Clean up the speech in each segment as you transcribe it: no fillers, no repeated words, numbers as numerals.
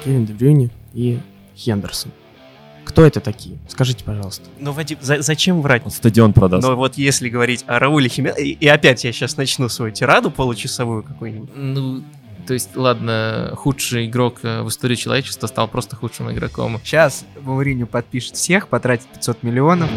Кевин Де Брюйне и Хендерсон. Кто это такие? Скажите, пожалуйста. Ну, Вадим, зачем врать? Он стадион продаст. Но вот если говорить о Рауле Хименесе, и опять я сейчас начну свою тираду получасовую какую-нибудь. Ну, то есть, ладно, худший игрок в истории человечества стал просто худшим игроком. Сейчас Мауриньо подпишет всех, потратит 500 миллионов.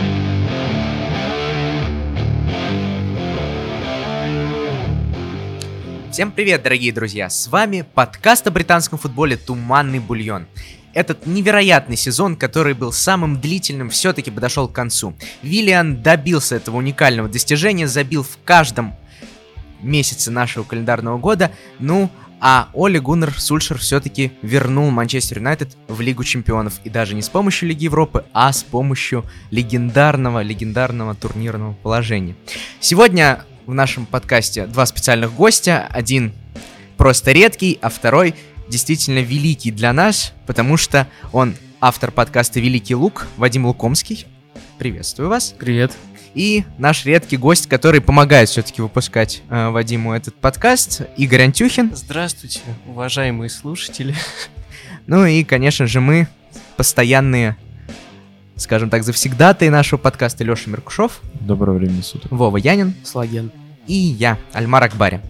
Всем привет, дорогие друзья! С вами подкаст о британском футболе «Туманный бульон». Этот невероятный сезон, который был самым длительным, все-таки подошел к концу. Виллиан добился этого уникального достижения, забил в каждом месяце нашего календарного года. Ну, а Оле Гуннар Сульшер все-таки вернул Манчестер Юнайтед в Лигу Чемпионов. И даже не с помощью Лиги Европы, а с помощью легендарного турнирного положения. Сегодня в нашем подкасте два специальных гостя. Один просто редкий, а второй действительно великий для нас, потому что он автор подкаста «Великий Лук», Вадим Лукомский. Приветствую вас. Привет. И наш редкий гость, который помогает все-таки выпускать Вадиму этот подкаст, Игорь Антюхин. Здравствуйте, уважаемые слушатели. Ну и, конечно же, мы постоянные, скажем так, завсегдатые нашего подкаста Леша Меркушев. Доброго времени суток. Вова Янин. Слаген. И я, Альмар Акбари.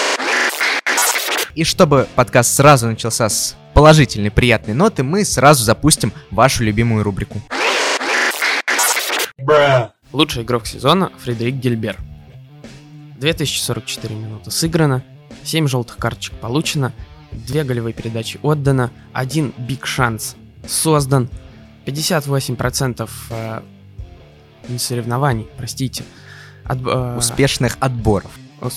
И чтобы подкаст сразу начался с положительной, приятной ноты, мы сразу запустим вашу любимую рубрику. Лучший игрок сезона Фредерик Гильбер. 2044 минуты сыграно, 7 желтых карточек получено, 2 голевые передачи отдано, 1 биг шанс создан, 58% соревнований, Успешных отборов.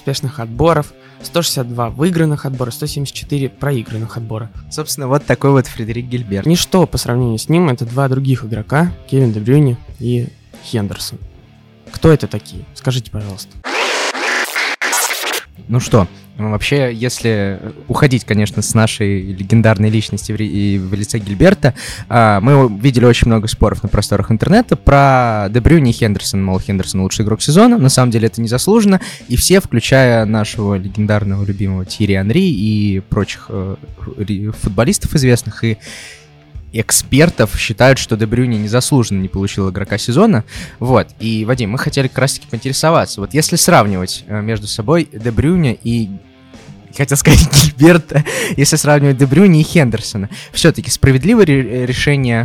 162 выигранных отбора, 174 проигранных отбора. Собственно, вот такой вот Фредерик Гильбер. Ничто по сравнению с ним, это два других игрока, Кевин Де Брюйне и Хендерсон. Кто это такие? Скажите, пожалуйста. Ну что, вообще, если уходить, конечно, с нашей легендарной личности в лице Гильберта, мы видели очень много споров на просторах интернета про Де Брюйне и Хендерсон. Мол, Хендерсон лучший игрок сезона. На самом деле это незаслуженно. И все, включая нашего легендарного любимого Тьерри Анри и прочих футболистов известных и экспертов, считают, что Де Брюйне незаслуженно не получил игрока сезона. Вот. И, Вадим, мы хотели как раз-таки поинтересоваться. Вот если сравнивать между собой Де Брюйне и, хотел сказать, Гильберта, если сравнивать Де Брюйне и Хендерсона, все-таки справедливое решение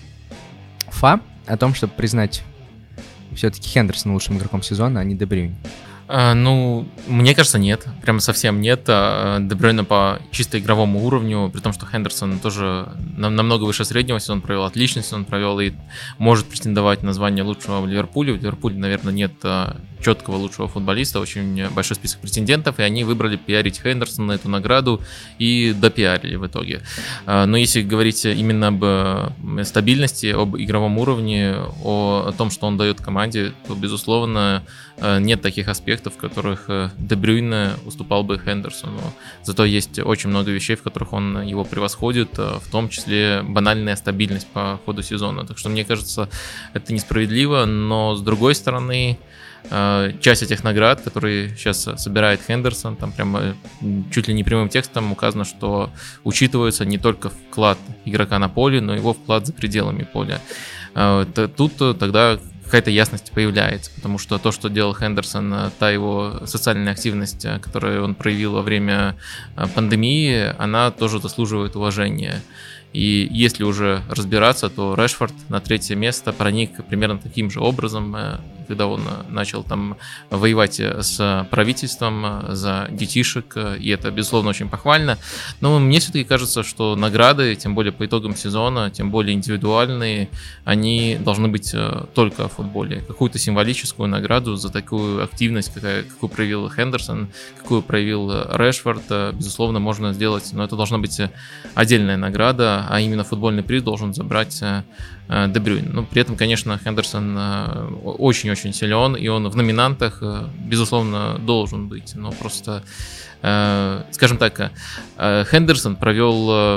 ФА о том, чтобы признать все-таки Хендерсона лучшим игроком сезона, а не Де Брюйне? Ну, мне кажется, нет. Прямо совсем нет. Де Брюйне по чисто игровому уровню, при том, что Хендерсон тоже намного выше среднего сезон провел, отличный сезон провел и может претендовать на звание лучшего в Ливерпуле. В Ливерпуле, наверное, нет четкого лучшего футболиста, очень большой список претендентов, и они выбрали пиарить Хендерсона на эту награду и допиарили в итоге. Но если говорить именно об стабильности, об игровом уровне, о том, что он дает команде, то, безусловно, нет таких аспектов, в которых Де Брюйне уступал бы Хендерсону. Зато есть очень много вещей, в которых он его превосходит, в том числе банальная стабильность по ходу сезона. Так что, мне кажется, это несправедливо, но, с другой стороны, часть этих наград, которые сейчас собирает Хендерсон, там прямо чуть ли не прямым текстом указано, что учитывается не только вклад игрока на поле, но и его вклад за пределами поля. Тут тогда какая-то ясность появляется, потому что то, что делал Хендерсон, та его социальная активность, которую он проявил во время пандемии, она тоже заслуживает уважения. И если уже разбираться, то Решфорд на 3-е место проник примерно таким же образом, когда он начал там воевать с правительством за детишек, и это, безусловно, очень похвально. Но мне все-таки кажется, что награды, тем более по итогам сезона, тем более индивидуальные, они должны быть только в футболе. Какую-то символическую награду за такую активность, какую проявил Хендерсон, какую проявил Решфорд, безусловно, можно сделать, но это должна быть отдельная награда, а именно футбольный приз должен забрать Де Брюйн. Но при этом, конечно, Хендерсон очень-очень силен, и он в номинантах, безусловно, должен быть. Но просто, скажем так, Хендерсон провел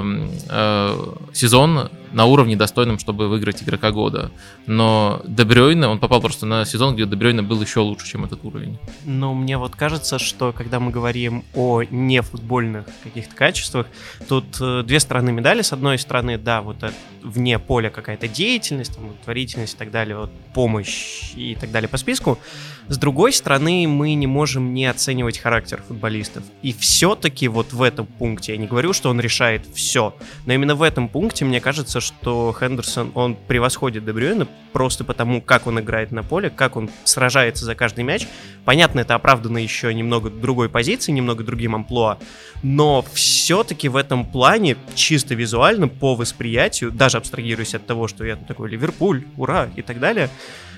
сезон на уровне достойном, чтобы выиграть игрока года. Но Де Брюйн, он попал просто на сезон, где Де Брюйн был еще лучше, чем этот уровень. Но мне вот кажется, что когда мы говорим о нефутбольных каких-то качествах, тут две стороны медали. С одной стороны, да, вот вне поля какая-то деятельность, там, благотворительность и так далее, вот, помощь и так далее по списку. С другой стороны, мы не можем не оценивать характер футболистов. И все-таки вот в этом пункте, я не говорю, что он решает все, но именно в этом пункте, мне кажется, что Хендерсон, он превосходит Де Брюйна просто потому, как он играет на поле, как он сражается за каждый мяч. Понятно, это оправдано еще немного другой позиции, немного другим амплуа, но все-таки в этом плане, чисто визуально, по восприятию, даже абстрагируясь от того, что я такой Ливерпуль, ура и так далее,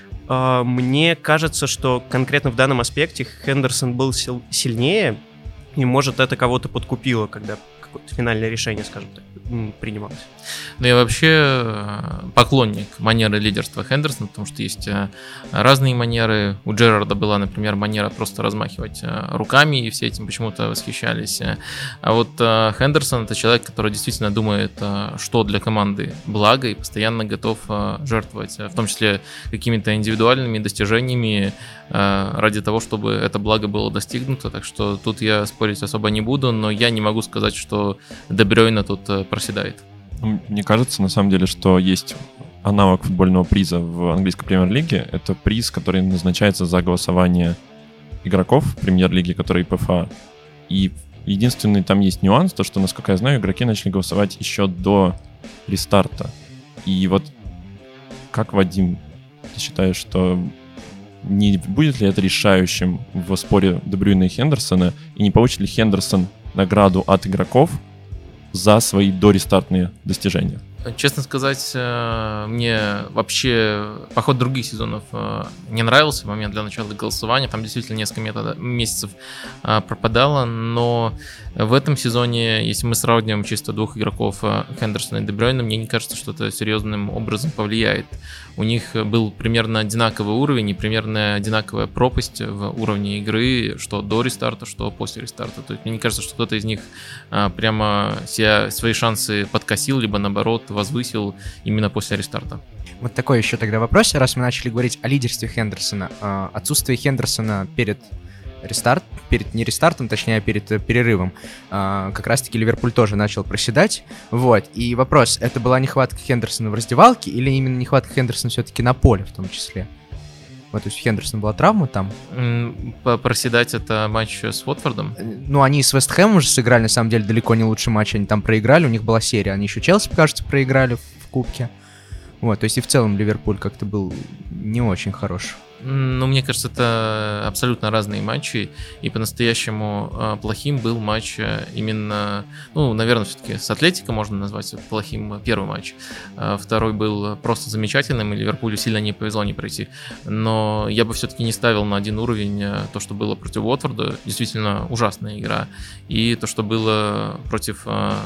мне кажется, что конкретно в данном аспекте Хендерсон был сильнее, и, может, это кого-то подкупило, когда какое-то финальное решение, скажем так, принималось. Ну, я вообще поклонник манеры лидерства Хендерсона, потому что есть разные манеры. У Джерарда была, например, манера просто размахивать руками, и все этим почему-то восхищались. А вот Хендерсон — это человек, который действительно думает, что для команды благо, и постоянно готов жертвовать, в том числе какими-то индивидуальными достижениями ради того, чтобы это благо было достигнуто. Так что тут я спорить особо не буду, но я не могу сказать, что Де Брюйна тут проседает. Мне кажется, на самом деле, что есть аналог футбольного приза в английской премьер-лиге. Это приз, который назначается за голосование игроков премьер-лиги, которые ПФА. И единственный там есть нюанс, то что, насколько я знаю, игроки начали голосовать еще до рестарта. И вот как, Вадим, ты считаешь, что не будет ли это решающим в споре Де Брюйна и Хендерсона, и не получит ли Хендерсон награду от игроков за свои дорестартные достижения? Честно сказать, мне вообще поход других сезонов не нравился в момент для начала голосования. Там действительно несколько месяцев пропадало, но в этом сезоне, если мы сравниваем чисто двух игроков, Хендерсона и Де Брюйна, мне не кажется, что это серьезным образом повлияет. У них был примерно одинаковый уровень и примерно одинаковая пропасть в уровне игры, что до рестарта, что после рестарта. То есть мне не кажется, что кто-то из них прямо свои шансы подкосил, либо наоборот возвысил именно после рестарта. Вот такой еще тогда вопрос, раз мы начали говорить о лидерстве Хендерсона. Отсутствие Хендерсона перед не рестартом, точнее, а перед перерывом, как раз-таки Ливерпуль тоже начал проседать. Вот, и вопрос, это была нехватка Хендерсона в раздевалке или именно нехватка Хендерсона все-таки на поле в том числе? Вот, то есть у Хендерсона была травма там. Проседать — это матч с Уотфордом? Ну, они с Вест Хэмом уже сыграли, на самом деле, далеко не лучший матч. Они там проиграли, у них была серия. Они еще Челси, кажется, проиграли в Кубке. Вот, то есть и в целом Ливерпуль как-то был не очень хорош. Ну, мне кажется, это абсолютно разные матчи, и по-настоящему плохим был матч именно, ну, наверное, все-таки с Атлетико можно назвать плохим первый матч. Второй был просто замечательным, и Ливерпулю сильно не повезло не пройти. Но я бы все-таки не ставил на один уровень то, что было против Уотфорда, действительно ужасная игра, и то, что было против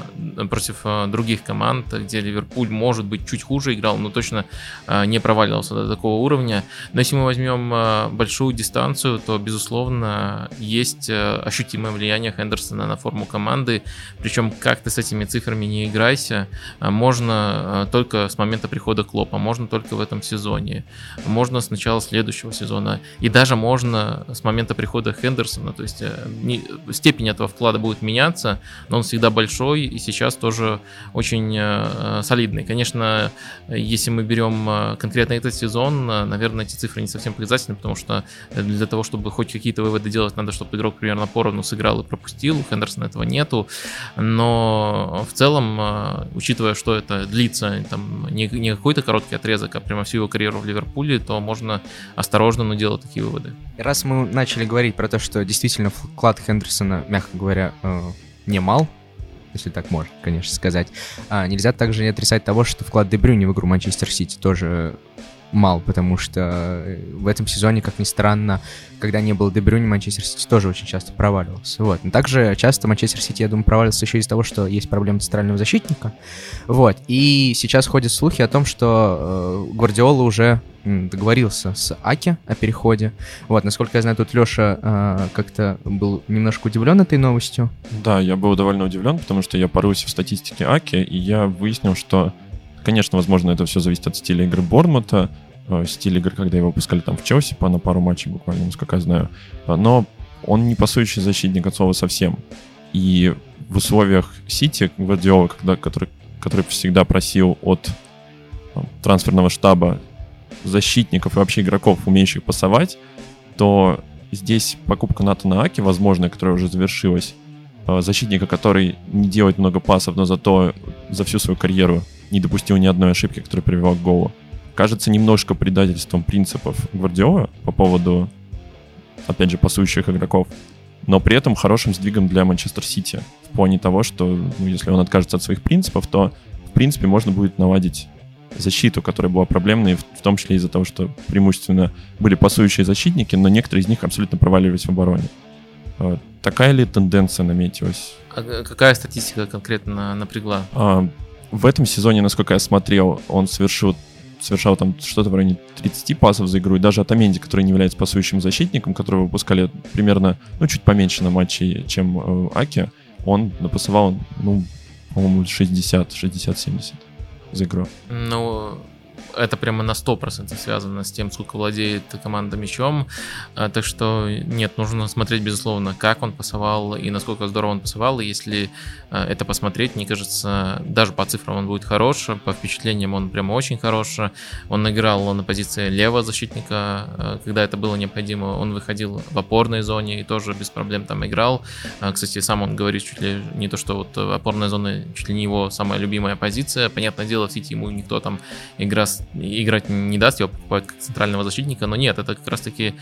других команд, где Ливерпуль, может быть, чуть хуже играл, но точно не проваливался до такого уровня. Но если мы возьмем большую дистанцию, то, безусловно, есть ощутимое влияние Хендерсона на форму команды. Причем, как ты с этими цифрами не играйся, можно только с момента прихода Клопа, можно только в этом сезоне, можно с начала следующего сезона, и даже можно с момента прихода Хендерсона. То есть степень этого вклада будет меняться, но он всегда большой и сейчас тоже очень солидный. Конечно, если мы берем конкретно этот сезон, наверное, эти цифры не совсем показательны, потому что для того, чтобы хоть какие-то выводы делать, надо, чтобы игрок примерно поровну сыграл и пропустил. У Хендерсона этого нету. Но в целом, учитывая, что это длится там, не какой-то короткий отрезок, а прямо всю его карьеру в Ливерпуле, то можно осторожно, но делать такие выводы. Раз мы начали говорить про то, что действительно вклад Хендерсона, мягко говоря, немал, если так можно, конечно, сказать, нельзя также не отрицать того, что вклад Де Брюйна в игру Манчестер Сити тоже мал, потому что в этом сезоне, как ни странно, когда не было Де Брюйне, Манчестер Сити тоже очень часто проваливался. Вот. Но также часто Манчестер Сити, я думаю, проваливался еще из-за того, что есть проблемы центрального защитника. Вот. И сейчас ходят слухи о том, что Гвардиола уже договорился с Аки о переходе. Вот. Насколько я знаю, тут Леша как-то был немножко удивлен этой новостью. Да, я был довольно удивлен, потому что я порылся в статистике Аки, и я выяснил, что, конечно, возможно, это все зависит от стиля игры Борнмута, стиль игры, когда его выпускали там в Челси на пару матчей буквально, насколько я знаю. Но он не пасующий защитник от слова совсем. И в условиях Сити Гвардиола, который всегда просил от трансферного штаба защитников и вообще игроков, умеющих пасовать, то здесь покупка Натана Аки, возможно, которая уже завершилась, защитника, который не делает много пасов, но зато за всю свою карьеру не допустил ни одной ошибки, которая привела к голу, кажется немножко предательством принципов Гвардиолы по поводу, опять же, пасующих игроков, но при этом хорошим сдвигом для Манчестер Сити в плане того, что если он откажется от своих принципов, то, в принципе, можно будет наладить защиту, которая была проблемной, в том числе из-за того, что преимущественно были пасующие защитники, но некоторые из них абсолютно проваливались в обороне. Такая ли тенденция наметилась? А какая статистика конкретно напрягла? В этом сезоне, насколько я смотрел, он совершал там что-то в районе 30 пасов за игру, и даже Отаменди, который не является пасующим защитником, которого выпускали примерно, чуть поменьше на матче, чем Аки, он напасовал, по-моему, 60-70 за игру. Это прямо на 100% связано с тем, сколько владеет команда мячом. Так что нет, нужно смотреть, безусловно, как он пасовал и насколько здорово он пасовал. И если это посмотреть, мне кажется, даже по цифрам он будет хорош, по впечатлениям он прямо очень хорош. Он играл на позиции левого защитника, когда это было необходимо. Он выходил в опорной зоне и тоже без проблем там играл. Кстати, сам он говорит чуть ли не то, что вот опорная зона чуть ли не его самая любимая позиция. Понятное дело, в Сити ему никто там играть не даст, его покупают как центрального защитника, но нет, это как раз-таки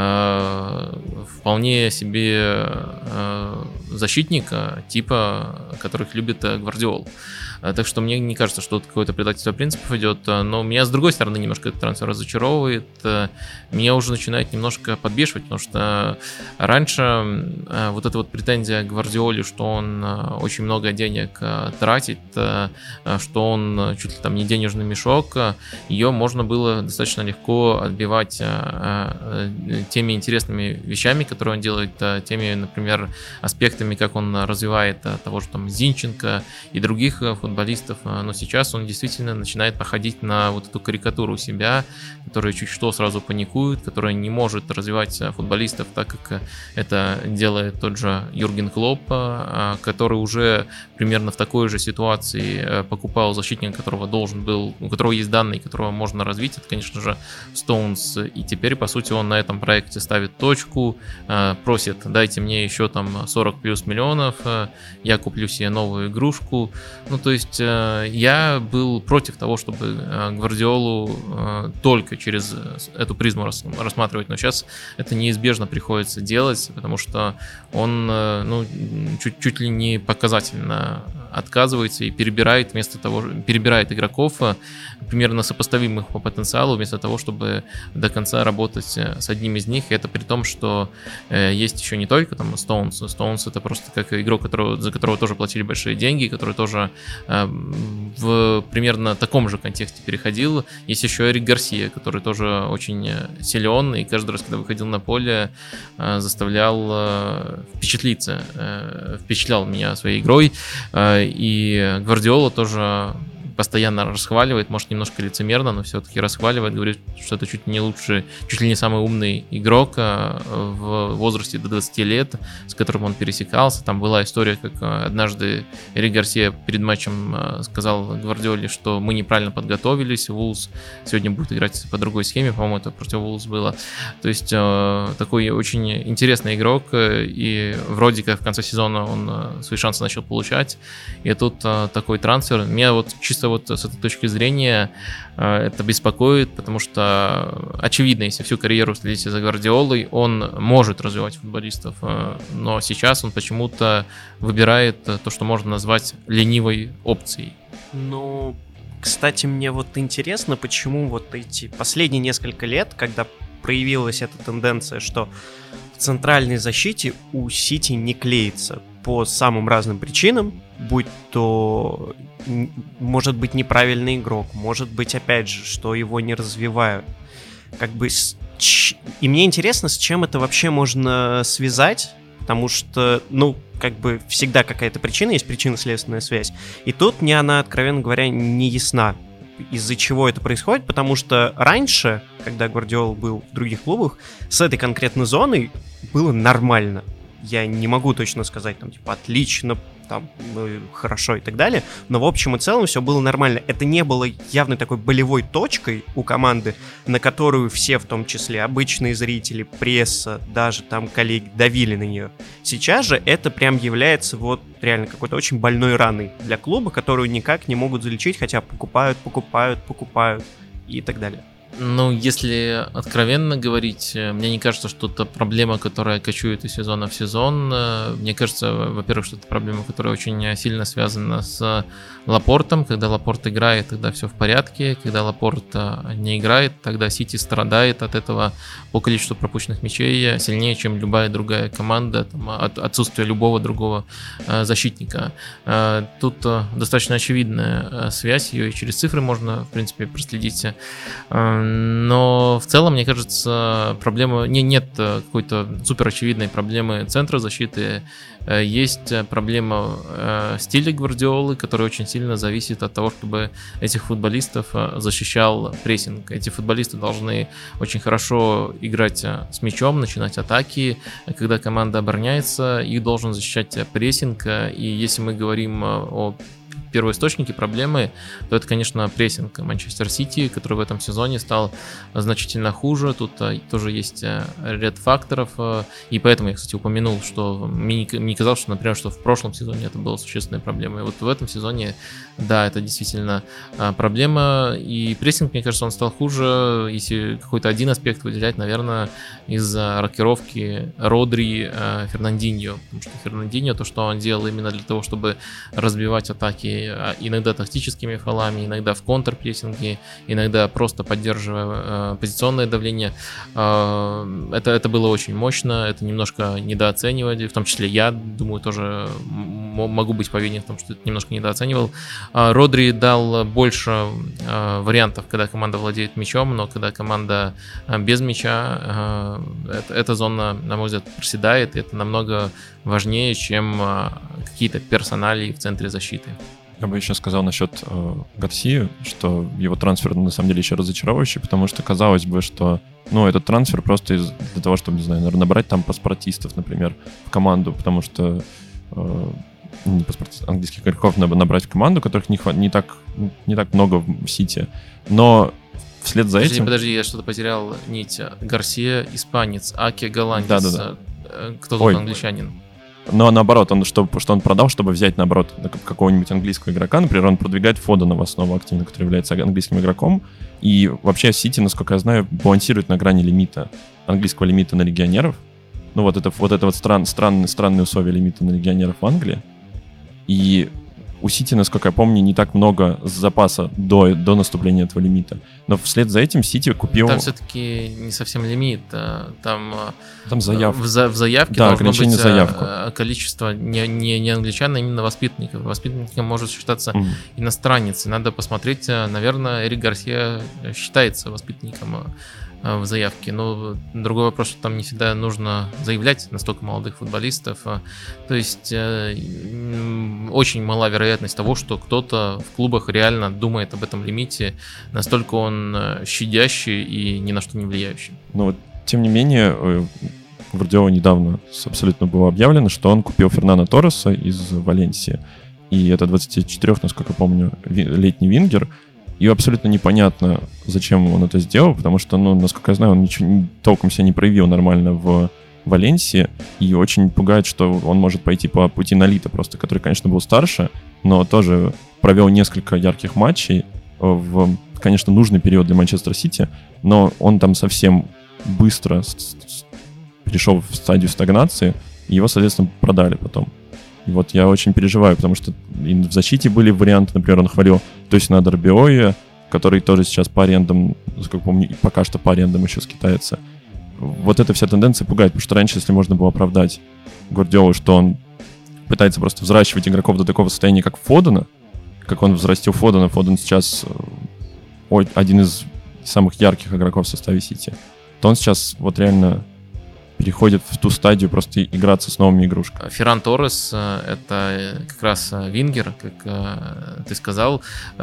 вполне себе защитник типа, которых любит Гвардиол. Так что мне не кажется, что тут какое-то предательство принципов идет, но меня, с другой стороны, немножко этот трансфер разочаровывает. Меня уже начинает немножко подбешивать, потому что раньше вот эта вот претензия к Гвардиоле, что он очень много денег тратит, что он чуть ли там не денежный мешок, ее можно было достаточно легко отбивать теми интересными вещами, которые он делает, теми, например, аспектами, как он развивает того же там Зинченко и других футболистов, но сейчас он действительно начинает походить на вот эту карикатуру себя, которая чуть что сразу паникует, которая не может развивать футболистов так, как это делает тот же Юрген Клопп, который уже примерно в такой же ситуации покупал защитника, у которого есть данные, которого можно развить, это, конечно же, Стоунс, и теперь, по сути, он на этом проекте ставит точку, просит, дайте мне еще там 40 плюс миллионов, я куплю себе новую игрушку. То есть я был против того, чтобы Гвардиолу только через эту призму рассматривать, но сейчас это неизбежно приходится делать, потому что он чуть ли не показательно отказывается и перебирает игроков примерно сопоставимых по потенциалу, вместо того, чтобы до конца работать с одним из них. И это при том, что есть еще не только там Стоунс. Стоунс — это просто как игрок, за которого тоже платили большие деньги, который тоже в примерно таком же контексте переходил. Есть еще Эрик Гарсия, который тоже очень силен, и каждый раз, когда выходил на поле, заставлял впечатлял меня своей игрой. И Гвардиола тоже постоянно расхваливает, может, немножко лицемерно, но все-таки расхваливает, говорит, что это чуть ли не самый умный игрок в возрасте до 20 лет, с которым он пересекался. Там была история, как однажды Эрик Гарсия перед матчем сказал Гвардиоле, что мы неправильно подготовились, Вулс сегодня будет играть по другой схеме, по-моему, это против Вулс было. То есть такой очень интересный игрок, и вроде как в конце сезона он свои шансы начал получать, и тут такой трансфер. Меня вот чисто вот с этой точки зрения это беспокоит, потому что очевидно, если всю карьеру следить за Гвардиолой, он может развивать футболистов, но сейчас он почему-то выбирает то, что можно назвать ленивой опцией. Кстати, мне вот интересно, почему вот эти последние несколько лет, когда проявилась эта тенденция, что в центральной защите у Сити не клеится по самым разным причинам, будь то, может быть, неправильный игрок, может быть, опять же, что его не развивают. Как бы и мне интересно, с чем это вообще можно связать, потому что, ну, как бы всегда какая-то причина, есть причинно-следственная связь. И тут мне она, откровенно говоря, не ясна, из-за чего это происходит, потому что раньше, когда Гвардиола был в других клубах, с этой конкретной зоной было нормально. Я не могу точно сказать, там, типа, отлично, там, хорошо и так далее, но в общем и целом все было нормально. Это не было явной такой болевой точкой у команды, на которую все, в том числе обычные зрители, пресса, даже там коллеги, давили на нее. Сейчас же это прям является вот реально какой-то очень больной раной для клуба, которую никак не могут залечить, хотя покупают и так далее. Ну, если откровенно говорить, мне не кажется, что это проблема, которая кочует из сезона в сезон. Мне кажется, во-первых, что это проблема, которая очень сильно связана с Лапортом. Когда Лапорт играет, тогда все в порядке. Когда Лапорт не играет, тогда Сити страдает от этого по количеству пропущенных мячей сильнее, чем любая другая команда, там, от отсутствия любого другого защитника. Тут достаточно очевидная связь, ее и через цифры можно, в принципе, проследить. Но в целом, мне кажется, проблема нет какой-то супер очевидной проблемы центра защиты. Есть проблема стиля Гвардиолы, который очень сильно зависит от того, чтобы этих футболистов защищал прессинг. Эти футболисты должны очень хорошо играть с мячом, начинать атаки. Когда команда обороняется, их должен защищать прессинг. И если мы говорим о первоисточники проблемы, то это, конечно, прессинг Манчестер Сити, который в этом сезоне стал значительно хуже. Тут тоже есть ряд факторов, и поэтому я, кстати, упомянул, что мне не казалось, что, например, что в прошлом сезоне это была существенной проблемой. И вот в этом сезоне, да, это действительно проблема, и прессинг, мне кажется, он стал хуже. Если какой-то один аспект выделять, наверное, из-за рокировки Родри Фернандиньо, потому что Фернандиньо, то, что он делал именно для того, чтобы разбивать атаки иногда тактическими фолами, иногда в контрпрессинге, иногда просто поддерживая позиционное давление. Это было очень мощно, это немножко недооценивали, в том числе я, думаю, тоже могу быть повинен в том, что это немножко недооценивал. Родри дал больше вариантов, когда команда владеет мячом, но когда команда без мяча, эта зона, на мой взгляд, проседает, и это намного важнее, чем какие-то персоналии в центре защиты. Я бы еще сказал насчет Гарсии, что его трансфер на самом деле еще разочаровывающий, потому что казалось бы, что этот трансфер просто для того, чтобы, не знаю, наверное, набрать там паспортистов, например, в команду, потому что не паспортистов, английских игроков набрать в команду, которых не так много в Сити. Но вслед за этим... Подожди, я что-то потерял нить. Гарсия испанец, Аке голландец. Да. Кто тут англичанин? Но наоборот, что он продал, чтобы взять, наоборот, какого-нибудь английского игрока. Например, он продвигает Фодена в основу активно, который является английским игроком. И вообще Сити, насколько я знаю, балансирует на грани лимита, английского лимита на легионеров. Это странные условия лимита на легионеров в Англии. И у Сити, насколько я помню, не так много запаса до наступления этого лимита. Но вслед за этим Сити купил... Там все-таки не совсем лимит. Там заявка. В заявке должно быть количество не англичан, а именно воспитанников. Воспитанником может считаться иностранец. И надо посмотреть, наверное, Эрик Гарсия считается воспитанником в заявке. Но другой вопрос, что там не всегда нужно заявлять настолько молодых футболистов. То есть очень мала вероятность того, что кто-то в клубах реально думает об этом лимите, настолько он щадящий и ни на что не влияющий. Тем не менее, Гвардиола недавно абсолютно было объявлено, что он купил Фернана Торреса из Валенсии. И это 24, насколько помню, летний вингер. И абсолютно непонятно, зачем он это сделал, потому что, насколько я знаю, он ничего толком себя не проявил нормально в Валенсии, и очень пугает, что он может пойти по пути Нолита просто, который, конечно, был старше, но тоже провел несколько ярких матчей в, конечно, нужный период для Манчестер Сити, но он там совсем быстро перешел в стадию стагнации, и его, соответственно, продали потом. И вот я очень переживаю, потому что и в защите были варианты, например, он хвалил точно Дарбиоя, который тоже сейчас по арендам, насколько помню, пока что по арендам еще скитается. Вот эта вся тенденция пугает, потому что раньше, если можно было оправдать Гвардиолу, что он пытается просто взращивать игроков до такого состояния, как Фодена, как он взрастил Фодена. Фоден сейчас один из самых ярких игроков в составе Сити. То он сейчас вот реально переходит в ту стадию просто играться с новыми игрушками. Ферран Торрес — это как раз вингер, как ты сказал.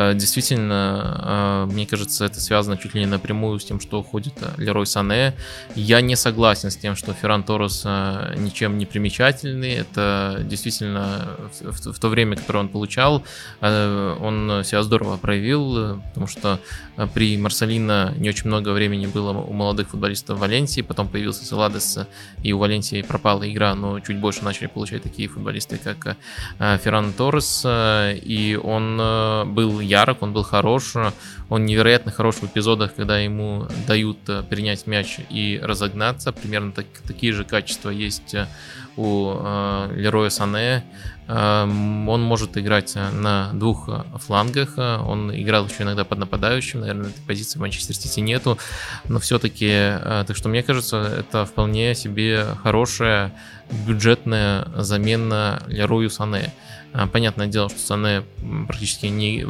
Действительно, мне кажется, это связано чуть ли не напрямую с тем, что уходит Лерой Сане. Я не согласен с тем, что Ферран Торрес ничем не примечательный. Это действительно в то время, которое он получал, он себя здорово проявил, потому что при Марселино не очень много времени было у молодых футболистов в Валенсии, потом появился Селадес, и у Валенсии пропала игра, но чуть больше начали получать такие футболисты, как Ферран Торрес, и он был ярок, он был хорош, он невероятно хорош в эпизодах, когда ему дают перенять мяч и разогнаться. Примерно такие же качества есть у Лероя Сане. Он может играть на двух флангах, он играл еще иногда под нападающим, наверное, этой позиции в Манчестер Сити нету, но все-таки, так что мне кажется, это вполне себе хорошая бюджетная замена Лерою Сане. Понятное дело, что Сане практически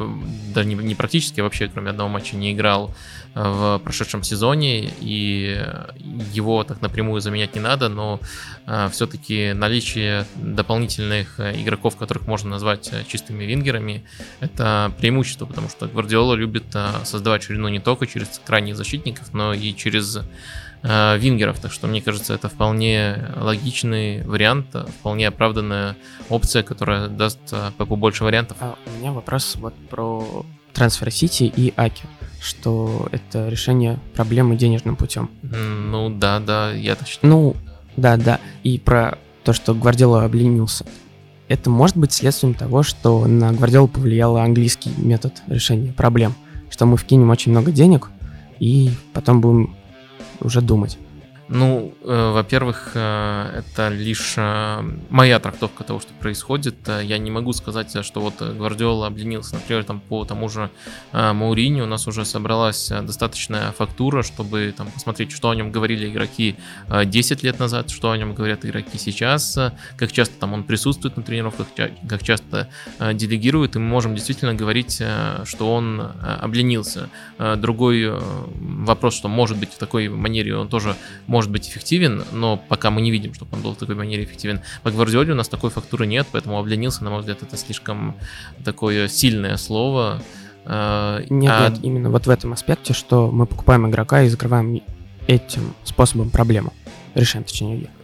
не практически, а вообще кроме одного матча не играл в прошедшем сезоне, и его так напрямую заменять не надо, но все-таки наличие дополнительных игроков, которых можно назвать чистыми вингерами, это преимущество, потому что Гвардиола любит создавать ширину не только через крайних защитников, но и через вингеров, так что мне кажется, это вполне логичный вариант, вполне оправданная опция, которая даст Пепу больше вариантов. У меня вопрос вот про трансфер Сити и Аки, что это решение проблемы денежным путем. Ну да, я так считаю. Ну, да, и про то, что Гвардиола обленился. Это может быть следствием того, что на Гвардиолу повлиял английский метод решения проблем, что мы вкинем очень много денег и потом будем уже думать. Ну, во-первых, это лишь моя трактовка того, что происходит. Я не могу сказать, что вот Гвардиола обленился. Например, там, по тому же Мауриньо у нас уже собралась достаточная фактура, чтобы там посмотреть, что о нем говорили игроки 10 лет назад, что о нем говорят игроки сейчас, как часто там он присутствует на тренировках, как часто делегирует, и мы можем действительно говорить, что он обленился. Другой вопрос, что может быть в такой манере он тоже может быть эффективен, но пока мы не видим, чтобы он был в такой манере эффективен. По Гвардиоле у нас такой фактуры нет, поэтому обленился, на мой взгляд, это слишком такое сильное слово. Нет, именно вот в этом аспекте, что мы покупаем игрока и закрываем этим способом проблему. Решаем, точнее, ее.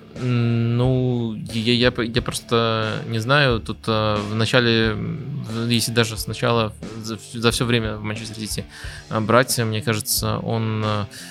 Ну, я просто не знаю, тут в начале, если даже сначала за все время в Манчестер Сити брать, мне кажется, он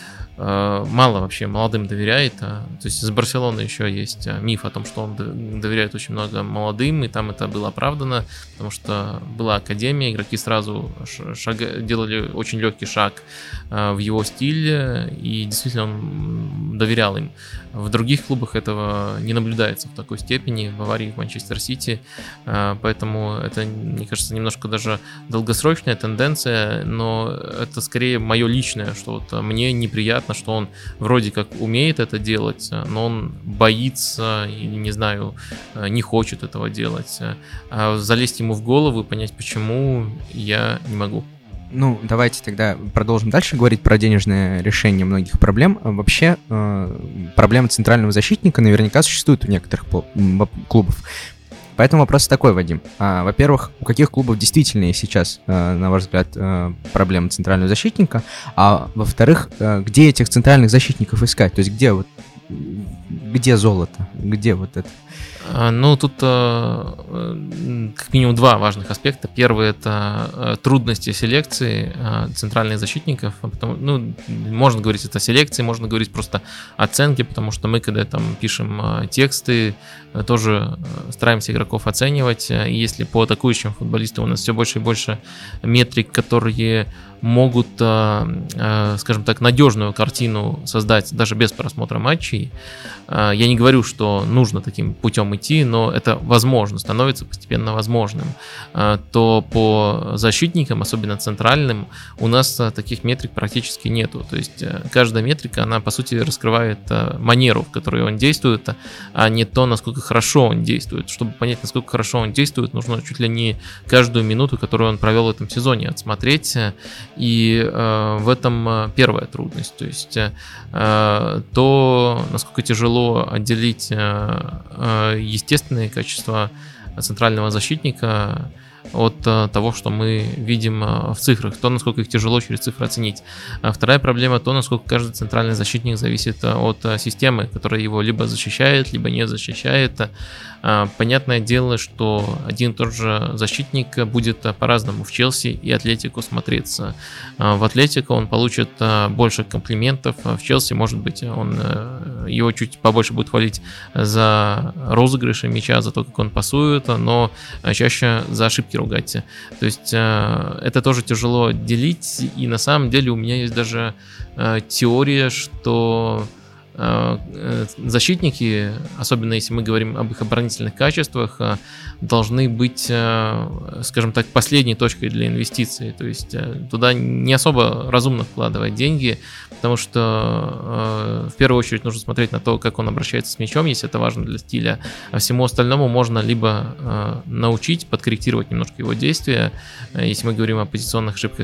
мало вообще молодым доверяет. То есть из Барселоны еще есть миф о том, что он доверяет очень много молодым, и там это было оправдано, потому что была академия, игроки сразу делали очень легкий шаг в его стиль, и действительно он доверял им. В других клубах этого не наблюдается в такой степени, в Баварии, в Манчестер Сити, поэтому это, мне кажется, немножко даже долгосрочная тенденция, но это скорее мое личное, что вот мне неприятно, что он вроде как умеет это делать, но он боится или, не знаю, не хочет этого делать. А залезть ему в голову и понять, почему, я не могу. Ну, давайте тогда продолжим дальше говорить про денежное решение многих проблем. Вообще, проблема центрального защитника наверняка существует у некоторых клубов. Поэтому вопрос такой, Вадим. Во-первых, у каких клубов действительно есть сейчас, на ваш взгляд, проблема центрального защитника? А во-вторых, где этих центральных защитников искать? То есть где золото? Где вот это? Ну, тут как минимум два важных аспекта. Первый — это трудности селекции центральных защитников. Ну, можно говорить это о селекции, можно говорить просто о оценке, потому что мы, когда там пишем тексты, тоже стараемся игроков оценивать. И если по атакующим футболистам у нас все больше и больше метрик, которые могут, скажем так, надежную картину создать даже без просмотра матчей. Я не говорю, что нужно таким путем идти, уйти, но это возможно, становится постепенно возможным, то по защитникам, особенно центральным, у нас таких метрик практически нету. То есть каждая метрика, она по сути раскрывает манеру, в которой он действует, а не то, насколько хорошо он действует. Чтобы понять, насколько хорошо он действует, нужно чуть ли не каждую минуту, которую он провел в этом сезоне, отсмотреть. И в этом первая трудность. То есть то, насколько тяжело отделить естественные качества центрального защитника от того, что мы видим в цифрах, то, насколько их тяжело через цифры оценить. Вторая проблема — то, насколько каждый центральный защитник зависит от системы, которая его либо защищает, либо не защищает. Понятное дело, что один и тот же защитник будет по-разному в Челси и Атлетику смотреться. В Атлетику он получит больше комплиментов, в Челси, может быть, его чуть побольше будет хвалить за розыгрыши мяча, за то, как он пасует, но чаще за ошибки ругать. То есть это тоже тяжело делить, и на самом деле у меня есть даже теория, что защитники, особенно если мы говорим об их оборонительных качествах, должны быть, скажем так, последней точкой для инвестиций. То есть туда не особо разумно вкладывать деньги, потому что в первую очередь нужно смотреть на то, как он обращается с мячом, если это важно для стиля. А всему остальному можно либо научить, подкорректировать немножко его действия, если мы говорим о позиционных ошибках,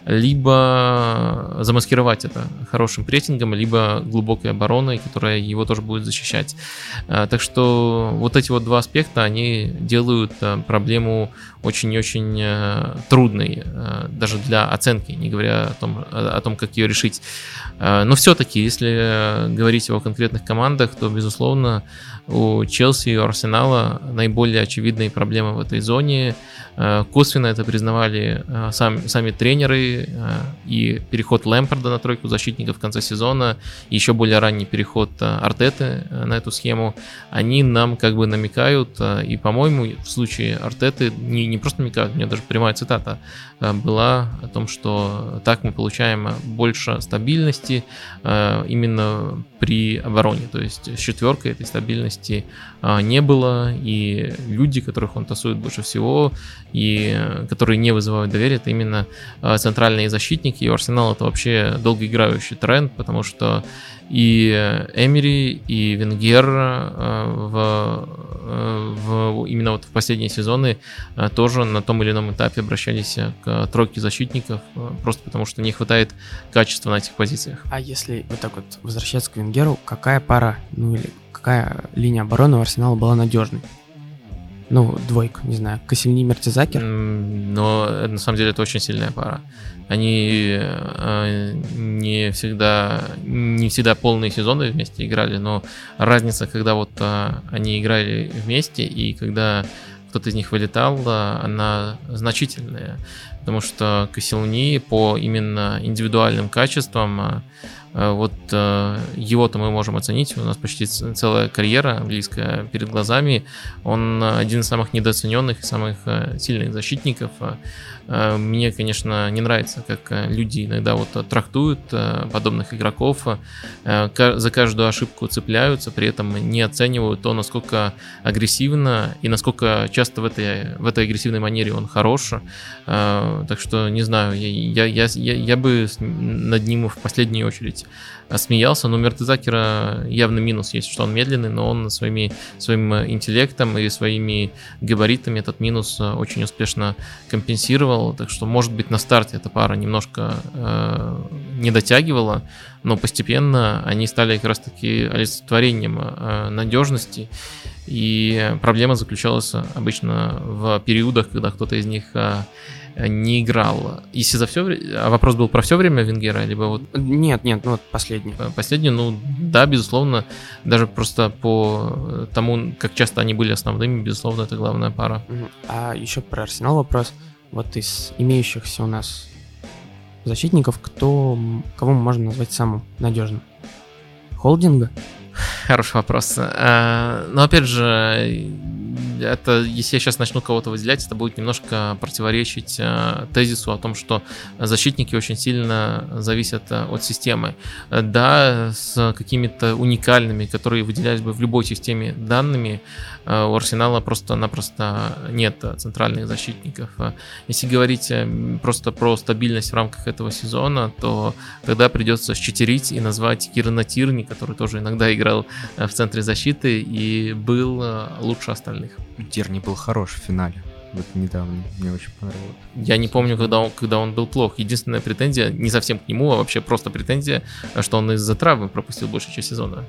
либо замаскировать это хорошим прессингом, либо глубокой обороной, которая его тоже будет защищать. Так что вот эти вот два аспекта, они делают проблему очень-очень трудной, даже для оценки, не говоря о том, как ее решить. Но все-таки, если говорить о конкретных командах, то, безусловно, у Челси и у Арсенала наиболее очевидные проблемы в этой зоне. Косвенно это признавали сами тренеры, и переход Лэмпарда на тройку защитников в конце сезона, и еще более ранний переход Артеты на эту схему, они нам как бы намекают, и, по-моему, в случае Артеты не просто намекают, у меня даже прямая цитата была о том, что так мы получаем больше стабильности именно при обороне, то есть с четверкой этой стабильности не было, и люди, которых он тасует больше всего, и которые не вызывают доверия, это именно центральные защитники, и у Арсенала это вообще долгоиграющий тренд, потому что и Эмери, и Венгер именно вот в последние сезоны тоже на том или ином этапе обращались к тройке защитников, просто потому что не хватает качества на этих позициях. А если вот так вот возвращаться к Венгеру, какая пара, или какая линия обороны у Арсенала была надежной? Двойка, не знаю, Косельни, Мертизакер? Но на самом деле это очень сильная пара. Они не всегда полные сезоны вместе играли, но разница, когда вот они играли вместе и когда кто-то из них вылетал, она значительная. Потому что Косельни по именно индивидуальным качествам, вот его-то мы можем оценить, у нас почти целая карьера английская перед глазами, он один из самых недооцененных и самых сильных защитников. Мне, конечно, не нравится, как люди иногда вот трактуют подобных игроков, за каждую ошибку цепляются, при этом не оценивают то, насколько агрессивно и насколько часто в этой агрессивной манере он хорош. Так что, не знаю, я бы над ним в последнюю очередь смеялся, но у Мертизакера явно минус есть, что он медленный, но он своим интеллектом и своими габаритами этот минус очень успешно компенсировал, так что, может быть, на старте эта пара немножко не дотягивала, но постепенно они стали как раз-таки олицетворением надежности, и проблема заключалась обычно в периодах, когда кто-то из них не играл. Если за все время... А вопрос был про все время Венгера, либо вот... Нет, вот последний. Последний, да, безусловно, даже просто по тому, как часто они были основными, безусловно, это главная пара. А еще про Арсенал вопрос. Вот из имеющихся у нас защитников, кого мы можем назвать самым надежным? Холдинга? Хороший вопрос. Но опять же, это, если я сейчас начну кого-то выделять, это будет немножко противоречить тезису о том, что защитники очень сильно зависят от системы. Да, с какими-то уникальными, которые выделялись бы в любой системе данными, у Арсенала просто-напросто нет центральных защитников. Если говорить просто про стабильность в рамках этого сезона, то тогда придется счетерить и назвать Кирана Тирни, который тоже иногда играл в центре защиты и был лучше остальных. Тирни был хорош в финале. Вот недавно, мне очень понравилось. Я не помню, когда он был плох. Единственная претензия, не совсем к нему, а вообще просто претензия, что он из-за травмы пропустил большую часть сезона.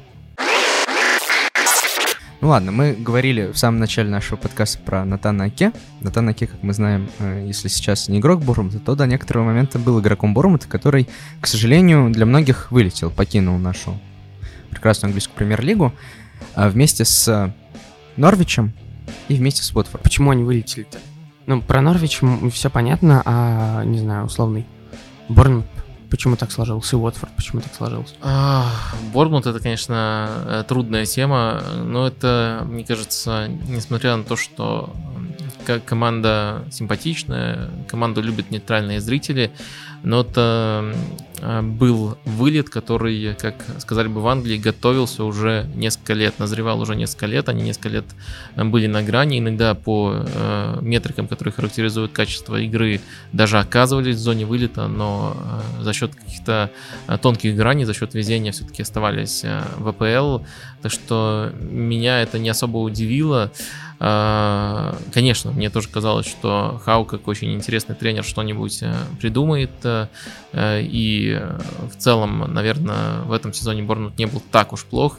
Ну ладно, мы говорили в самом начале нашего подкаста про Натана Аке. Натан Аке, как мы знаем, если сейчас не игрок Борнмута, то до некоторого момента был игроком Борнмута, который, к сожалению, для многих вылетел, покинул нашу прекрасную английскую премьер-лигу вместе с Норвичем и вместе с Уотфордом. Почему они вылетели-то? Ну, про Норвич все понятно, а, не знаю, условный Борнмут почему так сложился, и Уотфорд почему так сложился? Борнмут — это, конечно, трудная тема, но это, мне кажется, несмотря на то, что команда симпатичная, команду любят нейтральные зрители, но это был вылет, который, как сказали бы в Англии, готовился уже несколько лет, назревал уже несколько лет, они несколько лет были на грани, иногда по метрикам, которые характеризуют качество игры, даже оказывались в зоне вылета, но за счет каких-то тонких граней, за счет везения все-таки оставались в АПЛ, так что меня это не особо удивило. Конечно, мне тоже казалось, что Хау, как очень интересный тренер, что-нибудь придумает, и в целом, наверное, в этом сезоне Борнмут не был так уж плох,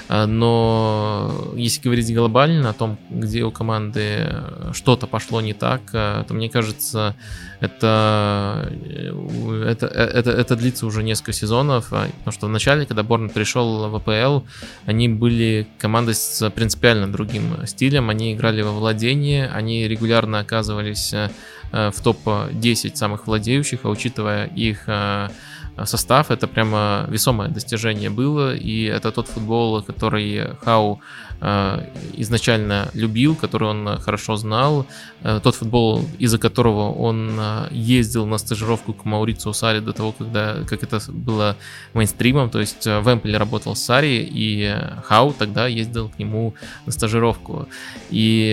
но если говорить глобально о том, где у команды что-то пошло не так, то мне кажется, это длится уже несколько сезонов, потому что в начале, когда Борнмут пришел в АПЛ, они были командой с принципиально другим стилем, они играли во владении, они регулярно оказывались в топ-10 самых владеющих, а учитывая их состав, это прямо весомое достижение было, и это тот футбол, который Хау изначально любил, который он хорошо знал, тот футбол, из-за которого он ездил на стажировку к Маурицио Сарри до того, как это было мейнстримом, то есть в Эмполе работал Сарри, и Хау тогда ездил к нему на стажировку, и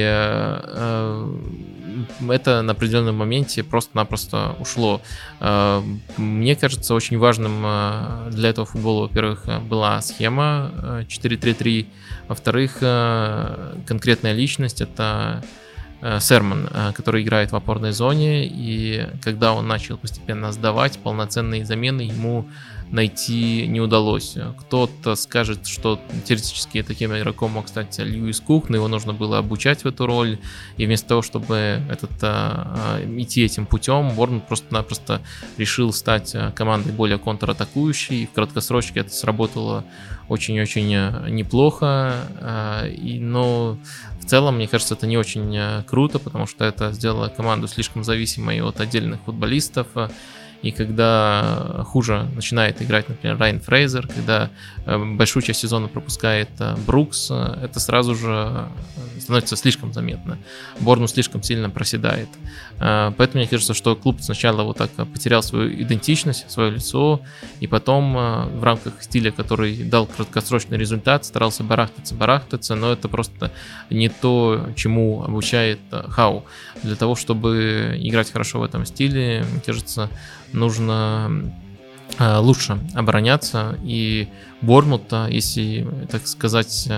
это на определенном моменте просто-напросто ушло. Мне кажется, очень важным для этого футбола, во-первых, была схема 4-3-3, во-вторых, конкретная личность — это Серман, который играет в опорной зоне, и когда он начал постепенно сдавать, полноценные замены ему найти не удалось. Кто-то скажет, что теоретически таким игроком мог стать Льюис Кук, но его нужно было обучать в эту роль, и вместо того, чтобы идти этим путем, Борнмут просто-напросто решил стать командой более контратакующей, и в краткосрочке это сработало очень-очень неплохо, но в целом, мне кажется, это не очень круто, потому что это сделало команду слишком зависимой от отдельных футболистов. И когда хуже начинает играть, например, Райан Фрейзер, когда большую часть сезона пропускает Брукс, это сразу же становится слишком заметно. Борнмут слишком сильно проседает. Поэтому мне кажется, что клуб сначала вот так потерял свою идентичность, свое лицо, и потом в рамках стиля, который дал краткосрочный результат, старался барахтаться, но это просто не то, чему обучает Хау. Для того, чтобы играть хорошо в этом стиле, мне кажется, нужно лучше обороняться, и Борнмут, если так сказать,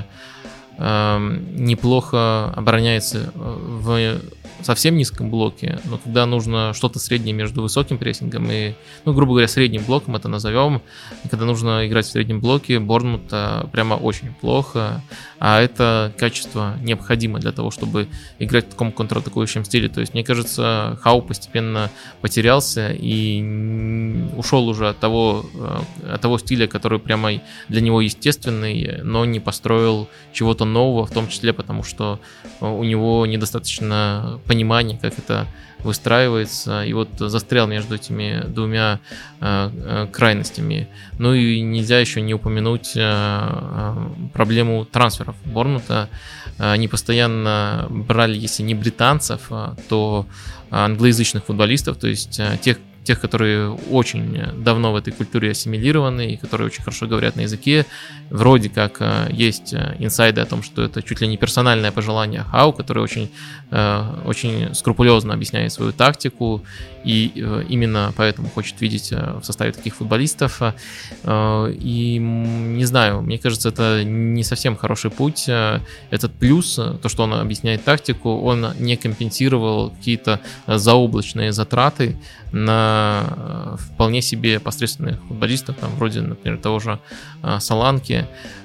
неплохо обороняется в совсем низком блоке, но когда нужно что-то среднее между высоким прессингом и, грубо говоря, средним блоком, это назовем, и когда нужно играть в среднем блоке, Борнмут прямо очень плохо, а это качество необходимо для того, чтобы играть в таком контратакующем стиле. То есть, мне кажется, Хау постепенно потерялся и ушел уже от того стиля, который прямо для него естественный, но не построил чего-то нового, в том числе потому, что у него недостаточно понимания понимания, как это выстраивается, и вот застрял между этими двумя крайностями. Ну и нельзя еще не упомянуть проблему трансферов Борнмута. Они постоянно брали, если не британцев, то англоязычных футболистов, то есть тех, которые очень давно в этой культуре ассимилированы и которые очень хорошо говорят на языке. Вроде как есть инсайды о том, что это чуть ли не персональное пожелание Хау, который очень скрупулезно объясняет свою тактику и именно поэтому хочет видеть в составе таких футболистов. И не знаю, мне кажется, это не совсем хороший путь. Этот плюс, то, что он объясняет тактику, он не компенсировал какие-то заоблачные затраты на вполне себе посредственных футболистов, там, вроде, например, того же Соланки.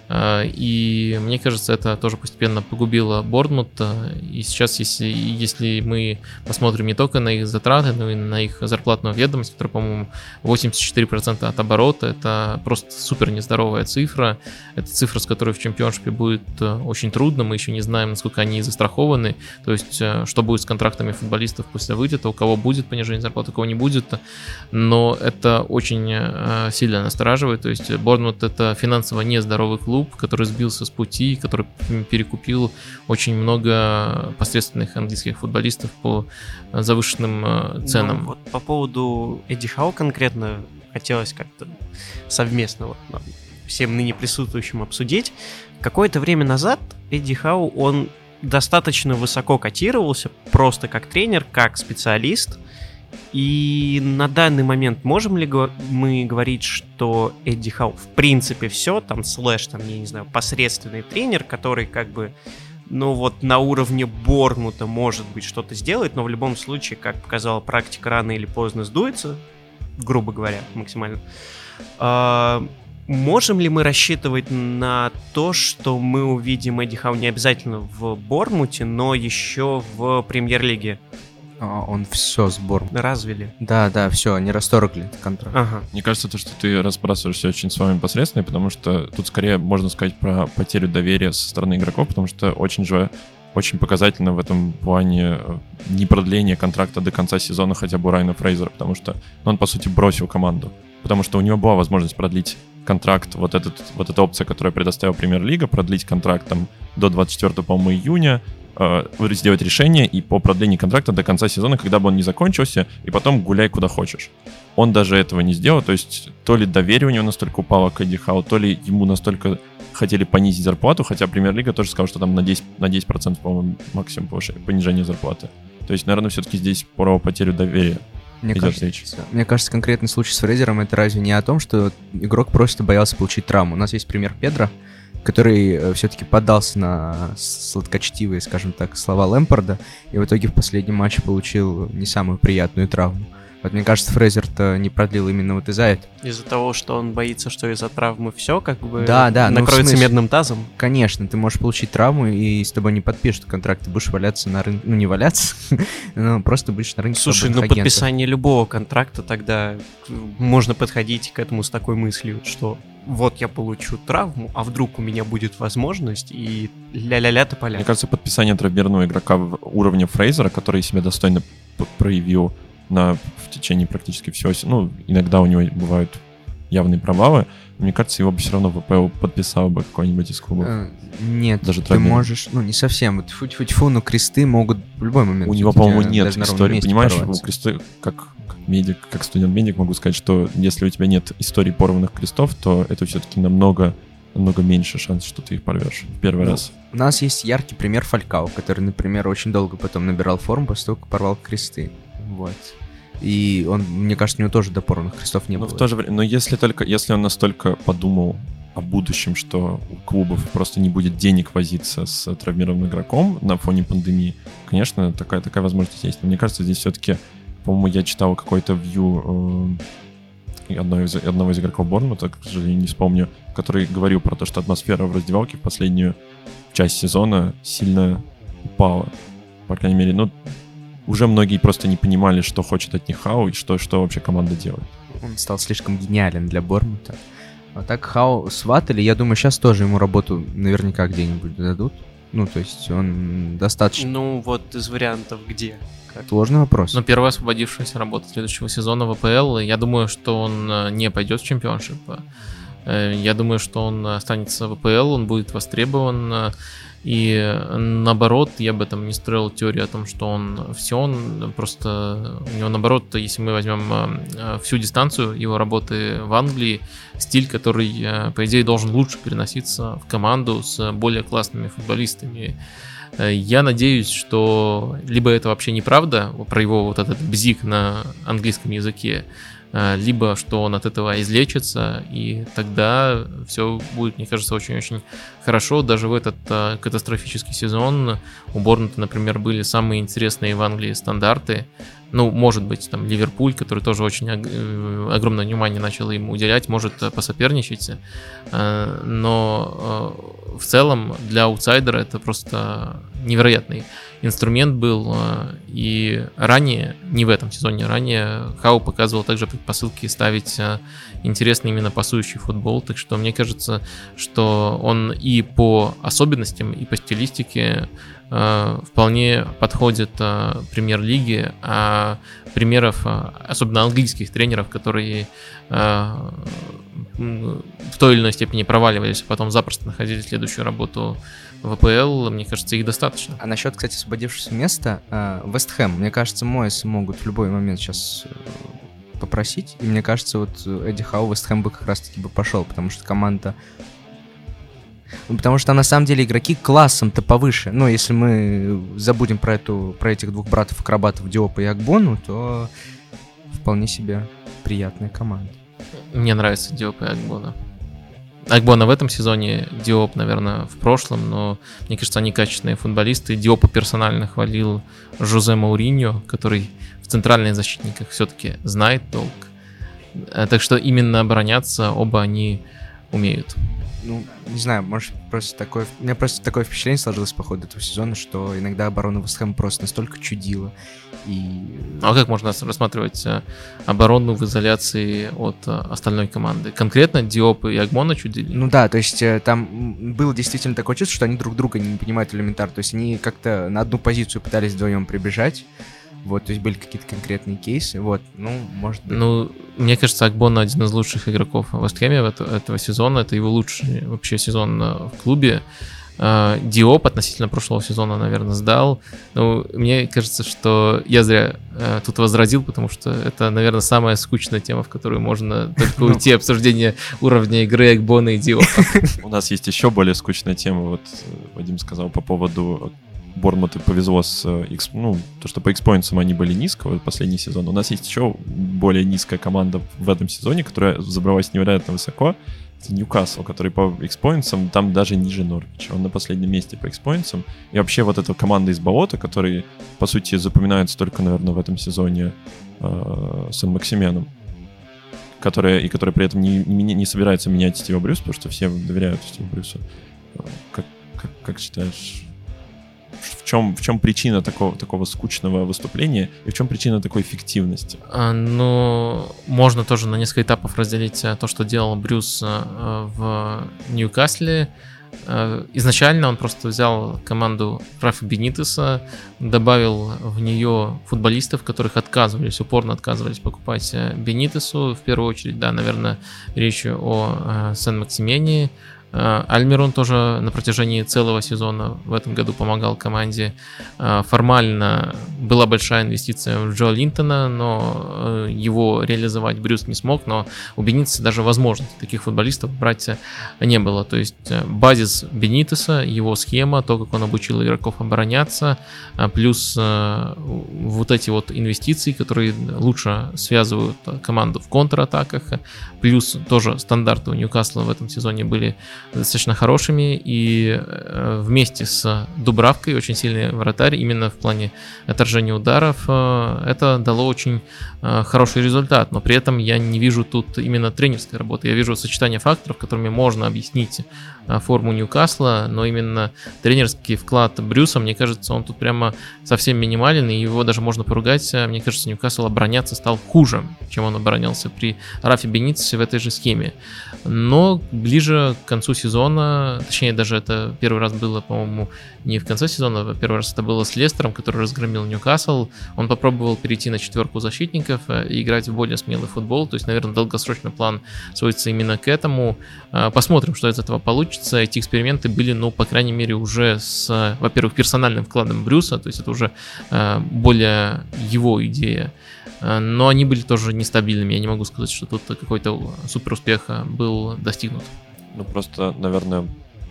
И мне кажется, это тоже постепенно погубило Борнмут. И сейчас, если мы посмотрим не только на их затраты, но и на их зарплатную ведомость, которая, по-моему, 84% от оборота, это просто супер нездоровая цифра. Это цифра, с которой в чемпионшипе будет очень трудно. Мы еще не знаем, насколько они застрахованы. То есть, что будет с контрактами футболистов после вылета, у кого будет понижение зарплаты, у кого не будет. Но это очень сильно настораживает. То есть, Борнмут — это финансово нездоровый клуб, который сбился с пути, который перекупил очень много посредственных английских футболистов по завышенным ценам. Ну, вот по поводу Эдди Хау конкретно хотелось как-то совместно всем ныне присутствующим обсудить. Какое-то время назад Эдди Хау, он достаточно высоко котировался, просто как тренер, как специалист. И на данный момент можем ли мы говорить, что Эдди Хау в принципе все, там, слэш, там, я не знаю, посредственный тренер, который как бы, ну вот на уровне Борнмута, может быть, что-то сделает, но в любом случае, как показала практика, рано или поздно сдуется, грубо говоря, максимально. Можем ли мы рассчитывать на то, что мы увидим Эдди Хау не обязательно в Борнмуте, но еще в премьер-лиге? Он все сбор. Развели. Да, все, они расторгли этот контракт. Ага. Мне кажется, то, что ты разбрасываешься очень с вами посредственно, потому что тут скорее можно сказать про потерю доверия со стороны игроков, потому что очень показательно в этом плане не продление контракта до конца сезона хотя бы у Райана Фрейзера, потому что он, по сути, бросил команду. Потому что у него была возможность продлить контракт, вот эта опция, которую предоставила Премьер-лига, продлить контракт там до 24, по-моему, июня, сделать решение и по продлению контракта до конца сезона, когда бы он не закончился, и потом гуляй куда хочешь. Он даже этого не сделал, то есть то ли доверие у него настолько упало к Эдди Хау, то ли ему настолько хотели понизить зарплату, хотя Премьер-лига тоже сказала, что там на 10%, по-моему, максимум понижение зарплаты. То есть, наверное, все-таки здесь про потерю доверия. Мне кажется, конкретный случай с Фрейзером — это разве не о том, что игрок просто боялся получить травму? У нас есть пример Педро, который все-таки поддался на сладкочтивые, скажем так, слова Лэмпарда, и в итоге в последнем матче получил не самую приятную травму. Вот мне кажется, Фрейзер-то не продлил именно вот из-за этого. Из-за того, что он боится, что из-за травмы все как бы накроется медным тазом? Конечно, ты можешь получить травму, и с тобой не подпишут контракт, ты будешь валяться на рынке, ну не валяться, но просто будешь на рынке. Слушай, ну подписание любого контракта тогда можно подходить к этому с такой мыслью, что вот я получу травму, а вдруг у меня будет возможность, и ля-ля-ля тополя. Мне кажется, подписание травмированного игрока уровня Фрейзера, который себя достойно проявил в течение практически всего, ну, иногда у него бывают явные провалы, мне кажется, его бы все равно в ВПЛ подписал бы какой-нибудь из клубов. Нет, даже ты можешь, ну, не совсем, вот фу-фу-фу, но кресты могут в любой момент. У него, по-моему, нет истории, понимаешь, у кресты, как медик, как студент-медик могу сказать, что если у тебя нет истории порванных крестов, то это все-таки намного меньше шанс, что ты их порвешь в первый раз. У нас есть яркий пример Фалькао, который, например, очень долго потом набирал форму после того, как порвал кресты. Вот. И он, мне кажется, у него тоже до порванных крестов не было. В то же время, но если он настолько подумал о будущем, что у клубов просто не будет денег возиться с травмированным игроком на фоне пандемии, конечно, такая возможность есть. Но мне кажется, здесь все-таки, по-моему, я читал какой-то вью одного из игроков Борнмута, к сожалению, не вспомню, который говорил про то, что атмосфера в раздевалке в последнюю часть сезона сильно упала. По крайней мере, ну, уже многие просто не понимали, что хочет от них Хау и что вообще команда делает. Он стал слишком гениален для Борнмута. А так Хау сватали, я думаю, сейчас тоже ему работу наверняка где-нибудь дадут. Ну, то есть он достаточно... Ну, вот из вариантов где? Сложный вопрос. Но первая освободившаяся работа следующего сезона в АПЛ, я думаю, что он не пойдет в чемпионшип. Я думаю, что он останется в АПЛ, он будет востребован. И наоборот, я бы там не строил теорию о том, что он просто... У него наоборот, если мы возьмем всю дистанцию его работы в Англии, стиль, который, по идее, должен лучше переноситься в команду с более классными футболистами. Я надеюсь, что либо это вообще неправда про его вот этот бзик на английском языке, либо что он от этого излечится, и тогда все будет, мне кажется, очень-очень хорошо. Даже в этот катастрофический сезон у Борнмута, например, были самые интересные в Англии стандарты. Ну, может быть, там Ливерпуль, который тоже очень огромное внимание начал ему уделять, может посоперничать. Но в целом для аутсайдера это просто невероятный инструмент был. И ранее, не в этом сезоне, ранее Хау показывал также предпосылки ставить интересный именно пасующий футбол. Так что мне кажется, что он и по особенностям, и по стилистике вполне подходит премьер-лиге, а примеров, особенно английских тренеров, которые в той или иной степени проваливались, а потом запросто находили следующую работу в АПЛ, мне кажется, их достаточно. А насчет, кстати, освободившегося места, Вест Хэм, мне кажется, Моэс могут в любой момент сейчас попросить, и мне кажется, вот Эдди Хау Вест Хэм бы как раз-таки бы пошел, потому что команда... Потому что, на самом деле, игроки классом-то повыше. Ну, если мы забудем про этих двух братов-акробатов Диопа и Акбону, то вполне себе приятная команда. Мне нравится Диоп и Акбона. Акбона в этом сезоне, Диоп, наверное, в прошлом, но мне кажется, они качественные футболисты. Диопа персонально хвалил Жозе Мауриньо, который в центральных защитниках все-таки знает толк. Так что именно обороняться оба они умеют. Ну, не знаю, может, у меня просто такое впечатление сложилось по ходу этого сезона, что иногда оборона Вест Хэма просто настолько чудила. А как можно рассматривать оборону в изоляции от остальной команды? Конкретно Диоп и Агбона чудили? Ну да, то есть там было действительно такое чувство, что они друг друга не понимают элементарно. То есть они как-то на одну позицию пытались вдвоем прибежать. Вот, то есть были какие-то конкретные кейсы. Вот, ну, может быть. Ну, мне кажется, Акбона один из лучших игроков в Вест Хэме этого сезона. Это его лучший вообще сезон в клубе. Диоп относительно прошлого сезона, наверное, сдал. Но мне кажется, что я зря тут возразил, потому что это, наверное, самая скучная тема, в которую можно только уйти. Обсуждение уровня игры Акбона и Диопа. У нас есть еще более скучная тема. Вот Вадим сказал по поводу... Борнмуту повезло с то, что по экспоинтсам они были низко в последний сезон. У нас есть еще более низкая команда в этом сезоне, которая забралась невероятно высоко. Это Ньюкасл, который по экспоинтсам там даже ниже Норвича. Он на последнем месте по экспоинтсам. И вообще вот эта команда из болота, которые, по сути, запоминаются только, наверное, в этом сезоне Сен-Максименом, которая при этом не собирается менять Стива Брюса, потому что все доверяют Стиву Брюсу. Как считаешь... В чем причина такого скучного выступления и в чем причина такой эффективности? Ну, можно тоже на несколько этапов разделить то, что делал Брюс в Ньюкасле. Изначально он просто взял команду Рафа Бенитеса, добавил в нее футболистов, которых упорно отказывались покупать Бенитесу. В первую очередь, да, наверное, речь о Сен-Максимене. Альмирон тоже на протяжении целого сезона в этом году помогал команде. Формально была большая инвестиция в Джо Линтона, но его реализовать Брюс не смог, но у Бенитеса даже возможности таких футболистов брать не было. То есть базис Бенитеса, его схема, то, как он обучил игроков обороняться, плюс вот эти вот инвестиции, которые лучше связывают команду в контратаках, плюс тоже стандарты у Ньюкасла в этом сезоне были достаточно хорошими, и вместе с Дубравкой, очень сильный вратарь, именно в плане отражения ударов, это дало очень хороший результат, но при этом я не вижу тут именно тренерской работы, я вижу сочетание факторов, которыми можно объяснить форму Ньюкасла, но именно тренерский вклад Брюса, мне кажется, он тут прямо совсем минимален, и его даже можно поругать. Мне кажется, Ньюкасл обороняться стал хуже, чем он оборонялся при Рафе Бенитесе в этой же схеме. Но ближе к концу концу сезона, точнее, даже это первый раз было, по-моему, не в конце сезона, а первый раз это было с Лестером, который разгромил Ньюкасл. Он попробовал перейти на 4 защитников и играть в более смелый футбол. То есть, наверное, долгосрочный план сводится именно к этому. Посмотрим, что из этого получится. Эти эксперименты были, по крайней мере, уже с, во-первых, персональным вкладом Брюса, то есть это уже более его идея. Но они были тоже нестабильными. Я не могу сказать, что тут какой-то супер успех был достигнут. Просто, наверное,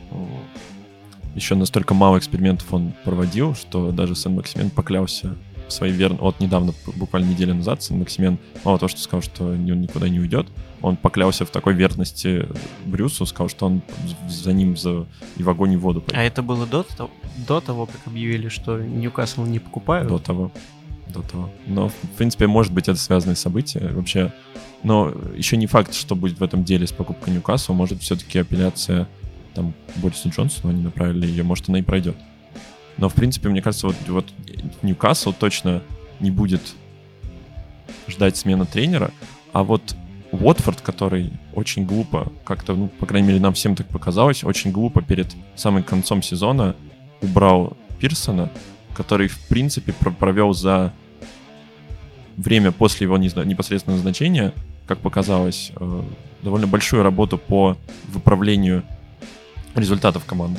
еще настолько мало экспериментов он проводил, что даже Сен-Максимен поклялся в своей верности. Вот недавно, буквально неделю назад, Сен-Максимен мало того, что сказал, что он никуда не уйдет, он поклялся в такой верности Брюсу, сказал, что он за ним и в огонь, и в воду пойдет. А это было до того, как объявили, что Ньюкасл не покупают? До того. Но, в принципе, может быть, это связанные события вообще. Но еще не факт, что будет в этом деле с покупкой Ньюкасла. Может, все-таки апелляция там Борису Джонсону, они направили ее, может, она и пройдет. Но, в принципе, мне кажется, вот Ньюкасл точно не будет ждать смены тренера, а вот Уотфорд, который очень глупо, как-то, по крайней мере, нам всем так показалось, очень глупо перед самым концом сезона убрал Пирсона, который, в принципе, провел за время после его непосредственного назначения, как показалось, довольно большую работу по выправлению результатов команды.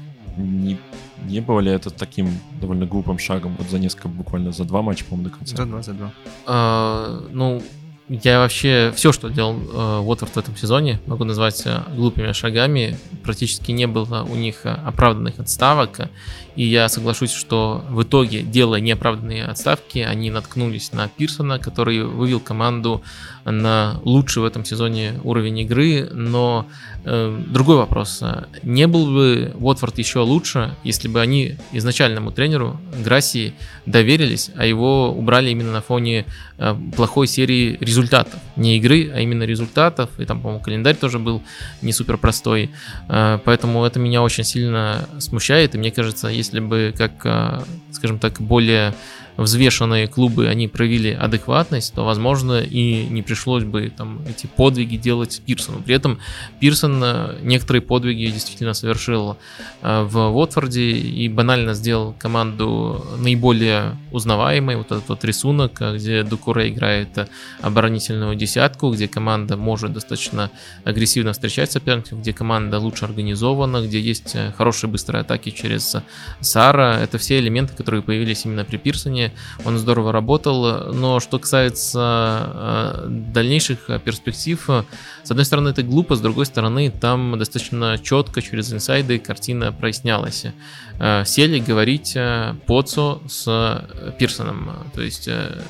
Не было ли это таким довольно глупым шагом вот за несколько, буквально за 2 матча, по-моему, до конца? За два. Я вообще все, что делал Уотфорд в этом сезоне, могу назвать глупыми шагами. Практически не было у них оправданных отставок. И я соглашусь, что в итоге, делая неоправданные отставки, они наткнулись на Пирсона, который вывел команду на лучший в этом сезоне уровень игры. Но другой вопрос. Не был бы Уотфорд еще лучше, если бы они изначальному тренеру Грассии доверились, а его убрали именно на фоне плохой серии результатов. Не игры, а именно результатов. И там, по-моему, календарь тоже был не супер простой. Поэтому это меня очень сильно смущает. И мне кажется, если бы, как, скажем так, более взвешенные клубы, они проявили адекватность, то, возможно, и не пришлось бы там эти подвиги делать Пирсону. При этом Пирсон некоторые подвиги действительно совершил в Уотфорде и банально сделал команду наиболее узнаваемой. Вот этот вот рисунок, где Дукуре играет оборонительную десятку, где команда может достаточно агрессивно встречать соперников, где команда лучше организована, где есть хорошие быстрые атаки через Сара. Это все элементы, которые появились именно при Пирсоне. Он здорово работал, но что касается дальнейших перспектив, с одной стороны это глупо, с другой стороны там достаточно четко через инсайды картина прояснялась. Сели говорить Поцо с Пирсоном, то есть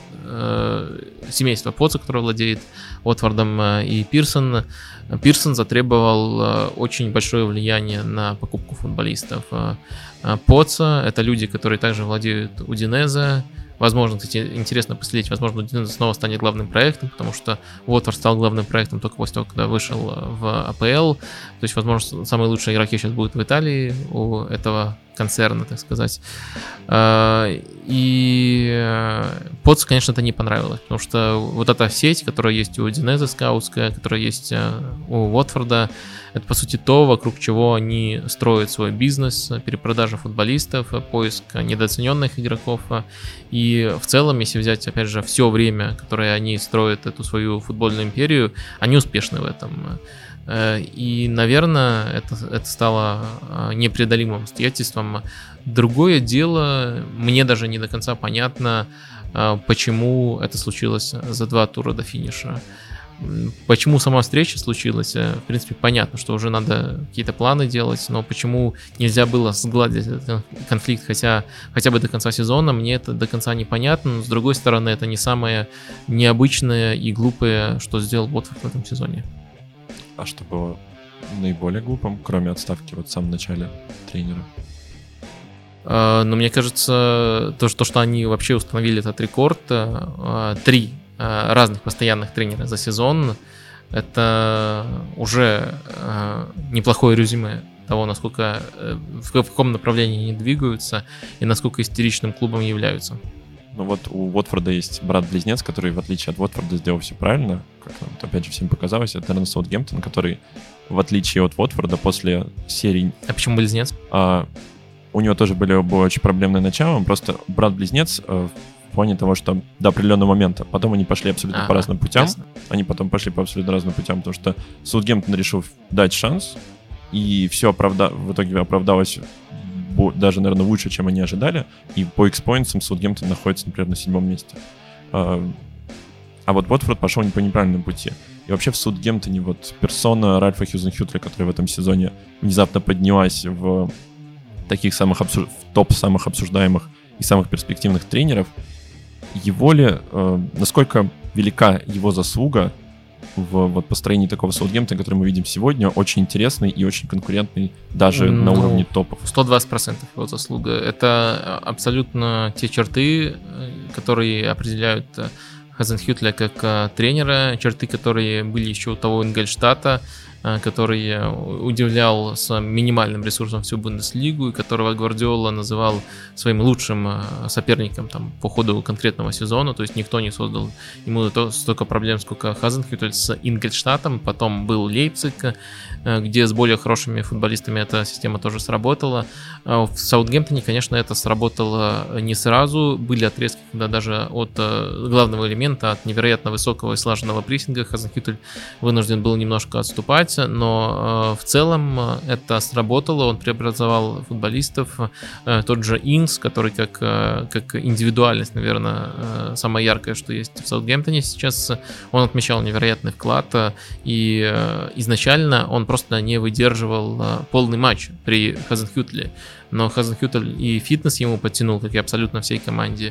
семейство Поцо, которое владеет Уотфордом, и Пирсон затребовал очень большое влияние на покупку футболистов. Поцо — это люди, которые также владеют Удинезе. Возможно, кстати, интересно последить, возможно, Удинезе снова станет главным проектом, потому что Уотфорд стал главным проектом только после того, когда вышел в АПЛ. То есть, возможно, самые лучшие игроки сейчас будут в Италии у этого концерна, так сказать. И Поцу, конечно, это не понравилось, потому что вот эта сеть, которая есть у Удинезе скаутская, которая есть у Уотфорда, это, по сути, то, вокруг чего они строят свой бизнес, перепродажа футболистов, поиск недооцененных игроков. И в целом, если взять, опять же, все время, которое они строят эту свою футбольную империю, они успешны в этом. И, наверное, это стало непреодолимым обстоятельством. Другое дело, мне даже не до конца понятно, почему это случилось за 2 тура до финиша. Почему сама встреча случилась, в принципе, понятно, что уже надо какие-то планы делать, но почему нельзя было сгладить этот конфликт хотя бы до конца сезона, мне это до конца непонятно, но, с другой стороны, это не самое необычное и глупое, что сделал Уотфорд в этом сезоне. А что было наиболее глупым, кроме отставки вот в самом начале тренера? Но мне кажется, то, что они вообще установили этот рекорд, 3 разных постоянных тренера за сезон, это уже неплохое резюме того, насколько в каком направлении они двигаются и насколько истеричным клубом являются. Ну вот у Уотфорда есть брат-близнец, который, в отличие от Уотфорда, сделал все правильно, как нам, опять же, всем показалось. Это, наверное, Саутгемптон, который в отличие от Уотфорда после серий. А почему близнец? У него тоже были оба очень проблемные начала, он просто брат-близнец в плане того, что до определенного момента. Потом они пошли абсолютно по разным путям. Ясно. Они потом пошли по абсолютно разным путям, потому что Саутгемптон решил дать шанс, и все в итоге оправдалось даже, наверное, лучше, чем они ожидали. И по X-Points Саутгемптон находится, например, на 7-м месте. А вот Уотфорд пошел не по неправильному пути. И вообще в Саутгемптоне вот персона Ральфа Хьюзенхютля, которая в этом сезоне внезапно поднялась в таких в топ самых обсуждаемых и самых перспективных тренеров, его ли, насколько велика его заслуга в вот построении такого Саутгемптона, который мы видим сегодня, очень интересный и очень конкурентный даже на уровне топов. 120% его заслуга. Это абсолютно те черты, которые определяют Хазенхютля как тренера, черты, которые были еще у того Ингольштата, который удивлял с минимальным ресурсом всю Бундеслигу, и которого Гвардиола называл своим лучшим соперником там, по ходу конкретного сезона. То есть никто не создал ему столько проблем, сколько Хазенхютель с Ингольштатом. Потом был Лейпциг, где с более хорошими футболистами эта система тоже сработала. В Саутгемптоне, конечно, это сработало не сразу. Были отрезки, когда даже от главного элемента, от невероятно высокого и слаженного прессинга Хазенхютель вынужден был немножко отступать, но в целом это сработало. Он преобразовал футболистов. Тот же Инкс, который как индивидуальность, наверное, самая яркая, что есть в Саутгемптоне сейчас, он отмечал невероятный вклад, и изначально он просто не выдерживал полный матч при Хазенхютле. Но Хазенхютель и фитнес ему подтянул, как и абсолютно всей команде,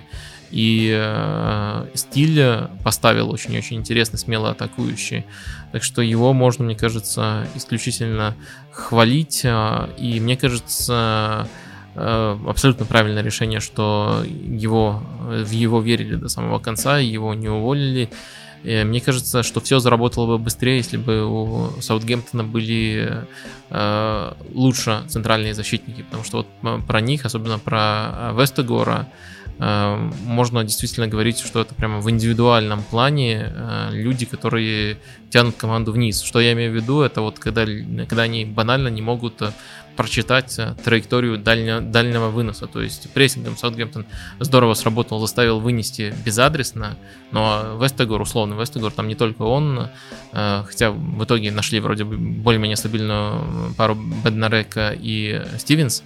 и стиль поставил очень-очень интересный, смело атакующий. Так что его можно, мне кажется, исключительно хвалить. И мне кажется, абсолютно правильное решение, что в его верили до самого конца, его не уволили. Мне кажется, что все заработало бы быстрее, если бы у Саутгемптона были лучше центральные защитники, потому что вот про них, особенно про Вестегора, можно действительно говорить, что это прямо в индивидуальном плане люди, которые тянут команду вниз. Что я имею в виду, это вот когда они банально не могут прочитать траекторию дальнего выноса. То есть прессингом Саутгемптон здорово сработал, заставил вынести безадресно, но Вестегор, условно Вестегор, там не только он, хотя в итоге нашли вроде бы более-менее стабильную пару Беднарека и Стивенс,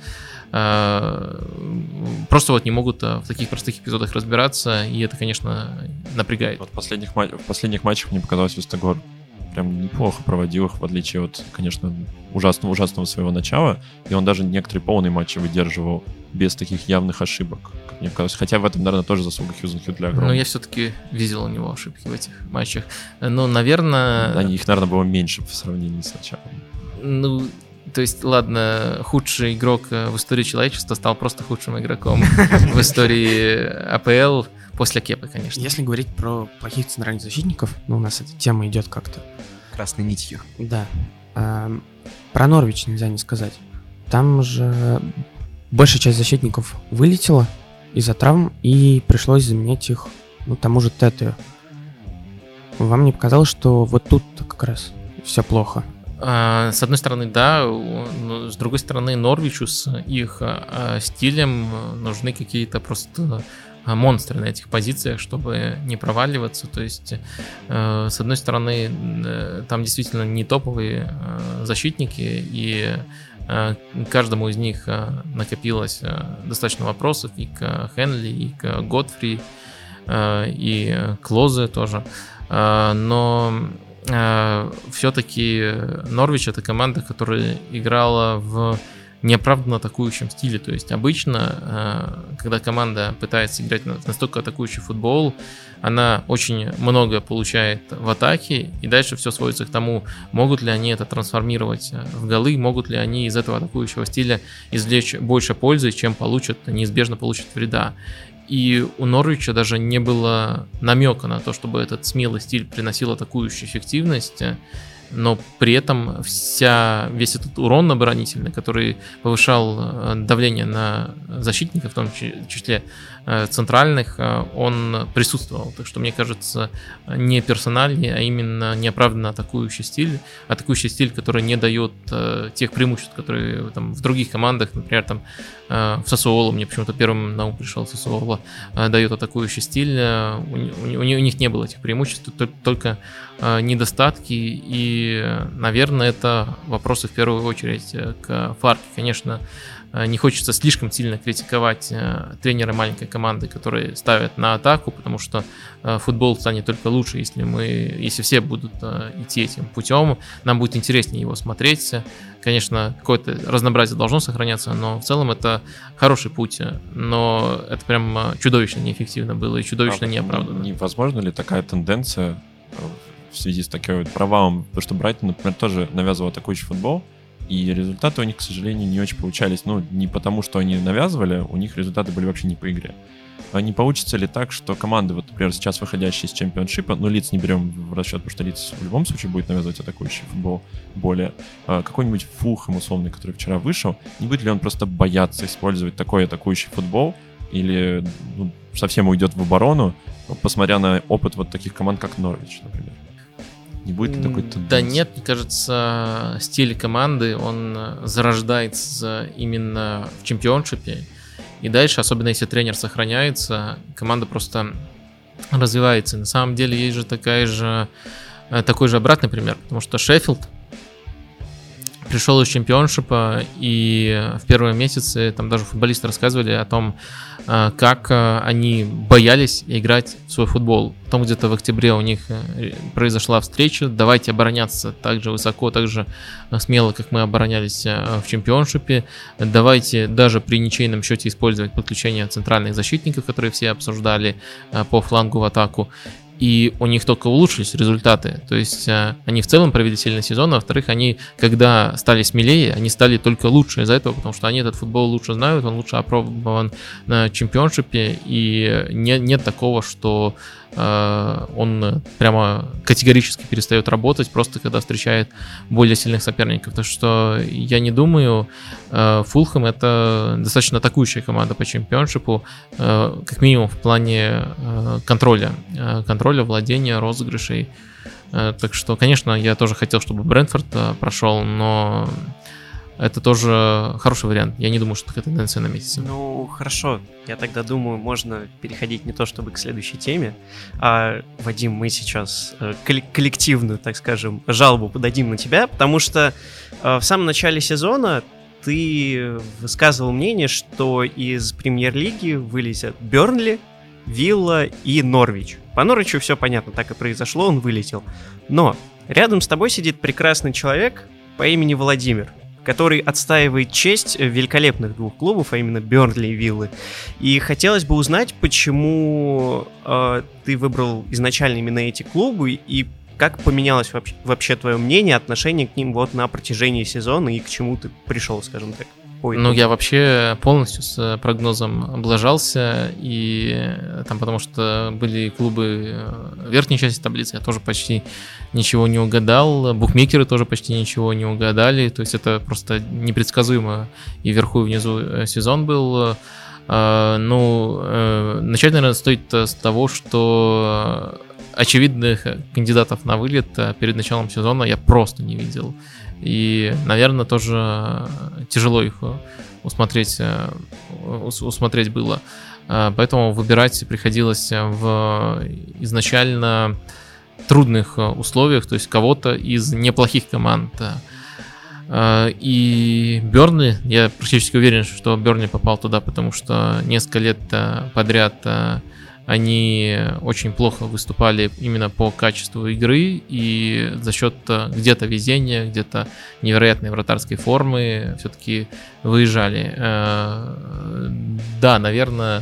просто вот не могут в таких простых эпизодах разбираться, и это, конечно, напрягает. Вот в последних матчах мне показалось, Вестегор прям неплохо проводил их, в отличие от, конечно, ужасного своего начала, и он даже некоторые полные матчи выдерживал без таких явных ошибок, как мне казалось. Хотя в этом, наверное, тоже заслуга Хьюзенхютля огромная. Но я все-таки видел у него ошибки в этих матчах. Но, наверное... Их, наверное, было меньше в сравнении с началом. То есть, ладно, худший игрок в истории человечества стал просто худшим игроком в истории АПЛ после Кепы, конечно. Если говорить про плохих центральных защитников, у нас эта тема идет как-то красной нитью. Да. Про Норвич нельзя не сказать. Там же большая часть защитников вылетела из-за травм, и пришлось заменять их тому же Тетею. Вам не показалось, что вот тут как раз все плохо? С одной стороны, да, но с другой стороны, Норвичу с их стилем нужны какие-то просто монстры на этих позициях, чтобы не проваливаться. То есть, с одной стороны, там действительно не топовые защитники, и каждому из них накопилось достаточно вопросов и к Хенли, и к Готфри, и к Лозе тоже. Но все-таки Норвич — это команда, которая играла в неоправданно атакующем стиле. То есть обычно, когда команда пытается играть настолько атакующий футбол, она очень много получает в атаке, и дальше все сводится к тому, могут ли они это трансформировать в голы, могут ли они из этого атакующего стиля извлечь больше пользы, чем неизбежно получат вреда. И у Норвича даже не было намека на то, чтобы этот смелый стиль приносил атакующую эффективность. но при этом весь этот урон оборонительный, который повышал давление на защитников, в том числе центральных, он присутствовал. Так что, мне кажется, не персональный, а именно неоправданно атакующий стиль, который не дает тех преимуществ, которые там в других командах, например, там в Сассуоло, мне почему-то первым на ум пришел Сассуоло, дает атакующий стиль, у них не было этих преимуществ, только недостатки, и, наверное, это вопросы в первую очередь к Фарке. Конечно, не хочется слишком сильно критиковать тренера маленькой команды, которые ставят на атаку, потому что футбол станет только лучше, если все будут идти этим путем. Нам будет интереснее его смотреть. Конечно, какое-то разнообразие должно сохраняться, но в целом это хороший путь. Но это прям чудовищно неэффективно было и чудовищно неоправданно. Невозможно ли такая тенденция в связи с таким вот провалом? Потому что Брайтон, например, тоже навязывал атакующий футбол, и результаты у них, к сожалению, не очень получались. Ну, не потому, что они навязывали, у них результаты были вообще не по игре. А не получится ли так, что команды, вот, например, сейчас выходящие из чемпионшипа, ну, Лидс не берем в расчет, потому что Лидс в любом случае будет навязывать атакующий футбол более. Какой-нибудь Фулхэм условный, который вчера вышел, не будет ли он просто бояться использовать такой атакующий футбол, или совсем уйдет в оборону, посмотря на опыт вот таких команд, как Норвич, например? Не будет ли такой тенденции? Да нет, мне кажется, стиль команды, он зарождается именно в чемпионшипе. И дальше, особенно если тренер сохраняется, команда просто развивается. И на самом деле есть же такой же обратный пример, потому что Шеффилд пришел из чемпионшипа, и в первые месяцы там даже футболисты рассказывали о том, как они боялись играть в свой футбол. Потом где-то в октябре у них произошла встреча, давайте обороняться так же высоко, так же смело, как мы оборонялись в чемпионшипе, давайте даже при ничейном счете использовать подключение центральных защитников, которые все обсуждали по флангу в атаку. И у них только улучшились результаты. То есть они в целом провели сильный сезон, а во-вторых, они, когда стали смелее, они стали только лучше из-за этого, потому что они этот футбол лучше знают, он лучше опробован на чемпионшипе, и нет такого, что он прямо категорически перестает работать, просто когда встречает более сильных соперников. Так что я не думаю, Фулхэм — это достаточно атакующая команда по чемпионшипу, как минимум в плане контроля, владения, розыгрышей. Так что, конечно, я тоже хотел, чтобы Брентфорд прошел, но это тоже хороший вариант. Я не думаю, что такая тенденция наметится. Ну, хорошо. Я тогда думаю, можно переходить не то чтобы к следующей теме, а, Вадим, мы сейчас коллективную, так скажем, жалобу подадим на тебя, потому что в самом начале сезона ты высказывал мнение, что из премьер-лиги вылезят Бернли, Вилла и Норвич. По Норвичу все понятно, так и произошло, он вылетел. Но рядом с тобой сидит прекрасный человек по имени Владимир, который отстаивает честь великолепных двух клубов, а именно Бернли и Виллы. И хотелось бы узнать, почему ты выбрал изначально именно эти клубы, и как поменялось вообще твое мнение, отношение к ним вот на протяжении сезона, и к чему ты пришел, скажем так? Ну, я вообще полностью с прогнозом облажался, и там потому что были клубы верхней части таблицы, я тоже почти ничего не угадал, букмекеры тоже почти ничего не угадали, то есть это просто непредсказуемо и вверху, и внизу сезон был. Начать, наверное, стоит с того, что очевидных кандидатов на вылет перед началом сезона я просто не видел. И, наверное, тоже тяжело их усмотреть было. Поэтому выбирать приходилось в изначально трудных условиях, то есть кого-то из неплохих команд. И Бернли, я практически уверен, что Бернли попал туда, потому что несколько лет подряд они очень плохо выступали именно по качеству игры, и за счет где-то везения, где-то невероятной вратарской формы все-таки выезжали. Да, наверное,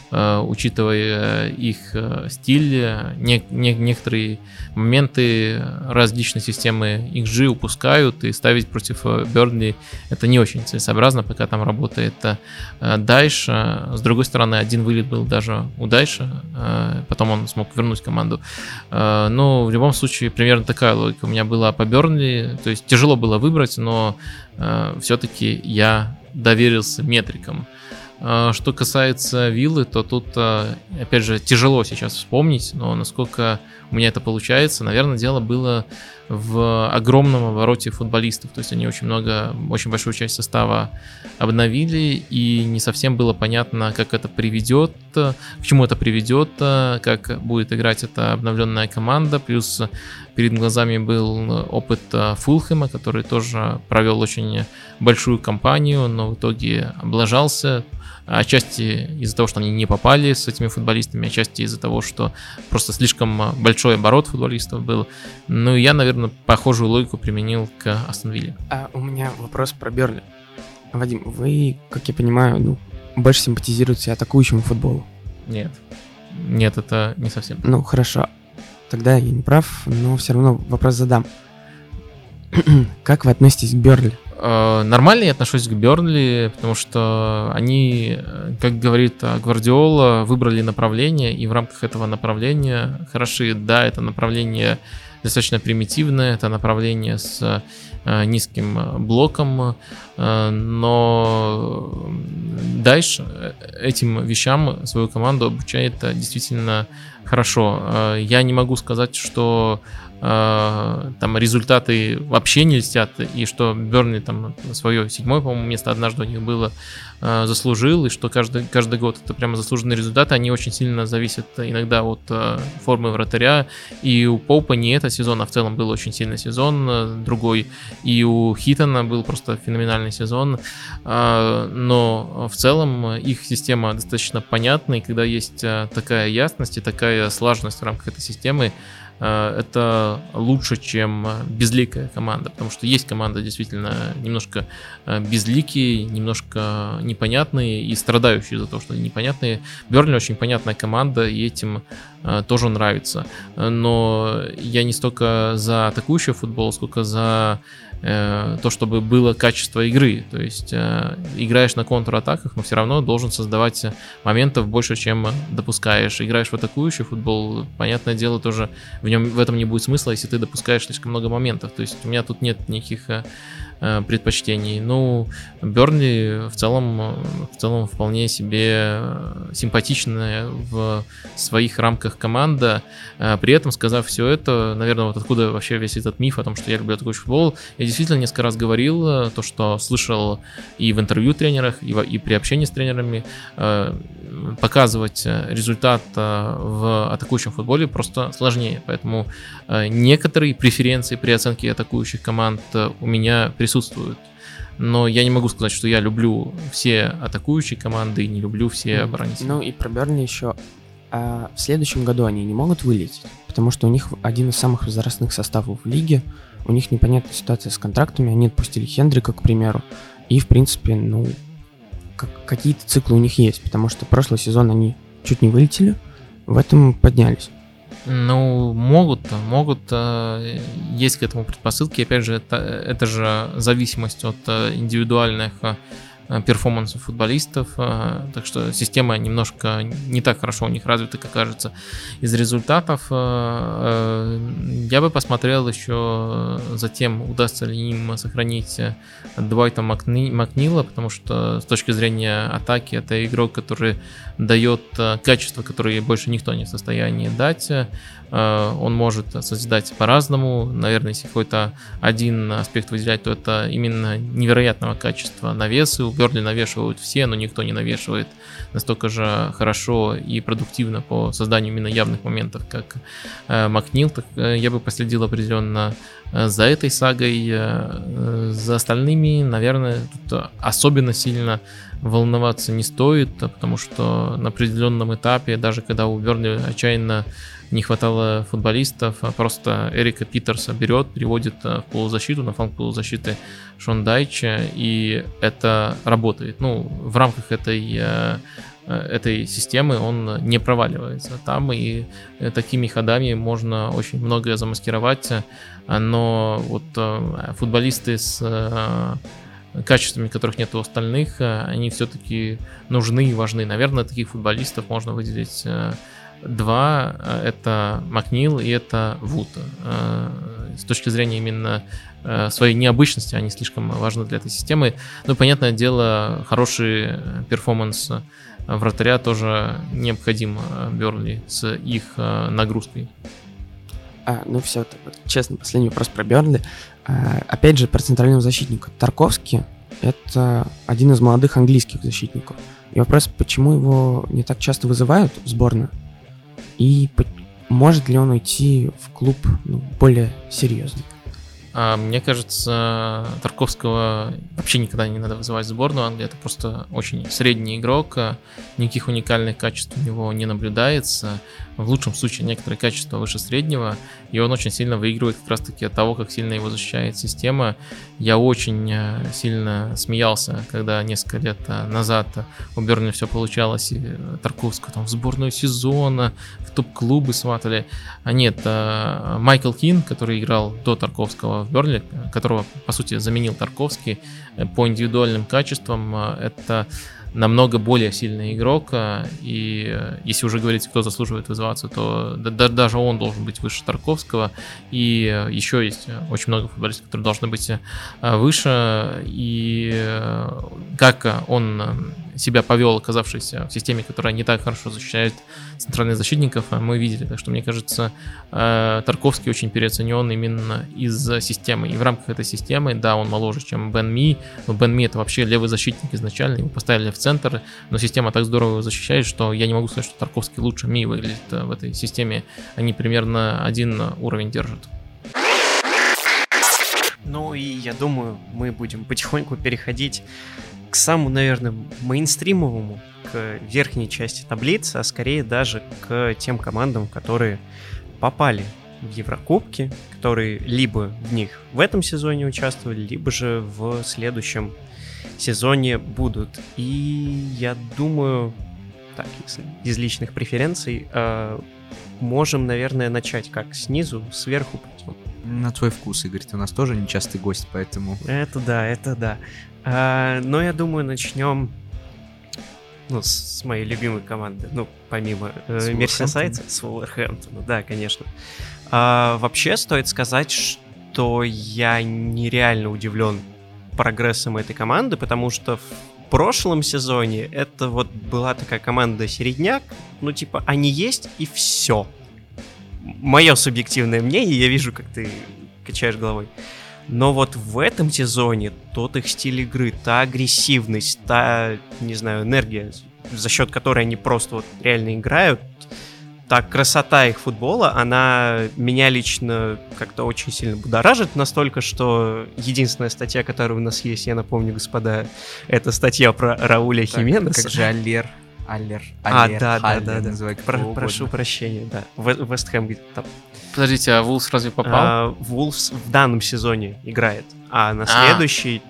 учитывая их стиль, некоторые моменты различной системы XG упускают, и ставить против Бернли это не очень целесообразно, пока там работает Дайш. С другой стороны, один вылет был даже у Дайша, потом он смог вернуть команду. Но в любом случае примерно такая логика у меня была по Бернли, то есть тяжело было выбрать, но все-таки я доверился метрикам. Что касается Виллы, то тут, опять же, тяжело сейчас вспомнить, но насколько у меня это получается, наверное, дело было в огромном обороте футболистов. То есть они очень большую часть состава обновили, и не совсем было понятно, как это приведет, к чему это приведет, как будет играть эта обновленная команда. Плюс перед глазами был опыт Фулхэма, который тоже провел очень большую кампанию, но в итоге облажался. Отчасти из-за того, что они не попали с этими футболистами, отчасти из-за того, что просто слишком большой оборот футболистов был. Ну и я, наверное, похожую логику применил к Астон Вилле. А у меня вопрос про Бернли. Вадим, вы, как я понимаю, больше симпатизируете атакующему футболу? Нет, это не совсем. Ну, хорошо. Тогда я не прав, но все равно вопрос задам. Как вы относитесь к Бернли? Нормально я отношусь к Бернли, потому что они, как говорит Гвардиола, выбрали направление, и в рамках этого направления хороши. Да, это направление достаточно примитивное, это направление с низким блоком, но Дайш этим вещам свою команду обучает действительно хорошо. Я не могу сказать, что там результаты вообще не льстят, и что Бернли там свое 7-е, по-моему, место однажды у них было, заслужил, и что каждый год это прямо заслуженные результаты. Они очень сильно зависят иногда от формы вратаря, и у Поупа не этот сезон, а в целом был очень сильный сезон другой, и у Хитона был просто феноменальный сезон, но в целом их система достаточно понятна, и когда есть такая ясность и такая слаженность в рамках этой системы, это лучше, чем безликая команда, потому что есть команды действительно немножко безликие, немножко непонятные и страдающие за то, что они непонятные. Бернли очень понятная команда, и этим тоже нравится. Но я не столько за атакующий футбол, сколько за то, чтобы было качество игры. То есть играешь на контратаках, но все равно должен создавать моментов больше, чем допускаешь. Играешь в атакующий футбол, понятное дело, тоже в этом не будет смысла, если ты допускаешь слишком много моментов. То есть у меня тут нет никаких предпочтений. Ну, Бернли в целом вполне себе симпатичная в своих рамках команда. При этом, сказав все это, наверное, вот откуда вообще весь этот миф о том, что я люблю атакующий футбол, я действительно несколько раз говорил то, что слышал и в интервью тренерах, и при общении с тренерами, показывать результат в атакующем футболе просто сложнее. Поэтому некоторые преференции при оценке атакующих команд у меня присутствуют. Но я не могу сказать, что я люблю все атакующие команды и не люблю все оборонительные. Ну и про Бернли еще. А в следующем году они не могут вылететь, потому что у них один из самых возрастных составов в лиге. У них непонятная ситуация с контрактами. Они отпустили Хендрика, к примеру. И, в принципе, какие-то циклы у них есть, потому что прошлый сезон они чуть не вылетели, в этом поднялись. Ну, могут, есть к этому предпосылки. Опять же, это же зависимость от индивидуальных перформансов футболистов, так что система немножко не так хорошо у них развита, как кажется. Из результатов я бы посмотрел еще за тем, удастся ли им сохранить Дуайта Макнила, потому что с точки зрения атаки это игрок, который дает качество, которое больше никто не в состоянии дать. Он может созидать по-разному. Наверное, если какой-то один аспект выделять, то это именно невероятного качества навесы. У Бернли навешивают все, но никто не навешивает настолько же хорошо и продуктивно по созданию именно явных моментов, как Макнил. Так я бы последил определенно за этой сагой. За остальными, наверное, тут особенно сильно волноваться не стоит, потому что на определенном этапе, даже когда у Бернли отчаянно не хватало футболистов, просто Эрика Питерса берет, переводит в полузащиту, на фланг полузащиты Шон Дайча, и это работает. Ну, в рамках этой этой системы, он не проваливается. Там и такими ходами можно очень многое замаскировать, но вот футболисты с качествами, которых нет у остальных, они все-таки нужны и важны. Наверное, таких футболистов можно выделить два. Это Макнил и это Вуд. С точки зрения именно своей необычности они слишком важны для этой системы. Ну, понятное дело, хороший перформанс вратаря тоже необходим Бернли с их нагрузкой. Ну все, честно, последний вопрос про Бернли. Опять же, про центрального защитника. Тарковский — это один из молодых английских защитников. И вопрос, почему его не так часто вызывают в сборную? И может ли он уйти в клуб более серьезный? Мне кажется, Тарковского вообще никогда не надо вызывать в сборную Англии. Это просто очень средний игрок. Никаких уникальных качеств у него не наблюдается. В лучшем случае некоторые качества выше среднего. И он очень сильно выигрывает как раз-таки от того, как сильно его защищает система. Я очень сильно смеялся, когда несколько лет назад у Бернли все получалось. И Тарковского там в сборную сезона, в топ-клубы сватали. А нет, Майкл Кин, который играл до Тарковского в Бернли, которого, по сути, заменил Тарковский, по индивидуальным качествам, это намного более сильный игрок, и если уже говорить, кто заслуживает вызываться, то даже он должен быть выше Тарковского, и еще есть очень много футболистов, которые должны быть выше, и как он себя повел, оказавшись в системе, которая не так хорошо защищает центральных защитников, мы видели. Так что, мне кажется, Тарковский очень переоценен именно из-за системы. И в рамках этой системы, да, он моложе, чем Бен Ми, но Бен Ми — это вообще левый защитник изначально, его поставили в центр, но система так здорово его защищает, что я не могу сказать, что Тарковский лучше Ми выглядит в этой системе. Они примерно один уровень держат. Ну и я думаю, мы будем потихоньку переходить к самому, наверное, мейнстримовому, к верхней части таблицы, а скорее даже к тем командам, которые попали в Еврокубки, которые либо в них в этом сезоне участвовали, либо же в следующем сезоне будут. И я думаю, так, из личных преференций, можем, наверное, начать как снизу, сверху пойдем. На твой вкус, Игорь, ты у нас тоже нечастый гость, поэтому... Это да. Но я думаю, начнем с моей любимой команды, помимо Мерсисайдца, с Вулверхэмптона, да, конечно. Вообще, стоит сказать, что я нереально удивлен прогрессом этой команды, потому что в прошлом сезоне это вот была такая команда середняк, они есть и все. Мое субъективное мнение, я вижу, как ты качаешь головой. Но вот в этом сезоне тот их стиль игры, та агрессивность, та, не знаю, энергия, за счет которой они просто вот реально играют, та красота их футбола, она меня лично как-то очень сильно будоражит, настолько, что единственная статья, которая у нас есть, я напомню, господа, это статья про Рауля Хименеса. Как же Аллер. Прошу прощения, да. Вест Хэм там. Подождите, а Вулфс разве попал? Вулфс в данном сезоне играет, а на следующий...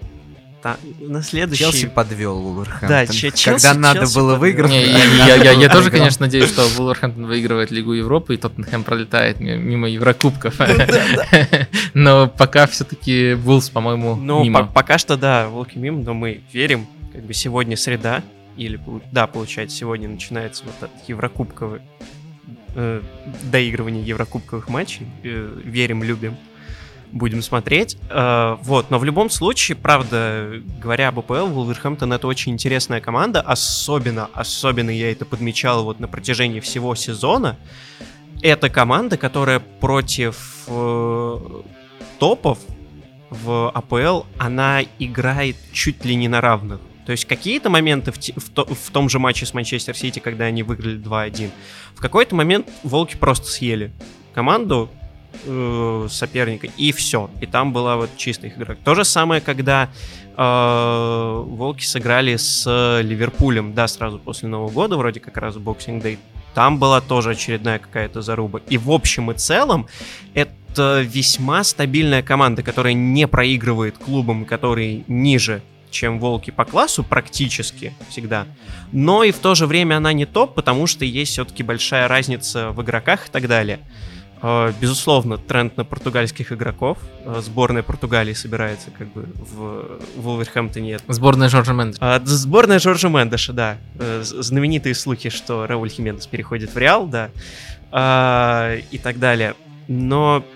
Челси подвел Вулверхэмптон. Да, Челси, когда надо было выиграть. Я тоже, конечно, надеюсь, что Вулверхэмптон выигрывает Лигу Европы, и Тоттенхэм пролетает мимо Еврокубков. Но пока все-таки Вулфс, по-моему, мимо. Пока что, да, Волки мимо, но мы верим. Сегодня среда, получается, сегодня начинается вот этот еврокубковый доигрывание еврокубковых матчей. Верим, любим. Будем смотреть. Но в любом случае, правда, говоря об АПЛ, Вулверхэмптон — это очень интересная команда. Особенно я это подмечал вот на протяжении всего сезона. Это команда, которая против топов в АПЛ, она играет чуть ли не на равных. То есть какие-то моменты в том же матче с Манчестер Сити, когда они выиграли 2-1, в какой-то момент волки просто съели команду соперника, и все. И там была вот чистая игра. То же самое, когда волки сыграли с Ливерпулем, да, сразу после Нового года, вроде как раз Boxing Day. Там была тоже очередная какая-то заруба. И в общем и целом это весьма стабильная команда, которая не проигрывает клубам, которые ниже, чем Волки по классу практически всегда, но и в то же время она не топ, потому что есть все-таки большая разница в игроках и так далее. Безусловно, тренд на португальских игроков. Сборная Португалии собирается как бы в Вулверхэмптоне. Сборная Жоржа Мендеша. Сборная Жоржа Мендеша, да. Знаменитые слухи, что Рауль Хименес переходит в Реал, да. И так далее. Но,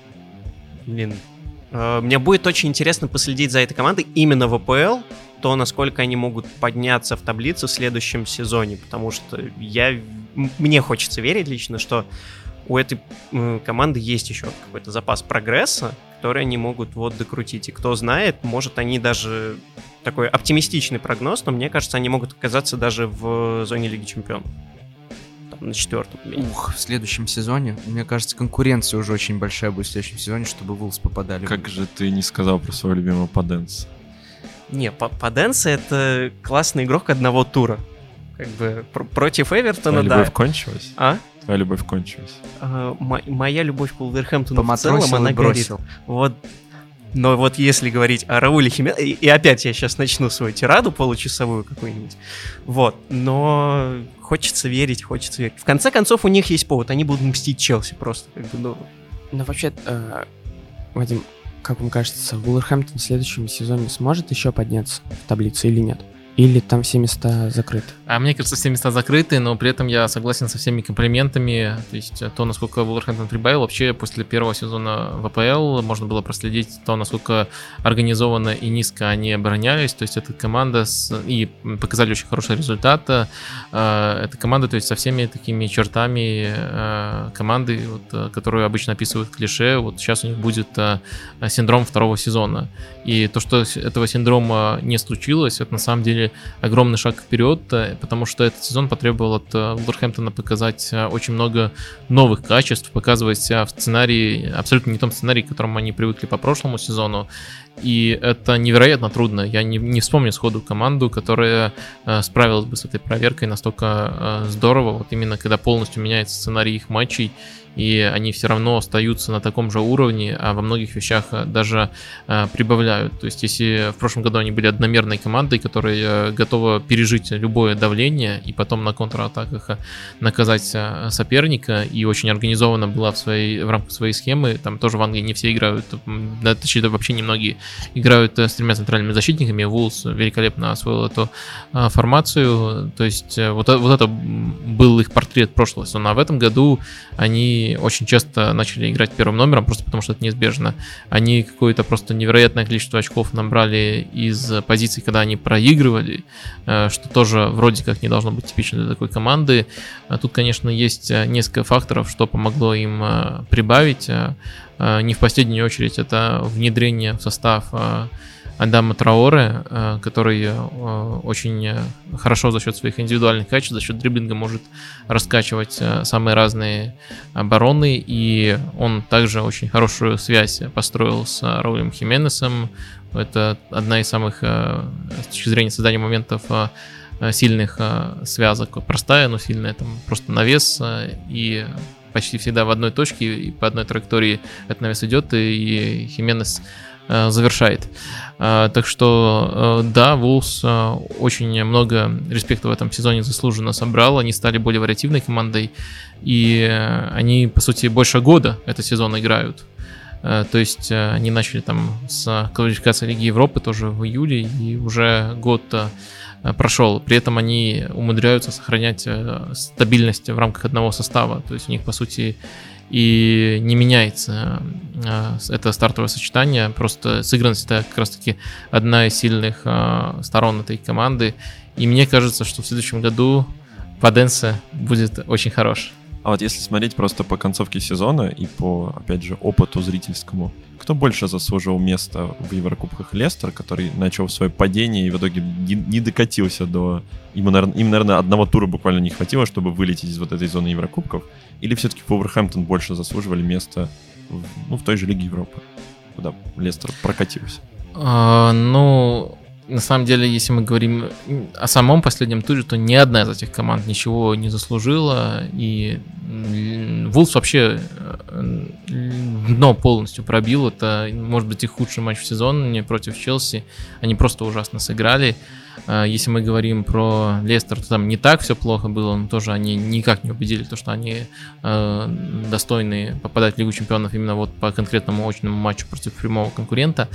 мне будет очень интересно последить за этой командой именно в АПЛ, то, насколько они могут подняться в таблицу в следующем сезоне, потому что мне хочется верить лично, что у этой команды есть еще какой-то запас прогресса, который они могут вот докрутить. И кто знает, может, они даже... Такой оптимистичный прогноз, но мне кажется, они могут оказаться даже в зоне Лиги Чемпионов. Там, на 4-м месте. В следующем сезоне, мне кажется, конкуренция уже очень большая будет в следующем сезоне, чтобы Вулс попадали. Как же ты не сказал про своего любимого Паденса? Не, Паденса — это классный игрок одного тура. Как бы против Эвертона, Твоя любовь кончилась? А? Твоя любовь кончилась. Моя любовь к Вулверхэмптону в целом, Поматросил она и бросил. горит. Вот. Но вот если говорить о Рауле Хименесе, и опять я сейчас начну свою тираду получасовую какую-нибудь, вот, но хочется верить. В конце концов, у них есть повод, они будут мстить Челси просто, как бы, Но вообще, Вадим, как вам кажется, Вулверхэмптон в следующем сезоне сможет еще подняться в таблице или нет? Или там все места закрыты? А мне кажется, все места закрыты, но при этом я согласен со всеми комплиментами. То есть то, насколько Вулверхэмптон прибавил, вообще после первого сезона в АПЛ можно было проследить то, насколько организованно и низко они оборонялись. То есть эта команда и показали очень хороший результат. Эта команда, то есть со всеми такими чертами команды, вот, которую обычно описывают клише, вот сейчас у них будет синдром второго сезона. И то, что этого синдрома не случилось, это на самом деле огромный шаг вперед, потому что этот сезон потребовал от Вулверхэмптона показать очень много новых качеств, показывать себя в сценарии, абсолютно не том сценарии, к которому они привыкли по прошлому сезону. И это невероятно трудно. Я не вспомню сходу команду, которая справилась бы с этой проверкой настолько здорово, вот именно когда полностью меняется сценарий их матчей, и они все равно остаются на таком же уровне, а во многих вещах даже прибавляют. То есть если в прошлом году они были одномерной командой, которая готова пережить любое давление и потом на контратаках наказать соперника, и очень организованно была в рамках своей схемы, там тоже в Англии не все играют, точнее вообще немногие играют с тремя центральными защитниками. Вулс великолепно освоил эту формацию, то есть вот это был их портрет прошлого сезона, а в этом году они очень часто начали играть первым номером, просто потому что это неизбежно. Они какое-то просто невероятное количество очков набрали из позиций, когда они проигрывали, что тоже вроде как не должно быть типично для такой команды. Тут, конечно, есть несколько факторов, что помогло им прибавить. Не в последнюю очередь это внедрение в состав Адама Траоре, который очень хорошо за счет своих индивидуальных качеств, за счет дриблинга может раскачивать самые разные обороны, и он также очень хорошую связь построил с Раулем Хименесом. Это одна из самых, с точки зрения создания моментов, сильных связок. Простая, но сильная, там просто навес, и почти всегда в одной точке и по одной траектории этот навес идет, и Хименес завершает. Так что да, Вулс очень много респекта в этом сезоне заслуженно собрал. Они стали более вариативной командой, и они, по сути, больше года этот сезон играют. То есть они начали там с квалификации Лиги Европы тоже в июле, и уже год прошел. При этом они умудряются сохранять стабильность в рамках одного состава. То есть у них, по сути, и не меняется это стартовое сочетание. Просто сыгранность — это как раз-таки одна из сильных сторон этой команды. И мне кажется, что в следующем году Паденса будет очень хорош. А вот если смотреть просто по концовке сезона и по, опять же, опыту зрительскому, кто больше заслужил место в Еврокубках? Лестер, который начал свое падение и в итоге не докатился до... Им, наверное, одного тура буквально не хватило, чтобы вылететь из вот этой зоны Еврокубков? Или все-таки Вулверхэмптон больше заслуживали места в той же Лиге Европы, куда Лестер прокатился? На самом деле, если мы говорим о самом последнем туре, то ни одна из этих команд ничего не заслужила. И Вулфс вообще дно полностью пробил. Это, может быть, их худший матч в сезоне против Челси. Они просто ужасно сыграли. Если мы говорим про Лестер, то там не так все плохо было, но тоже они никак не убедили, то, что они достойны попадать в Лигу Чемпионов именно вот по конкретному очному матчу против прямого конкурента.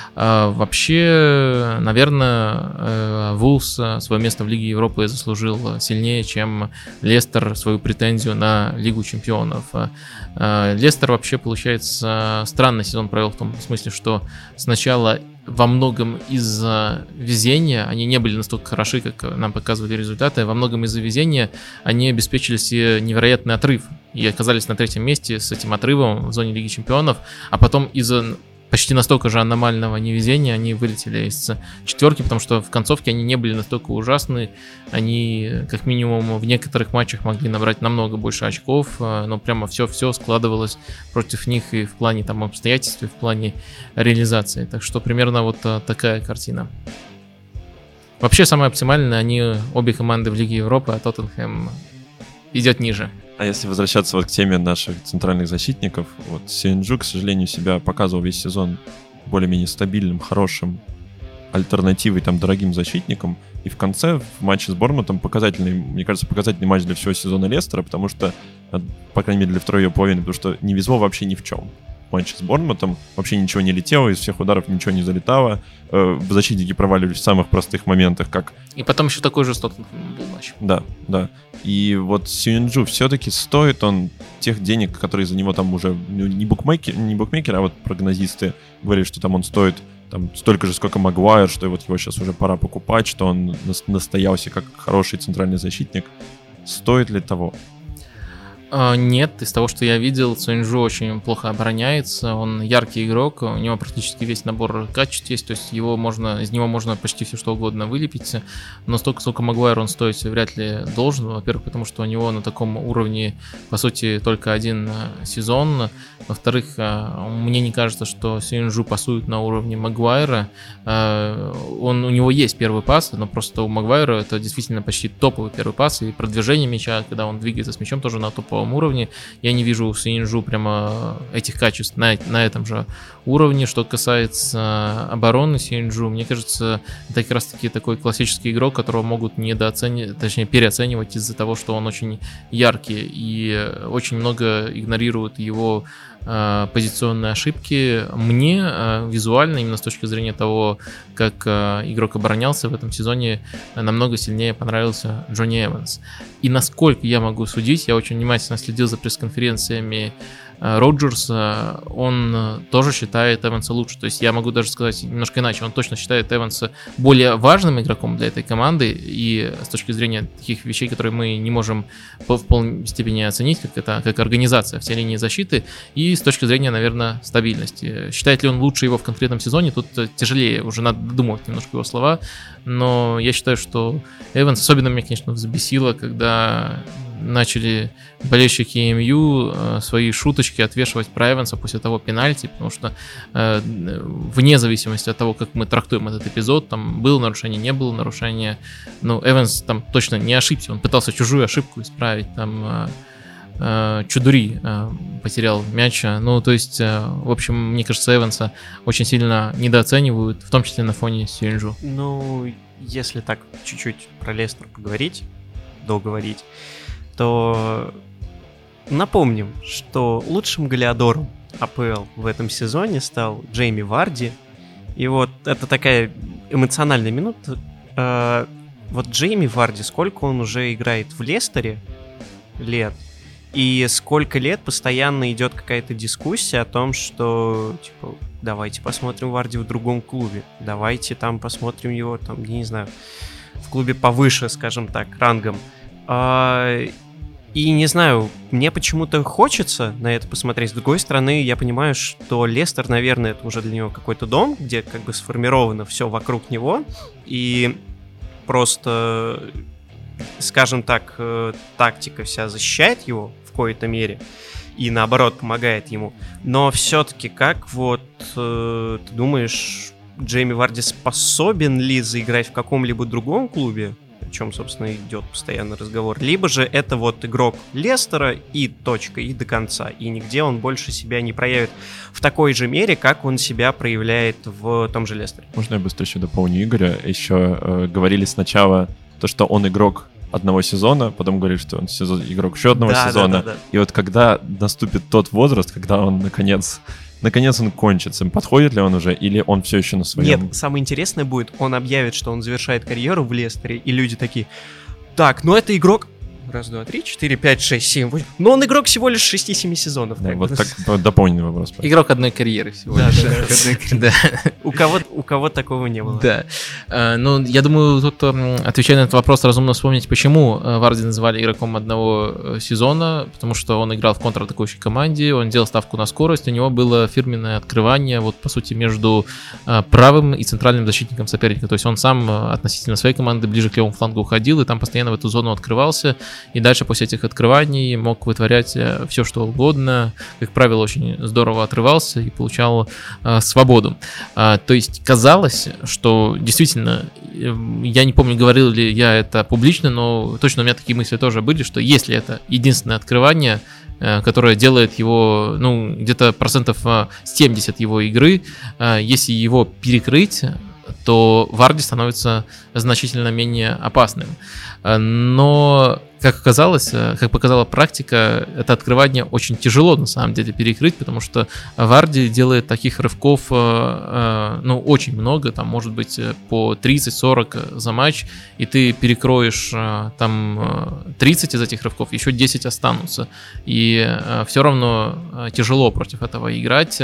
Вообще, наверное, Вулфс свое место в Лиге Европы заслужил сильнее, чем Лестер свою претензию на Лигу Чемпионов. Лестер вообще, получается, странный сезон провел в том смысле, что сначала во многом из-за везения они не были настолько хороши, как нам показывали результаты. Во многом из-за везения они обеспечили себе невероятный отрыв и оказались на 3-м месте с этим отрывом в зоне Лиги Чемпионов, а потом из-за почти настолько же аномального невезения они вылетели из 4-ки, потому что в концовке они не были настолько ужасны. Они, как минимум, в некоторых матчах могли набрать намного больше очков, но прямо все складывалось против них и в плане там обстоятельств, и в плане реализации. Так что примерно вот такая картина. Вообще, самое оптимальное, они обе команды в Лиге Европы, а Тоттенхэм идет ниже. А если возвращаться вот к теме наших центральных защитников, вот Сеюнджу, к сожалению, себя показывал весь сезон более-менее стабильным, хорошим, альтернативой там дорогим защитникам. И в конце, в матче с Борнмутом, показательный, мне кажется, показательный матч для всего сезона Лестера, потому что, по крайней мере, для второй ее половины, потому что не везло вообще ни в чем. В матче с Борнмутом вообще ничего не летело, из всех ударов ничего не залетало, защитники проваливались в самых простых моментах, как... И потом еще такой же был матч. Да. И вот Сеюнджу все-таки стоит он тех денег, которые за него там уже не букмекеры, а вот прогнозисты говорили, что там он стоит там столько же, сколько Магуайр, что вот его сейчас уже пора покупать, что он настоялся как хороший центральный защитник. Стоит ли того? Нет, из того, что я видел, Сеюнджу очень плохо обороняется, он яркий игрок, у него практически весь набор качеств есть, то есть из него можно почти все что угодно вылепить, но столько, сколько Магуайр он стоить вряд ли должен, во-первых, потому что у него на таком уровне, по сути, только один сезон, во-вторых, мне не кажется, что Сеюнджу пасует на уровне Магуайра, у него есть первый пас, но просто у Магуайра это действительно почти топовый первый пас, и продвижение мяча, когда он двигается с мячом, тоже на топовом уровне. Я не вижу у Сеюнджу прямо этих качеств на этом же уровне. Что касается обороны Сеюнджу, мне кажется, это как раз-таки такой классический игрок, которого могут переоценивать из-за того, что он очень яркий и очень много игнорирует его позиционные ошибки. Мне визуально, именно с точки зрения того, как игрок оборонялся в этом сезоне, намного сильнее понравился Джонни Эванс. И насколько я могу судить, я очень внимательно следил за пресс-конференциями Роджерса, он тоже считает Эванса лучше. То есть я могу даже сказать немножко иначе. Он точно считает Эванса более важным игроком для этой команды. И с точки зрения таких вещей, которые мы не можем в полной степени оценить, как организация всей линии защиты. И с точки зрения, наверное, стабильности. Считает ли он лучше его в конкретном сезоне? Тут тяжелее. Уже надо додумывать немножко его слова. Но я считаю, что Эванс, особенно меня, конечно, взбесило, когда начали болельщики МЮ свои шуточки отвешивать про Эванса после того пенальти, потому что вне зависимости от того, как мы трактуем этот эпизод, там было нарушение, не было нарушения, но Эванс там точно не ошибся, он пытался чужую ошибку исправить, там Чудури потерял мяч, ну то есть, в общем, мне кажется, Эванса очень сильно недооценивают, в том числе на фоне Сеюнджу. Ну, если так чуть-чуть про Лестер договорить, то напомним, что лучшим голеадором АПЛ в этом сезоне стал Джейми Варди. И вот это такая эмоциональная минута. Вот Джейми Варди, сколько он уже играет в Лестере лет, и сколько лет постоянно идет какая-то дискуссия о том, что, типа, давайте посмотрим Варди в другом клубе, давайте там посмотрим его, там, я не знаю, в клубе повыше, скажем так, рангом. И не знаю, мне почему-то хочется на это посмотреть. С другой стороны, я понимаю, что Лестер, наверное, это уже для него какой-то дом, где как бы сформировано все вокруг него. И просто, скажем так, тактика вся защищает его в какой-то мере. И наоборот, помогает ему. Но все-таки как вот ты думаешь, Джейми Варди способен ли заиграть в каком-либо другом клубе, о чем, собственно, идет постоянно разговор, либо же это вот игрок Лестера и точка, и до конца, и нигде он больше себя не проявит в такой же мере, как он себя проявляет в том же Лестере. Можно я быстро еще дополню Игоря? Еще говорили сначала то, что он игрок одного сезона, потом говорили, что он игрок еще одного сезона. Да. И вот когда наступит тот возраст, когда он наконец он кончится, подходит ли он уже, или он все еще на своем? Нет, самое интересное будет, он объявит, что он завершает карьеру в Лестере, и люди такие: так, ну это игрок... Раз, два, три, 4, 5, 6, 7, 8. Но он игрок всего лишь 6-7 сезонов. Да, вот так дополненный вопрос. Игрок одной карьеры всего лишь. Да. У кого такого не было. Да. Ну, я думаю, тут, отвечая на этот вопрос, разумно вспомнить, почему Варди называли игроком одного сезона, потому что он играл в контратакующей команде, он делал ставку на скорость, у него было фирменное открывание, вот, по сути, между правым и центральным защитником соперника. То есть он сам относительно своей команды ближе к левому флангу уходил, и там постоянно в эту зону открывался. И дальше после этих открываний мог вытворять все, что угодно. Как правило, очень здорово отрывался и получал свободу. То есть казалось, что действительно, я не помню, говорил ли я это публично, но точно у меня такие мысли тоже были, что если это единственное открывание, которое делает его, ну, где-то процентов 70 его игры, если его перекрыть, то Варди становится значительно менее опасным. Но, как оказалось, как показала практика, это открывание очень тяжело на самом деле перекрыть, потому что Варди делает таких рывков, ну, очень много, там, может быть, по 30-40 за матч, и ты перекроешь там 30 из этих рывков, еще 10 останутся. И все равно тяжело против этого играть.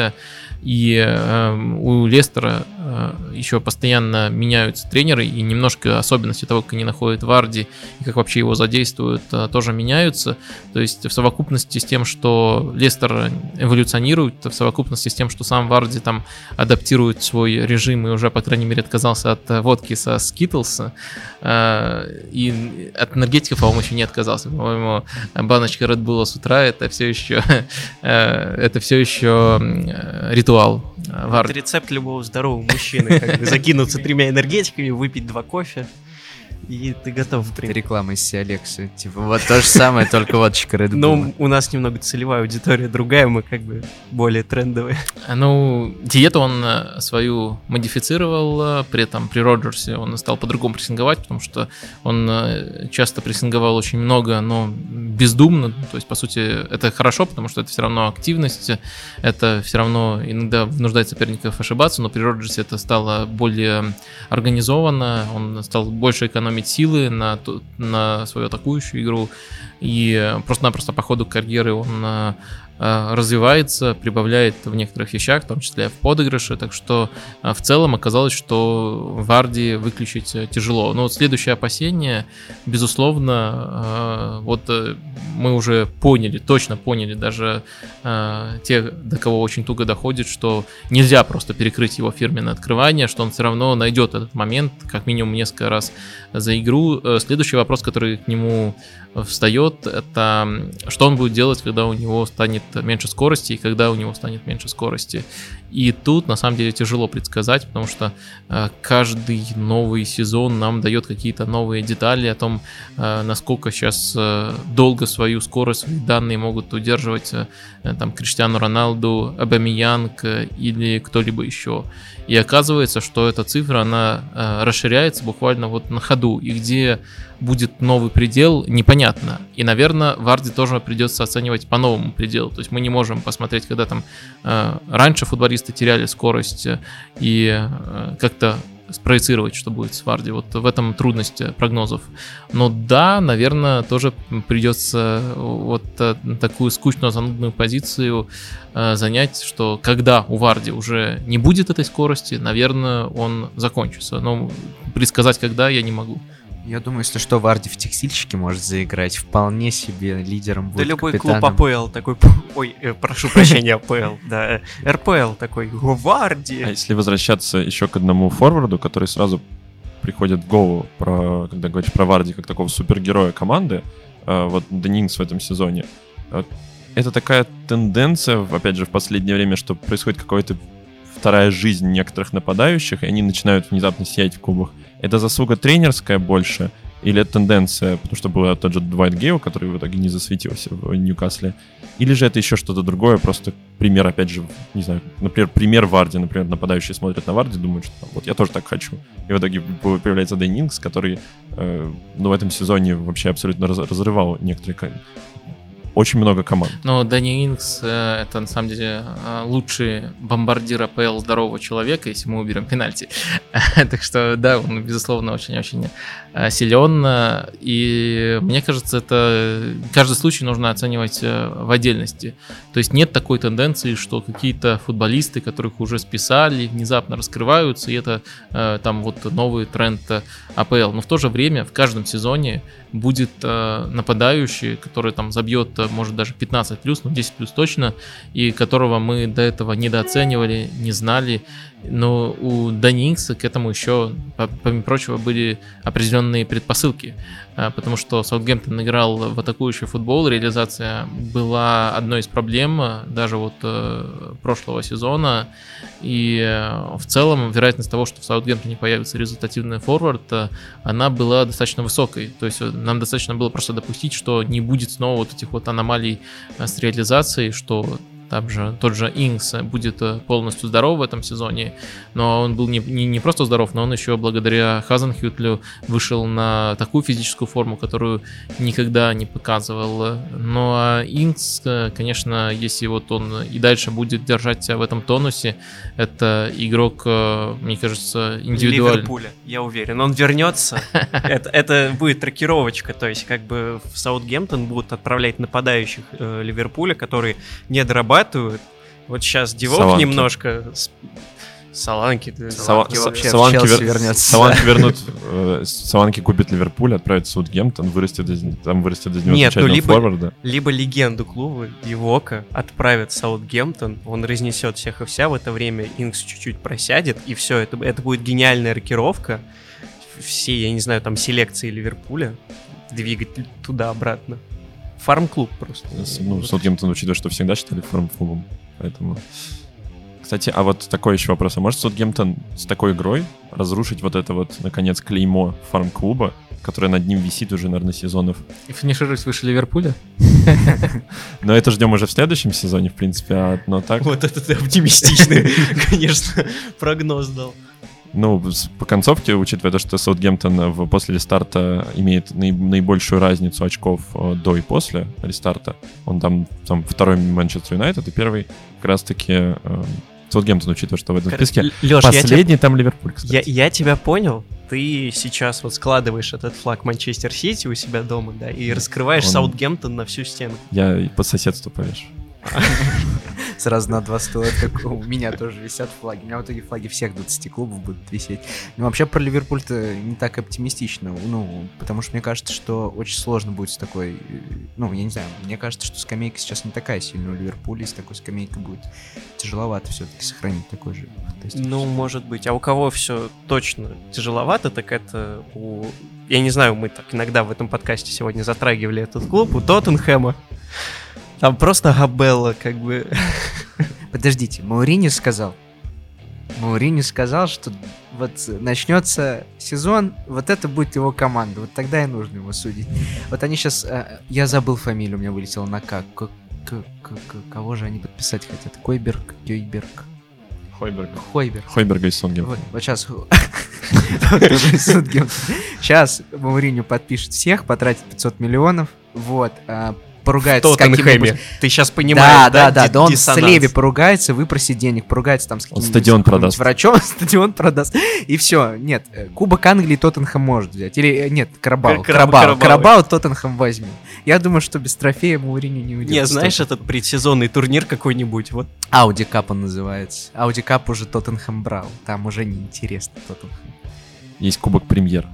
И у Лестера еще постоянно меняются тренеры, и немножко особенности того, как они находят Варди, и как вообще его задействуют, тоже меняются. То есть в совокупности с тем, что Лестер эволюционирует, в совокупности с тем, что сам Варди там адаптирует свой режим и уже, по крайней мере, отказался от водки со Skittles, и от энергетиков, по-моему, еще не отказался. По-моему, баночка Red Bull с утра — это все еще ритуал Варди. Это рецепт любого здорового мужчины. Как бы закинуться 3 энергетиками, выпить 2 кофе, и ты готов. Это реклама из Сиалекса. Типа вот то же самое, только водочка Red Bull. Ну, у нас немного целевая аудитория другая, мы как бы более трендовые. Ну, диету он свою модифицировал, при этом при Роджерсе он стал по-другому прессинговать, потому что он часто прессинговал очень много, но бездумно. То есть, по сути, это хорошо, потому что это все равно активность, это все равно иногда вынуждает соперников ошибаться, но при Роджерсе это стало более организованно, он стал больше экономить силы на свою атакующую игру, и просто-напросто по ходу карьеры он развивается, прибавляет в некоторых вещах, в том числе в подыгрыше, так что в целом оказалось, что Варди выключить тяжело. Но вот следующее опасение, безусловно, вот мы уже точно поняли, даже те, до кого очень туго доходит, что нельзя просто перекрыть его фирменное открывание, что он все равно найдет этот момент, как минимум несколько раз за игру. Следующий вопрос, который к нему встает, это что он будет делать, когда у него станет меньше скорости и когда у него станет меньше скорости. И тут на самом деле тяжело предсказать, потому что каждый новый сезон нам дает какие-то новые детали о том, насколько сейчас долго свою скорость, свои данные могут удерживать там Криштиану Роналду, Абамеянг или кто-либо еще. И оказывается, что эта цифра, она расширяется буквально вот на ходу, и где будет новый предел, непонятно. И, наверное, Варди тоже придется оценивать по новому пределу. То есть мы не можем посмотреть, когда там раньше футболисты теряли скорость, и как-то спроецировать, что будет с Варди. Вот в этом трудность прогнозов. Но да, наверное, тоже придется вот такую скучную, занудную позицию занять, что когда у Варди уже не будет этой скорости, наверное, он закончится. Но предсказать, когда, я не могу. Я думаю, если что, Варди в текстильщике может заиграть. Вполне себе лидером будет. Да любой капитаном. клуб АПЛ такой... Ой, прошу прощения, АПЛ. Да, РПЛ такой, Варди. А если возвращаться еще к одному форварду, который сразу приходит в голову, когда говоришь про Варди как такого супергероя команды, вот Данингс в этом сезоне, это такая тенденция, опять же, в последнее время, что происходит какое-то вторая жизнь некоторых нападающих, и они начинают внезапно сиять в клубах. Это заслуга тренерская больше, или это тенденция, потому что был тот же Двайт Гейл, который в итоге не засветился в Ньюкасле, или же это еще что-то другое, просто пример, опять же, не знаю, например, пример Варди, например, нападающие смотрят на Варди, думают, что вот я тоже так хочу. И в итоге появляется Дэнни Инкс, который в этом сезоне вообще абсолютно разрывал некоторые... Очень много команд. Но Дэнни Инкс это на самом деле лучший бомбардир АПЛ здорового человека, если мы уберем пенальти. Так что да, он, безусловно, очень-очень силен. И мне кажется, это каждый случай нужно оценивать в отдельности. То есть нет такой тенденции, что какие-то футболисты, которых уже списали, внезапно раскрываются, и это там вот новый тренд АПЛ. Но в то же время в каждом сезоне будет нападающий, который там забьет, может, даже 15+, но 10+ точно, и которого мы до этого недооценивали, не знали. Но у Дэнни Инкса к этому еще, помимо прочего, были определенные предпосылки, потому что Саутгемптон играл в атакующий футбол, реализация была одной из проблем даже вот прошлого сезона, и в целом вероятность того, что в Саутгемптоне появится результативный форвард, она была достаточно высокой, то есть нам достаточно было просто допустить, что не будет снова вот этих вот аномалий с реализацией, что там же тот же Инкс будет полностью здоров в этом сезоне, но он был не просто здоров, но он еще благодаря Хазенхютлю вышел на такую физическую форму, которую никогда не показывал. Ну а Инкс, конечно, если вот он и дальше будет держать себя в этом тонусе, это игрок, мне кажется, индивидуальный. Ливерпуля, я уверен. Он вернется, это будет трекировочка, то есть как бы в Саутгемптон будут отправлять нападающих Ливерпуля, которые не дорабатывают. Вот сейчас Дивок немножко... Соланки вернут. Соланки купит Ливерпуль, отправит в Саутгемптон, вырастет из него замечательного форварда. Либо легенду клуба Дивока отправят в Саутгемптон, он разнесет всех и вся, в это время Инкс чуть-чуть просядет, и все, это будет гениальная рокировка. Все, я не знаю, там селекции Ливерпуля двигать туда-обратно. Фарм-клуб просто. Ну, Саутгемптон, учитывая, что всегда считали фарм-клубом, поэтому... Кстати, а вот такой еще вопрос. А может Саутгемптон с такой игрой разрушить вот это вот, наконец, клеймо фарм-клуба, которое над ним висит уже, наверное, сезонов? И финишировать выше Ливерпуля? Но это ждем уже в следующем сезоне, в принципе, но так... Вот это ты оптимистичный, конечно, прогноз дал. Ну, по концовке, учитывая то, что Саутгемптон после рестарта имеет наибольшую разницу очков до и после рестарта, он там второй Манчестер Юнайтед и первый как раз-таки Саутгемптон, учитывая, что в этом списке Лёш, последний там Ливерпуль, кстати. Я тебя понял. Ты сейчас вот складываешь этот флаг Манчестер Сити у себя дома, да, и раскрываешь Саутгемптон на всю стену. Я по соседству повешу. Сразу на 2 стула, как у меня тоже висят флаги. У меня в итоге флаги всех 20 клубов будут висеть. Но вообще про Ливерпуль-то не так оптимистично. Ну, потому что мне кажется, что очень сложно будет с такой... Ну, я не знаю, мне кажется, что скамейка сейчас не такая сильная у Ливерпуля, и с такой скамейкой будет тяжеловато все-таки сохранить такой же. Ну, может быть. А у кого все точно тяжеловато, так это у... Я не знаю, мы так иногда в этом подкасте сегодня затрагивали этот клуб, у Тоттенхэма. Там просто габелла, как бы. Подождите, Мауриньо сказал, что вот начнется сезон, вот это будет его команда, вот тогда и нужно его судить. Вот они сейчас, я забыл фамилию, у меня вылетело на как. Кого же они подписать хотят? Хойберг. Хойберга из Саутгемптона. Вот сейчас. Сейчас Мауриньо подпишет всех, потратит 500 миллионов, вот, поругается с каким-нибудь... Ты сейчас понимаешь, да, он с Леви поругается, выпросит денег, поругается там с каким-нибудь стадион продаст. Врачом, стадион продаст, и все. Нет, Кубок Англии Тоттенхэм может взять. Или нет, Карабау Тоттенхэм возьмет. Я думаю, что без трофея Мауриньо не уйдет. Не, знаешь, этот предсезонный турнир какой-нибудь, вот. Ауди Кап он называется. Ауди Кап уже Тоттенхэм брал, там уже неинтересно Тоттенхэм. Есть Кубок Премьер.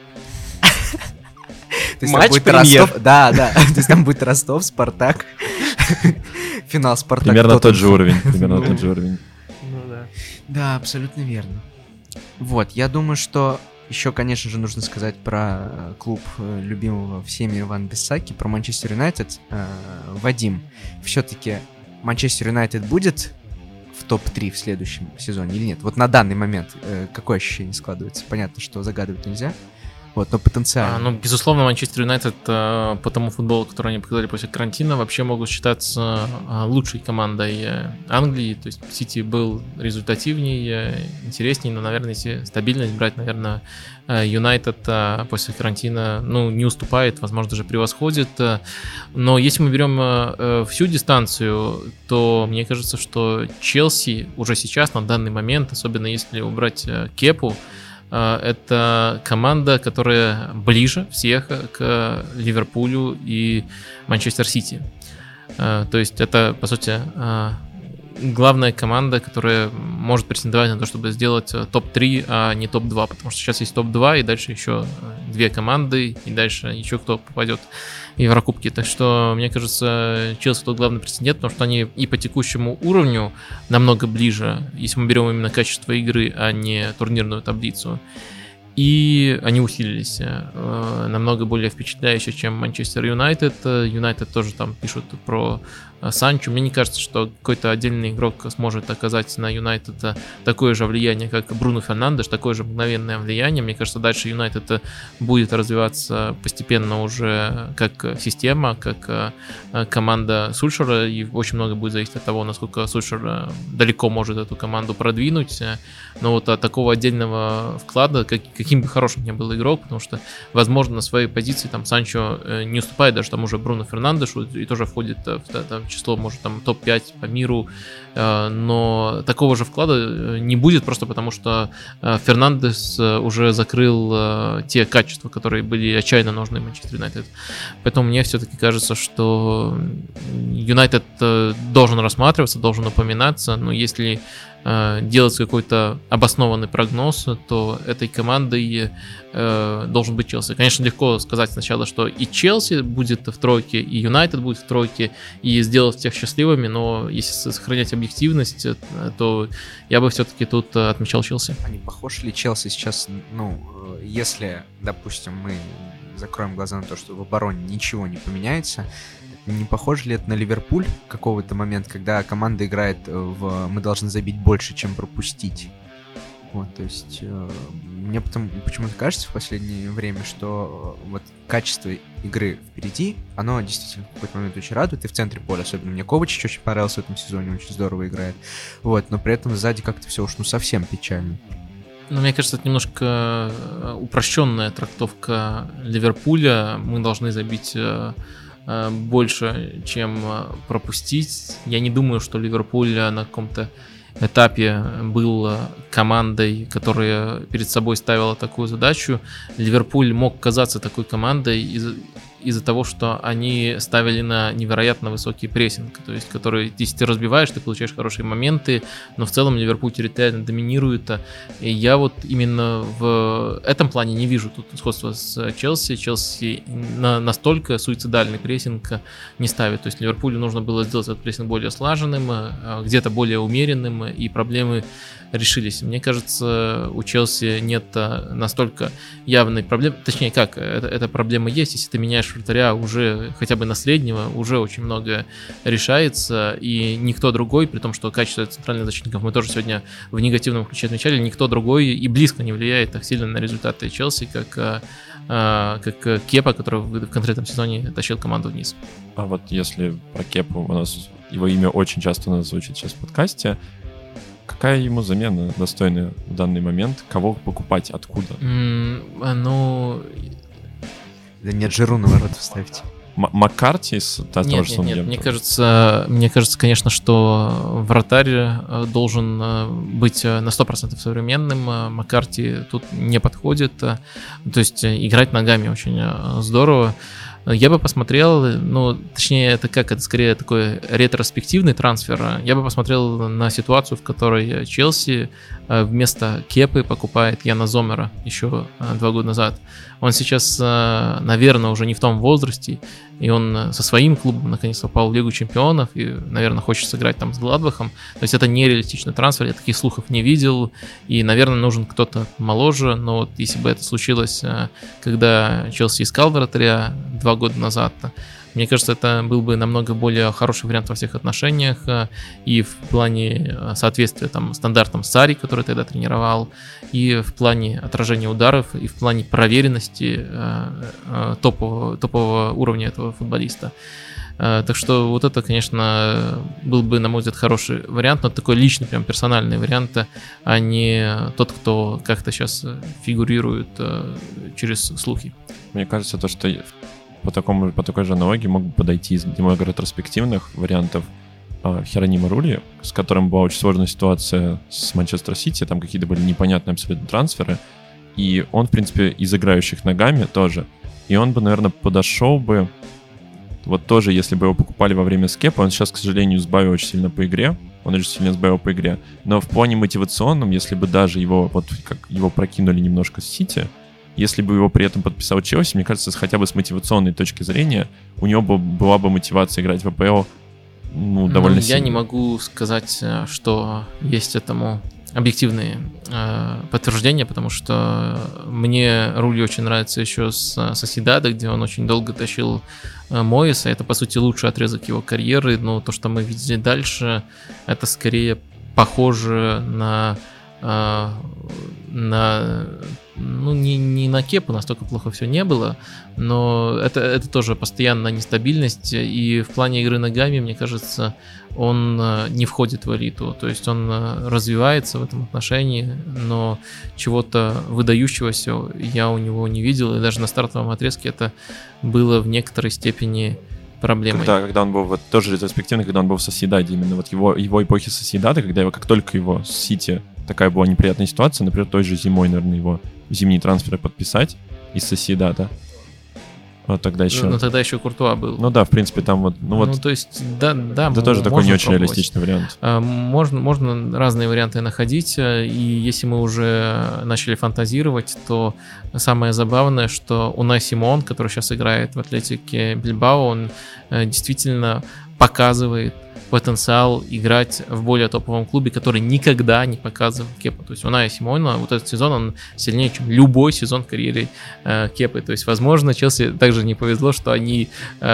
Матч Премьер. Да. То есть там будет Ростов, Спартак. Финал Спартак. Примерно тот же уровень. Ну да. Да, абсолютно верно. Вот, я думаю, что еще, конечно же, нужно сказать про клуб любимого всеми Ван Бисаки, про Манчестер Юнайтед. Вадим, все-таки Манчестер Юнайтед будет в топ-3 в следующем сезоне или нет? Вот на данный момент какое ощущение складывается? Понятно, что загадывать нельзя, вот, но потенциально. Ну, безусловно, Манчестер Юнайтед по тому футболу, который они показали после карантина, вообще могут считаться лучшей командой Англии. То есть Сити был результативнее, интереснее, но, наверное, если стабильность брать, наверное, Юнайтед после карантина, ну, не уступает, возможно, даже превосходит. Но если мы берем всю дистанцию, то мне кажется, что Челси уже сейчас, на данный момент, особенно если убрать Кепу, это команда, которая ближе всех к Ливерпулю и Манчестер Сити. То есть это, по сути, главная команда, которая может претендовать на то, чтобы сделать топ-3, а не топ-2, потому что сейчас есть топ-2, и дальше еще 2 команды, и дальше еще кто попадет в Еврокубки. Так что, мне кажется, Челси тут главный претендент, потому что они и по текущему уровню намного ближе, если мы берем именно качество игры, а не турнирную таблицу. И они усилились намного более впечатляюще, чем Манчестер Юнайтед. Юнайтед тоже там пишут про Санчо. Мне не кажется, что какой-то отдельный игрок сможет оказать на Юнайтед такое же влияние, как Бруно Фернандеш, такое же мгновенное влияние. Мне кажется, дальше Юнайтед будет развиваться постепенно уже как система, как команда Сульшера, и очень много будет зависеть от того, насколько Сульшер далеко может эту команду продвинуть. Но вот от такого отдельного вклада, каким бы хорошим ни был игрок, потому что, возможно, на своей позиции там Санчо не уступает даже тому же Бруно Фернандешу и тоже входит в число, может, там топ-5 по миру, но такого же вклада не будет просто потому, что Фернандес уже закрыл те качества, которые были отчаянно нужны Манчестер Юнайтед. Поэтому мне все-таки кажется, что Юнайтед должен рассматриваться, должен упоминаться, но если делать какой-то обоснованный прогноз, то этой командой должен быть Челси. Конечно, легко сказать сначала, что и Челси будет в тройке, и Юнайтед будет в тройке, и сделать всех счастливыми, но если сохранять объективность, то я бы все-таки тут отмечал Челси. А не похож ли Челси сейчас, ну, если, допустим, мы закроем глаза на то, что в обороне ничего не поменяется, не похоже ли это на Ливерпуль в какого-то момент, когда команда играет в «мы должны забить больше, чем пропустить»? Вот, то есть мне почему-то кажется в последнее время, что вот качество игры впереди, оно действительно в какой-то момент очень радует, и в центре поля особенно. Мне Ковачич очень понравился в этом сезоне, очень здорово играет. Вот, но при этом сзади как-то все уж совсем печально. Ну, мне кажется, это немножко упрощенная трактовка Ливерпуля. Мы должны забить больше, чем пропустить. Я не думаю, что Ливерпуль на каком-то этапе был командой, которая перед собой ставила такую задачу. Ливерпуль мог казаться такой командой из-за того, что они ставили на невероятно высокий прессинг, то есть который, если ты разбиваешь, ты получаешь хорошие моменты, но в целом Ливерпуль территориально доминирует. И я вот именно в этом плане не вижу тут сходства с Челси. Челси настолько суицидальный прессинг не ставит. То есть Ливерпулю нужно было сделать этот прессинг более слаженным, где-то более умеренным, и проблемы решились. Мне кажется, у Челси нет настолько явной проблемы. Точнее, как, эта проблема есть. Если ты меняешь вратаря уже хотя бы на среднего, уже очень много решается. И никто другой, при том, что качество центральных защитников мы тоже сегодня в негативном ключе отмечали, никто другой и близко не влияет так сильно на результаты Челси, как Кепа, который в конкретном сезоне тащил команду вниз. А вот если про Кепу, у нас его имя очень часто у нас звучит сейчас в подкасте, какая ему замена достойная в данный момент? Кого покупать? Откуда? Ну... Да нет, Жиру на ворота ставьте. Маккарти с того же Нет, мне кажется, конечно, что вратарь должен быть на 100% современным. Маккарти тут не подходит. То есть играть ногами очень здорово. Я бы посмотрел, точнее, это скорее такой ретроспективный трансфер. Я бы посмотрел на ситуацию, в которой Челси вместо Кепы покупает Яна Зоммера еще 2 года назад. Он сейчас, наверное, уже не в том возрасте, и он со своим клубом наконец попал в Лигу Чемпионов и, наверное, хочет сыграть там с Гладбахом. То есть это нереалистичный трансфер, я таких слухов не видел, и, наверное, нужен кто-то моложе, но вот если бы это случилось, когда Челси искал вратаря 2 года назад, Мне кажется, это был бы намного более хороший вариант во всех отношениях, и в плане соответствия там стандартам Сарри, который тогда тренировал, и в плане отражения ударов, и в плане проверенности топового уровня этого футболиста. Так что вот это, конечно, был бы, на мой взгляд, хороший вариант, но такой личный, прям персональный вариант, а не тот, кто как-то сейчас фигурирует через слухи. Мне кажется, то, что по такой же аналогии мог бы подойти из немного ретроспективных вариантов Херонима Рули, с которым была очень сложная ситуация с Манчестер Сити, там какие-то были непонятные абсолютно трансферы, и он, в принципе, из играющих ногами тоже, и он бы, наверное, подошел бы. Вот тоже, если бы его покупали во время скепа, он сейчас, к сожалению, сбавил очень сильно по игре. Он очень сильно сбавил по игре. Но в плане мотивационном, если бы даже его, вот как его прокинули немножко с Сити, если бы его при этом подписал Челси, мне кажется, хотя бы с мотивационной точки зрения, у него была бы мотивация играть в АПЛ довольно сильно. Я не могу сказать, что есть этому объективные подтверждения, потому что мне Рули очень нравится еще с Сосьедада, где он очень долго тащил Моиса. Это, по сути, лучший отрезок его карьеры, но то, что мы видели дальше, это скорее похоже на не на Кепу, настолько плохо все не было, но это тоже постоянная нестабильность, и в плане игры ногами, мне кажется, он не входит в элиту, то есть он развивается в этом отношении, но чего-то выдающегося я у него не видел, и даже на стартовом отрезке это было в некоторой степени проблемой. Когда он был, вот тоже ретроспективно, когда он был в Сосьедаде, именно вот его эпохи Сосьедада, как только его с Сити такая была неприятная ситуация, например, той же зимой, наверное, его зимние трансферы подписать из Сосьедада. Вот тогда еще... Ну, тогда еще Куртуа был. Ну да, в принципе, там вот... то есть, да. Это тоже такой не очень реалистичный вариант. Можно разные варианты находить, и если мы уже начали фантазировать, то самое забавное, что Унай Симон, который сейчас играет в Атлетике Бильбао, он действительно показывает потенциал играть в более топовом клубе, который никогда не показывал Кепа. То есть Унай Симона, вот этот сезон, он сильнее, чем любой сезон в карьере Кепы. То есть, возможно, Челси также не повезло, что они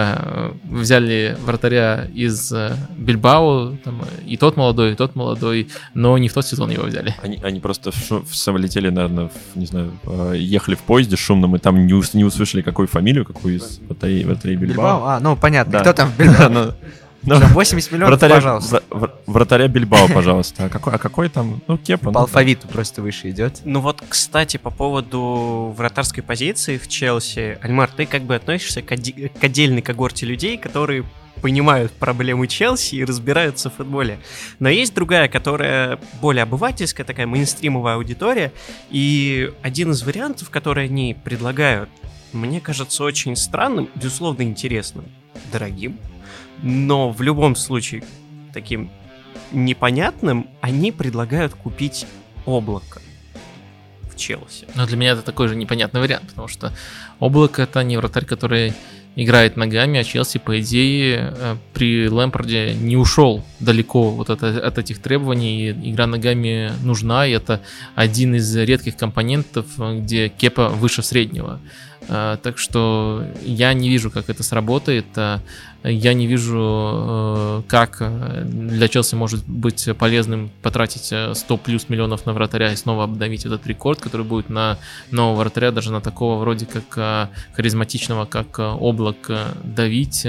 взяли вратаря из Бильбао, там, и тот молодой, но не в тот сезон его взяли. Они просто влетели, наверное, не знаю, ехали в поезде шумном, и там не услышали, какую фамилию, какую из вратарей Бильбао. Ну, понятно. Да. Кто там в Бильбао? 80 миллионов, пожалуйста. Вратаря Бильбао, пожалуйста. А какой там? Ну, Кепа. По алфавиту просто выше идет. Ну вот, кстати, по поводу вратарской позиции в Челси, Альмар, ты как бы относишься к отдельной когорте людей, которые понимают проблемы Челси и разбираются в футболе. Но есть другая, которая более обывательская, такая мейнстримовая аудитория, и один из вариантов, который они предлагают, мне кажется очень странным, безусловно интересным, дорогим, но в любом случае таким непонятным, они предлагают купить Облако в Челси. Но для меня это такой же непонятный вариант, потому что Облако — это не вратарь, который играет ногами, а Челси, по идее, при Лэмпарде не ушел далеко вот от этих требований. Игра ногами нужна, и это один из редких компонентов, где Кепа выше среднего. Так что я не вижу, как это сработает. Я не вижу, как для Челси может быть полезным потратить 100 плюс миллионов на вратаря и снова обновить этот рекорд, который будет на нового вратаря, даже на такого вроде как харизматичного, как Облак, давить.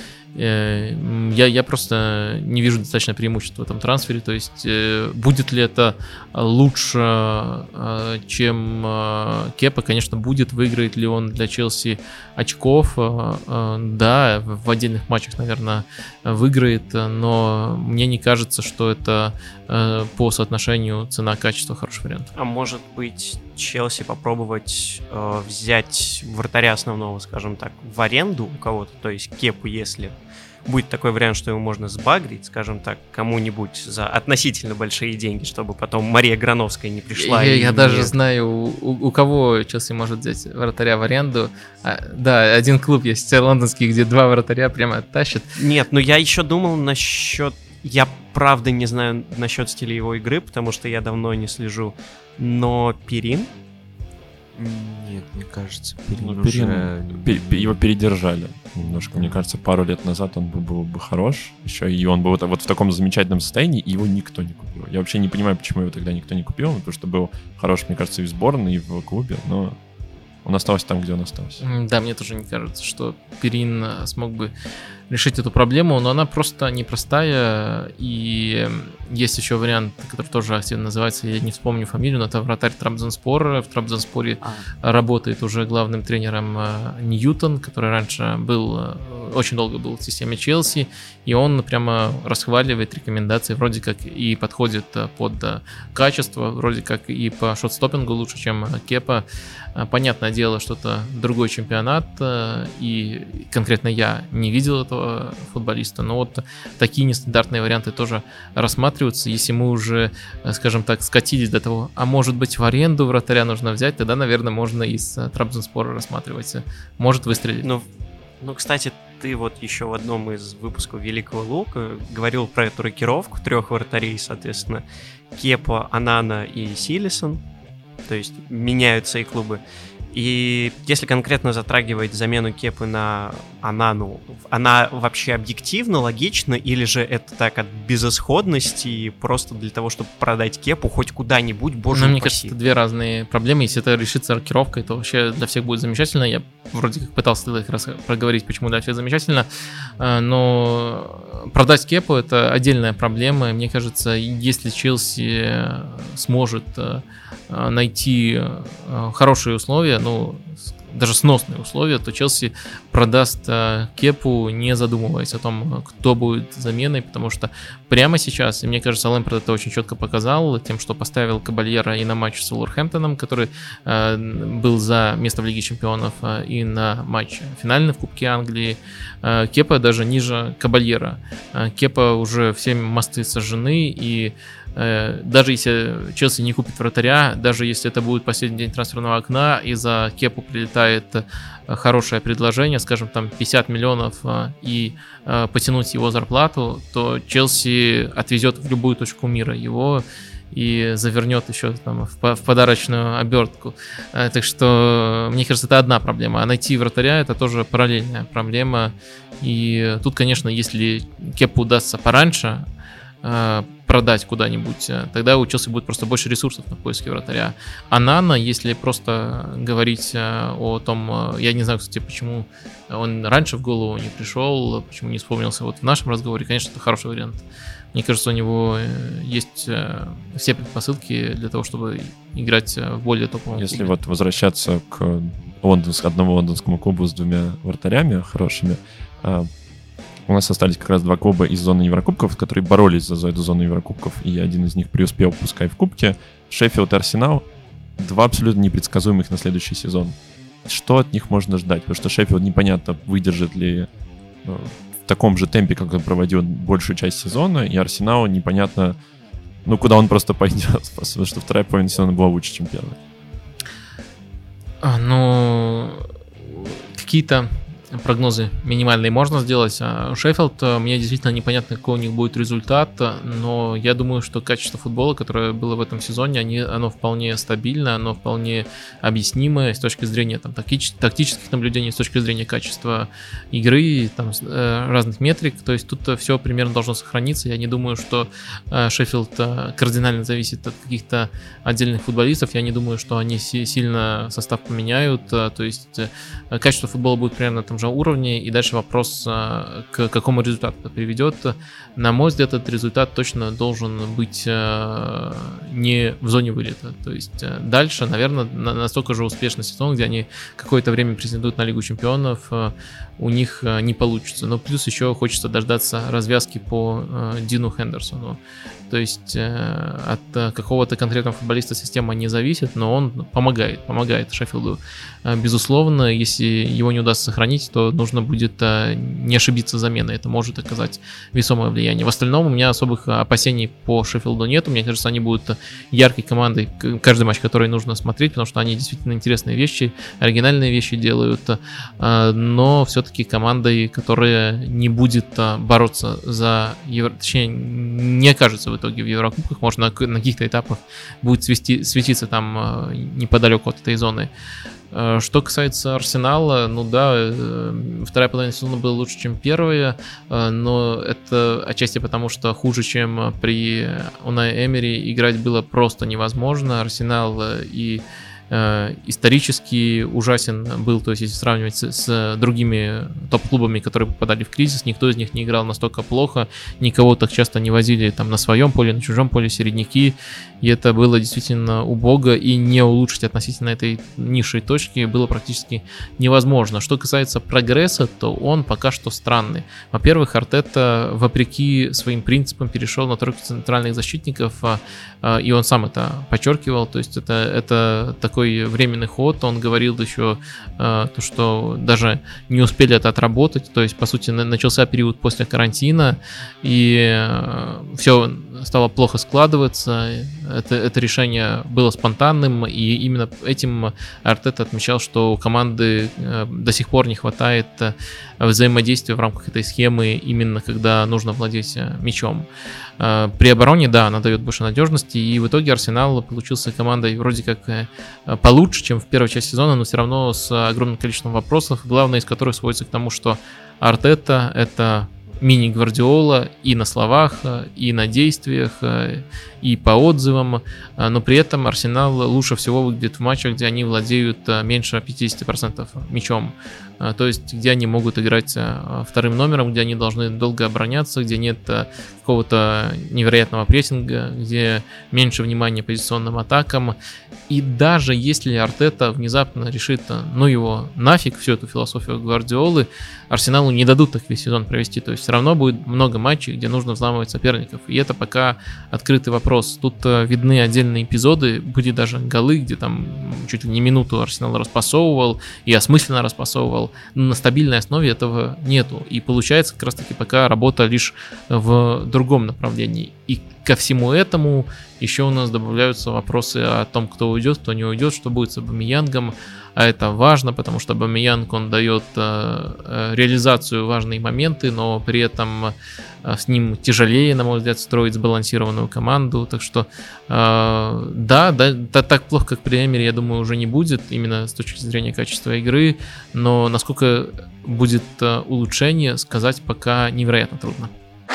Я просто не вижу достаточно преимущества в этом трансфере. То есть будет ли это лучше, чем Кепа? Конечно, будет. Выиграет ли он для Челси очков? Да, в отдельных матчах, наверное, выиграет, но мне не кажется, что это по соотношению цена-качество хороший вариант. А может быть, Челси попробовать взять вратаря основного, скажем так, в аренду у кого-то, то есть Кепу, если будет такой вариант, что его можно сбагрить, скажем так, кому-нибудь за относительно большие деньги, чтобы потом Мария Грановская не пришла. Я даже знаю, у кого Челси может взять вратаря в аренду. Да, один клуб есть лондонский, где два вратаря прямо тащат. Нет, но я еще думал насчет... Я правда не знаю насчет стиля его игры, потому что я давно не слежу. Но Перин Нет, мне кажется, Его передержали немножко. Мне кажется, пару лет назад он был бы хорош еще, и он был вот в таком замечательном состоянии, и его никто не купил. Я вообще не понимаю, почему его тогда никто не купил, потому что был хорош, мне кажется, и в сборной, и в клубе, но он остался там, где он остался. Да, мне тоже не кажется, что Перин смог бы решить эту проблему, но она просто непростая, и есть еще вариант, который тоже активно называется, я не вспомню фамилию, но это вратарь Трабзонспора. В Трабзонспоре работает уже главным тренером Ньютон, который раньше очень долго был в системе Челси, и он прямо расхваливает рекомендации, вроде как и подходит под качество, вроде как и по шотстоппингу лучше, чем Кепа. Понятное дело, что это другой чемпионат, и конкретно я не видел этого футболиста, но вот такие нестандартные варианты тоже рассматриваются. Если мы уже, скажем так, скатились до того, а может быть в аренду вратаря нужно взять, тогда, наверное, можно из Трабзонспора рассматривать. Может выстрелить. Ну, кстати, ты вот еще в одном из выпусков Великого Лука говорил про эту рокировку 3 вратарей, соответственно, Кепа, Онана и Силисон, то есть меняются и клубы. И если конкретно затрагивать замену Кепы на Онану, она вообще объективно, логична, или же это так от безысходности, просто для того, чтобы продать Кепу хоть куда-нибудь, боже упаси? Мне кажется, это две разные проблемы. Если это решится рокировкой, то вообще для всех будет замечательно. Я вроде как пытался тогда как раз проговорить, почему для всех замечательно, но продать Кепу — это отдельная проблема. Мне кажется, если Челси сможет найти хорошие условия, даже сносные условия, то Челси продаст Кепу, не задумываясь о том, кто будет заменой, потому что прямо сейчас, и мне кажется, Лэмпард это очень четко показал тем, что поставил Кабальера и на матч с Вулверхэмптоном, который был за место в Лиге Чемпионов, и на матч финальный в Кубке Англии. Кепа даже ниже Кабальера. Кепа уже все мосты сожжены, и даже если Челси не купит вратаря, даже если это будет последний день трансферного окна, и за Кепу прилетает хорошее предложение, скажем, там 50 миллионов, и потянуть его зарплату, то Челси отвезет в любую точку мира его и завернет еще там в подарочную обертку. Так что, мне кажется, это одна проблема. А найти вратаря — это тоже параллельная проблема. И тут, конечно, если Кепу удастся пораньше продать куда-нибудь, тогда у Челси будет просто больше ресурсов на поиски вратаря. А Нана, если просто говорить о том, я не знаю, кстати, почему он раньше в голову не пришел, почему не вспомнился вот в нашем разговоре, конечно, это хороший вариант. Мне кажется, у него есть все предпосылки для того, чтобы играть в более топовом клубе. Если вот возвращаться к одному лондонскому клубу с 2 вратарями хорошими, у нас остались как раз 2 клуба из зоны Еврокубков, которые боролись за эту зону Еврокубков, и один из них преуспел, пускай в Кубке. Шеффилд и Арсенал — 2 абсолютно непредсказуемых на следующий сезон. Что от них можно ждать? Потому что Шеффилд непонятно, выдержит ли в таком же темпе, как он проводил большую часть сезона, и Арсенал непонятно, куда он просто пойдет, потому что вторая половина сезона была лучше, чем первая. Какие-то прогнозы минимальные можно сделать. Шеффилд, мне действительно непонятно, какой у них будет результат, но я думаю, что качество футбола, которое было в этом сезоне, оно вполне стабильно, оно вполне объяснимое с точки зрения тактических наблюдений, с точки зрения качества игры, разных метрик. То есть тут все примерно должно сохраниться. Я не думаю, что Шеффилд кардинально зависит от каких-то отдельных футболистов. Я не думаю, что они сильно состав поменяют. То есть качество футбола будет примерно на том же уровне, и дальше вопрос, к какому результату это приведет. На мой взгляд, этот результат точно должен быть не в зоне вылета. То есть дальше, наверное, настолько же успешный сезон, где они какое-то время претендуют на Лигу Чемпионов, у них не получится. Но плюс еще хочется дождаться развязки по Дину Хендерсону. То есть от какого-то конкретного футболиста система не зависит, но он помогает Шеффилду. Безусловно, если его не удастся сохранить, что нужно будет не ошибиться заменой. Это может оказать весомое влияние. В остальном у меня особых опасений по Шеффилду нет. Мне кажется, они будут яркой командой. Каждый матч, который нужно смотреть, потому что они действительно интересные вещи, оригинальные вещи делают. Но все-таки командой, которая не будет бороться за точнее, не окажется в итоге в Еврокубках, может на каких-то этапах будет светиться там неподалеку от этой зоны. Что касается Арсенала, ну да, вторая половина сезона была лучше, чем первая, но это отчасти потому, что хуже, чем при Унае Эмери, играть было просто невозможно. Арсенал и исторически ужасен был, то есть если сравнивать с другими топ-клубами, которые попадали в кризис, никто из них не играл настолько плохо, никого так часто не возили там на своем поле, на чужом поле середняки, и это было действительно убого, и не улучшить относительно этой низшей точки было практически невозможно. Что касается прогресса, то он пока что странный. Во-первых, Артета, вопреки своим принципам, перешел на тройку центральных защитников, и он сам это подчеркивал, то есть это такой временный ход. Он говорил еще то, что даже не успели это отработать, то есть по сути начался период после карантина, и все стало плохо складываться. Это решение было спонтанным, и именно этим Артета отмечал, что у команды до сих пор не хватает взаимодействия в рамках этой схемы, именно когда нужно владеть мячом. При обороне, да, она дает больше надежности, и в итоге Арсенал получился командой вроде как получше, чем в первой части сезона, но все равно с огромным количеством вопросов, главное из которых сводится к тому, что Артета — это мини-Гвардиола и на словах, и на действиях, и по отзывам, но при этом Арсенал лучше всего выглядит в матчах, где они владеют меньше 50% мячом, то есть где они могут играть вторым номером, где они должны долго обороняться, где нет какого-то невероятного прессинга, где меньше внимания позиционным атакам. И даже если Артета внезапно решит, ну его нафиг, всю эту философию Гвардиолы, Арсеналу не дадут так весь сезон провести, то есть все равно будет много матчей, где нужно взламывать соперников, и это пока открытый вопрос. Тут видны отдельные эпизоды, были даже голы, где там чуть ли не минуту Арсенал распасовывал и осмысленно распасовывал, но на стабильной основе этого нету, и получается как раз таки пока работа лишь в другом направлении. И ко всему этому еще у нас добавляются вопросы о том, кто уйдет, кто не уйдет, что будет с Обамейянгом. А это важно, потому что Обамейянг, он дает реализацию важные моменты, но при этом с ним тяжелее, на мой взгляд, строить сбалансированную команду. Так что да, так плохо, как при Эмери, я думаю, уже не будет, именно с точки зрения качества игры. Но насколько будет улучшение, сказать пока невероятно трудно.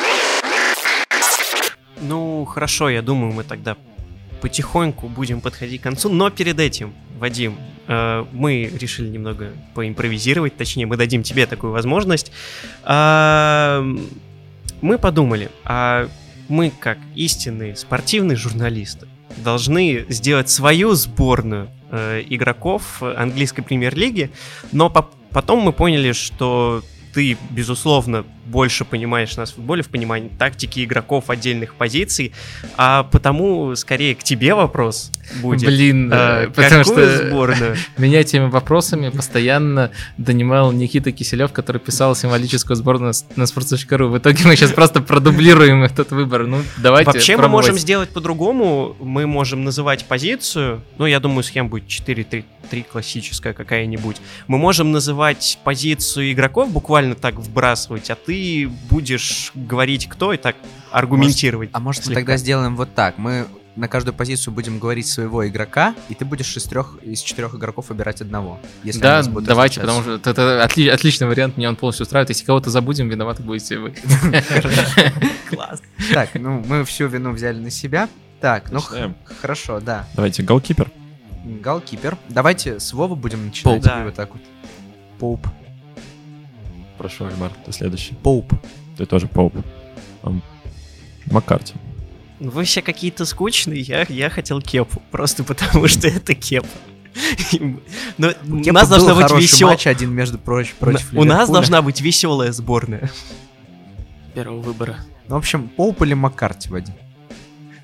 Ну, хорошо, я думаю, мы тогда потихоньку будем подходить к концу, но перед этим, Вадим, мы решили немного поимпровизировать, точнее, мы дадим тебе такую возможность. Мы подумали, мы, как истинные спортивные журналисты, должны сделать свою сборную игроков английской премьер-лиги, но потом мы поняли, что ты, безусловно, больше понимаешь нас в футболе, в понимании тактики игроков отдельных позиций, а потому скорее к тебе вопрос будет. Блин, потому что сборную? Меня этими вопросами постоянно донимал Никита Киселев, который писал символическую сборную на sports.ru. В итоге мы сейчас просто продублируем этот выбор. Ну, давайте вообще пробовать. Мы можем сделать по-другому. Мы можем называть позицию, ну, я думаю, схема будет 4-3 классическая какая-нибудь. Мы можем называть позицию игроков, буквально так вбрасывать, а ты будешь говорить кто и так аргументировать. Может мы тогда сделаем вот так. Мы на каждую позицию будем говорить своего игрока, и ты будешь из 4 игроков выбирать одного. Если да, давайте, потому что это отличный вариант, меня он полностью устраивает. Если кого-то забудем, виноваты будете вы. Класс. Так, ну мы всю вину взяли на себя. Так, ну хорошо, да. Давайте, голкипер. Голкипер. Давайте с Вовы будем начинать. Да. Вот так вот. Поуп. Прошу, Альмар, ты следующий. Поуп. Ты тоже Поуп. Маккарти. Вы все какие-то скучные, я хотел Кепу, просто потому что это Кепа. Но у нас должна быть веселая. Матч один между против У нас должна быть веселая сборная. Первого выбора. Ну, в общем, Поуп или Маккарти, Вадим?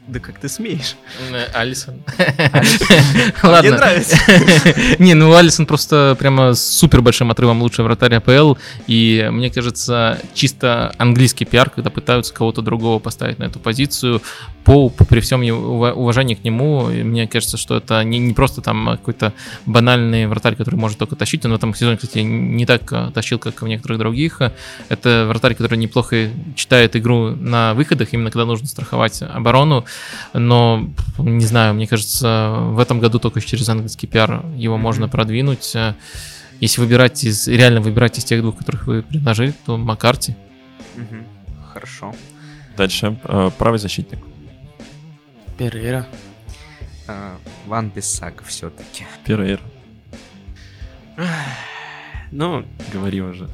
Да как ты смеешь? Алисон. Мне Ладно. нравится. Не, ну Алисон просто прямо с супер большим отрывом лучший вратарь АПЛ. И мне кажется, чисто английский пиар, когда пытаются кого-то другого поставить на эту позицию, при всем уважении к нему, мне кажется, что это не просто там какой-то банальный вратарь, который может только тащить. Он в этом сезоне, кстати, не так тащил, как в некоторых других. Это вратарь, который неплохо читает игру на выходах, именно когда нужно страховать оборону. Но, не знаю, мне кажется, в этом году только через английский пиар его можно продвинуть. Если реально выбирать из тех двух, которых вы предложили, то Маккарти. Хорошо. Дальше. Правый защитник. Перейра. Ван Бисак все-таки. Перейра. Ну, Говори уже.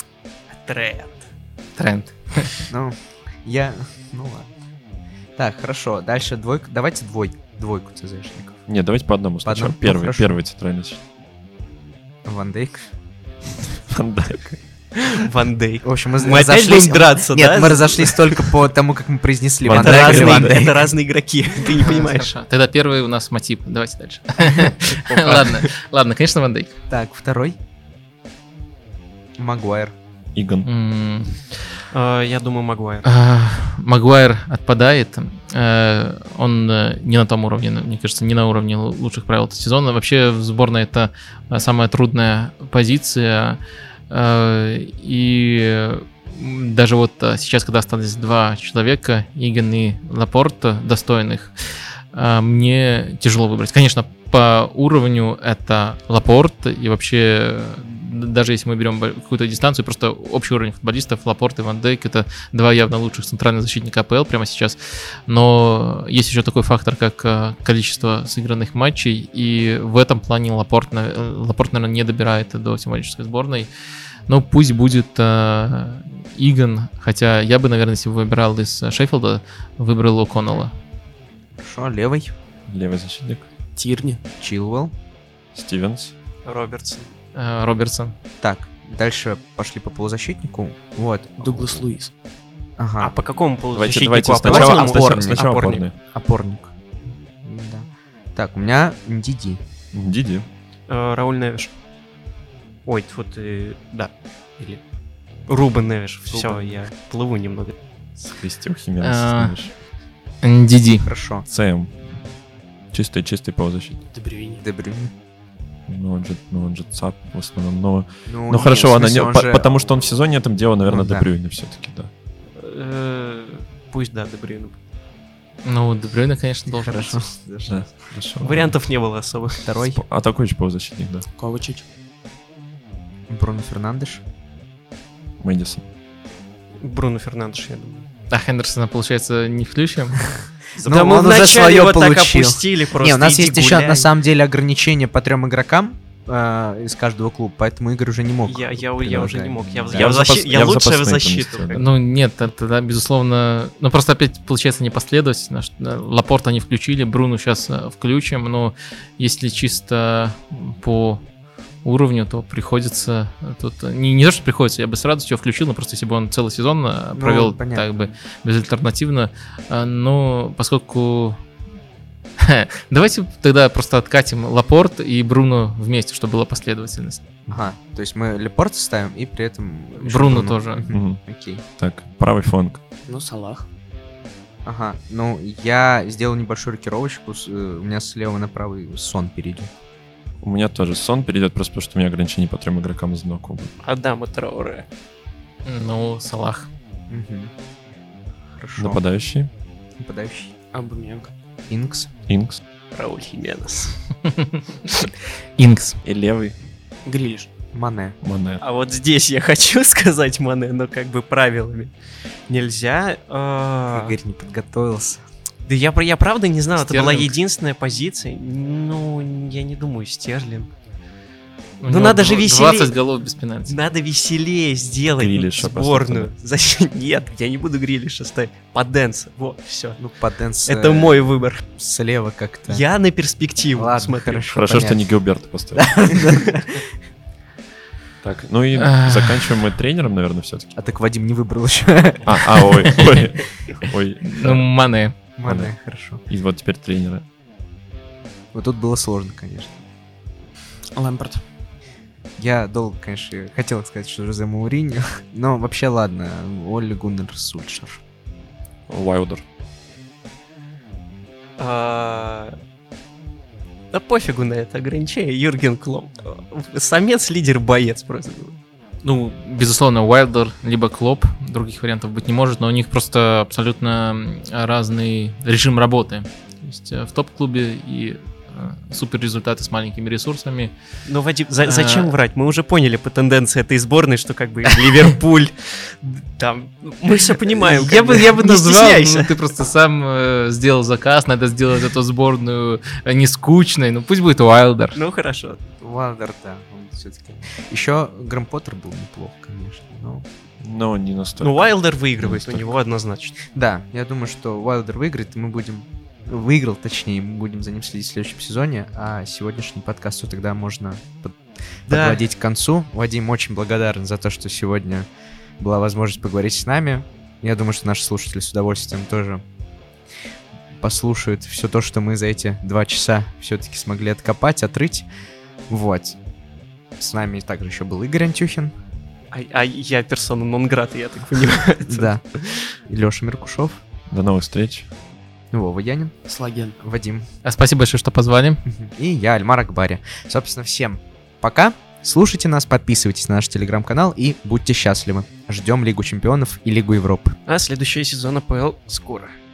Тренд. Ну, ну ладно. Так, хорошо. Дальше двойка. Давайте двойку ЦЗшников. Нет, давайте по одному сначала. одному? Ну, хорошо. Первый центральный защитник. Ван Дейк. Ван Дайк. Ван Дейк. В общем, Мы опять будем драться, Нет, да? мы разошлись только по тому, как мы произнесли. Ван Ван Это Дейк или Ван разные, Дейк. это разные игроки, ты не понимаешь. Хорошо. Тогда первый у нас Матип. Давайте дальше. Ладно, конечно, Ван Дейк. Так, второй. Магуайр. Игон. Я думаю, Магуайр. Магуайр отпадает. Он не на том уровне, мне кажется, не на уровне лучших правил этого сезона. Вообще в сборной это самая трудная позиция. И даже вот сейчас, когда остались два человека, Игон и Лапорта, достойных, мне тяжело выбрать. Конечно, по уровню это Лапорт, и вообще, даже если мы берем какую-то дистанцию, просто общий уровень футболистов, Лапорт и Ван Дейк — это два явно лучших центральных защитника АПЛ прямо сейчас. Но есть еще такой фактор, как количество сыгранных матчей, и в этом плане Лапорт, наверное, не добирает до символической сборной. Но пусть будет Игон, хотя я бы, наверное, если бы выбирал из Шеффилда, выбрал О'Коннелла. Хорошо, левый. Левый защитник. Тирни. Чилвелл. Стивенс. Робертсон. Робертсон. Так, дальше пошли по полузащитнику. Вот. Дуглас Луис. А Ага, по какому Давайте полузащитнику? сначала Опорному? сначала Опорник. опорный. опорник. Да. Так, у меня Диди. Диди. Рауль Невиш. Ой, вот, да. Или Рубен Невиш. Все, Рубен. я плыву немного. Скрестил Хименес. А. знаешь. Диди. Хорошо. ЦМ. Чистый полузащитник. Дебрюйни. Дебрюйн. Ну, он же ЦАП в основном. Но Ну, ну хорошо, нет, в она смысле, не, он же- потому что он в сезоне этом делал, наверное, Ну, да. Дебрюйне все-таки, да. Пусть, да, Дебрюйн. Ну, Дебрюйне, конечно, должен Хорошо. быть. Да, хорошо. Вариантов не было особо. Второй. Атакующий полузащитник, да. Ковачич. Бруно Фернандеш. Мэдисон. Бруно Фернандеш, я думаю. А Хендерсона, получается, не включим? Ну, Да мы он уже вначале своё его так получил. опустили просто. Не, у нас иди есть еще гуляй. на самом деле ограничение по 3 игрокам из каждого клуба, поэтому Игорь уже не мог. Я уже не мог. Я, Да. я, в защи- Я я в лучшая в запасные защиту. поместил, да. Ну, нет, это, да, безусловно... Ну, просто опять получается непоследовательно. Лапорта не включили, Бруну сейчас включим, но если чисто по уровню, то приходится... Тут не то, что приходится, я бы с радостью включил, но просто если бы он целый сезон провел понятно. так бы безальтернативно. Но поскольку... Давайте тогда просто откатим Лапорт и Бруно вместе, чтобы была последовательность. Ага, то есть мы Лепорта ставим и при этом... еще Бруно тоже. Мгм. Окей. Так, правый фланг. Ну, Салах. Ага, ну я сделал небольшую рокировочку, у меня слева на правый Сон перейдет. У меня тоже Сон перейдет, просто потому что у меня ограничение по 3 игрокам из одного клуба. Адама Трауре. Ну, Салах. Хорошо. Нападающий. Нападающий. Абумянг. Инкс. Инкс. Рауль Хименес. Инкс. И левый. Грилиш. Мане. Мане. А вот здесь я хочу сказать Мане, но как бы правилами. Нельзя. Игорь не подготовился. Да я правда не знал, это была Стерлинг. единственная позиция. Ну, я не думаю, Стерлинг. У Ну, него надо же веселее. 20 голов без пенальти. Надо веселее сделать Грилиша сборную. Зачем? Нет, я не буду Грилиша ставить. Поденса. Вот, все. Ну, Паденс Это мой выбор. слева как-то. Я на перспективу Ладно, смотрю. хорошо. Хорошо, что понятно. не Гилберта поставил. Так, ну и Ах. заканчиваем мы тренером, наверное, все-таки. А так Вадим не выбрал еще. Ой. Ну, Мане. Мане, хорошо. И вот теперь тренера. Вот тут было сложно, конечно. Лэмпард. Я долго, конечно, хотел сказать, что Жозе Мауриньо, но вообще ладно, Олли Гуннер Сульшер. Уайлдер. Да пофигу на это ограничение. Юрген Клопп. Самец, лидер, боец просто. Ну, безусловно, Уайлдер либо Клопп, других вариантов быть не может, но у них просто абсолютно разный режим работы. То есть в топ-клубе и супер результаты с маленькими ресурсами. Но, Вадим, зачем врать? Мы уже поняли по тенденции этой сборной, что как бы Ливерпуль, там, мы все понимаем. Я бы не назвал, стесняйся. ты просто сам сделал заказ, надо сделать эту сборную не скучной, ну пусть будет Уайлдер. Ну, хорошо. Уайлдер, да, он все-таки. Еще Грэм Поттер был неплох, конечно, но... Но не настолько. Ну, Уайлдер выигрывает, у Настолько. него однозначно. Да, я думаю, что Уайлдер выиграет, и мы будем... Выиграл, точнее, мы будем за ним следить в следующем сезоне, а сегодняшний подкаст тогда можно Да. подводить к концу. Вадим очень благодарен за то, что сегодня была возможность поговорить с нами. Я думаю, что наши слушатели с удовольствием тоже послушают все то, что мы за эти 2 часа все-таки смогли откопать, отрыть. Вот. С нами также еще был Игорь Антюхин. А я персона нон-грата, я так понимаю. Да. И Леша Меркушев. До новых встреч. Вова Янин. Слаген. Вадим. Спасибо большое, что позвали. И я, Альмар Акбари. Собственно, всем пока. Слушайте нас, подписывайтесь на наш телеграм-канал и будьте счастливы. Ждем Лигу Чемпионов и Лигу Европы. А следующий сезон АПЛ скоро.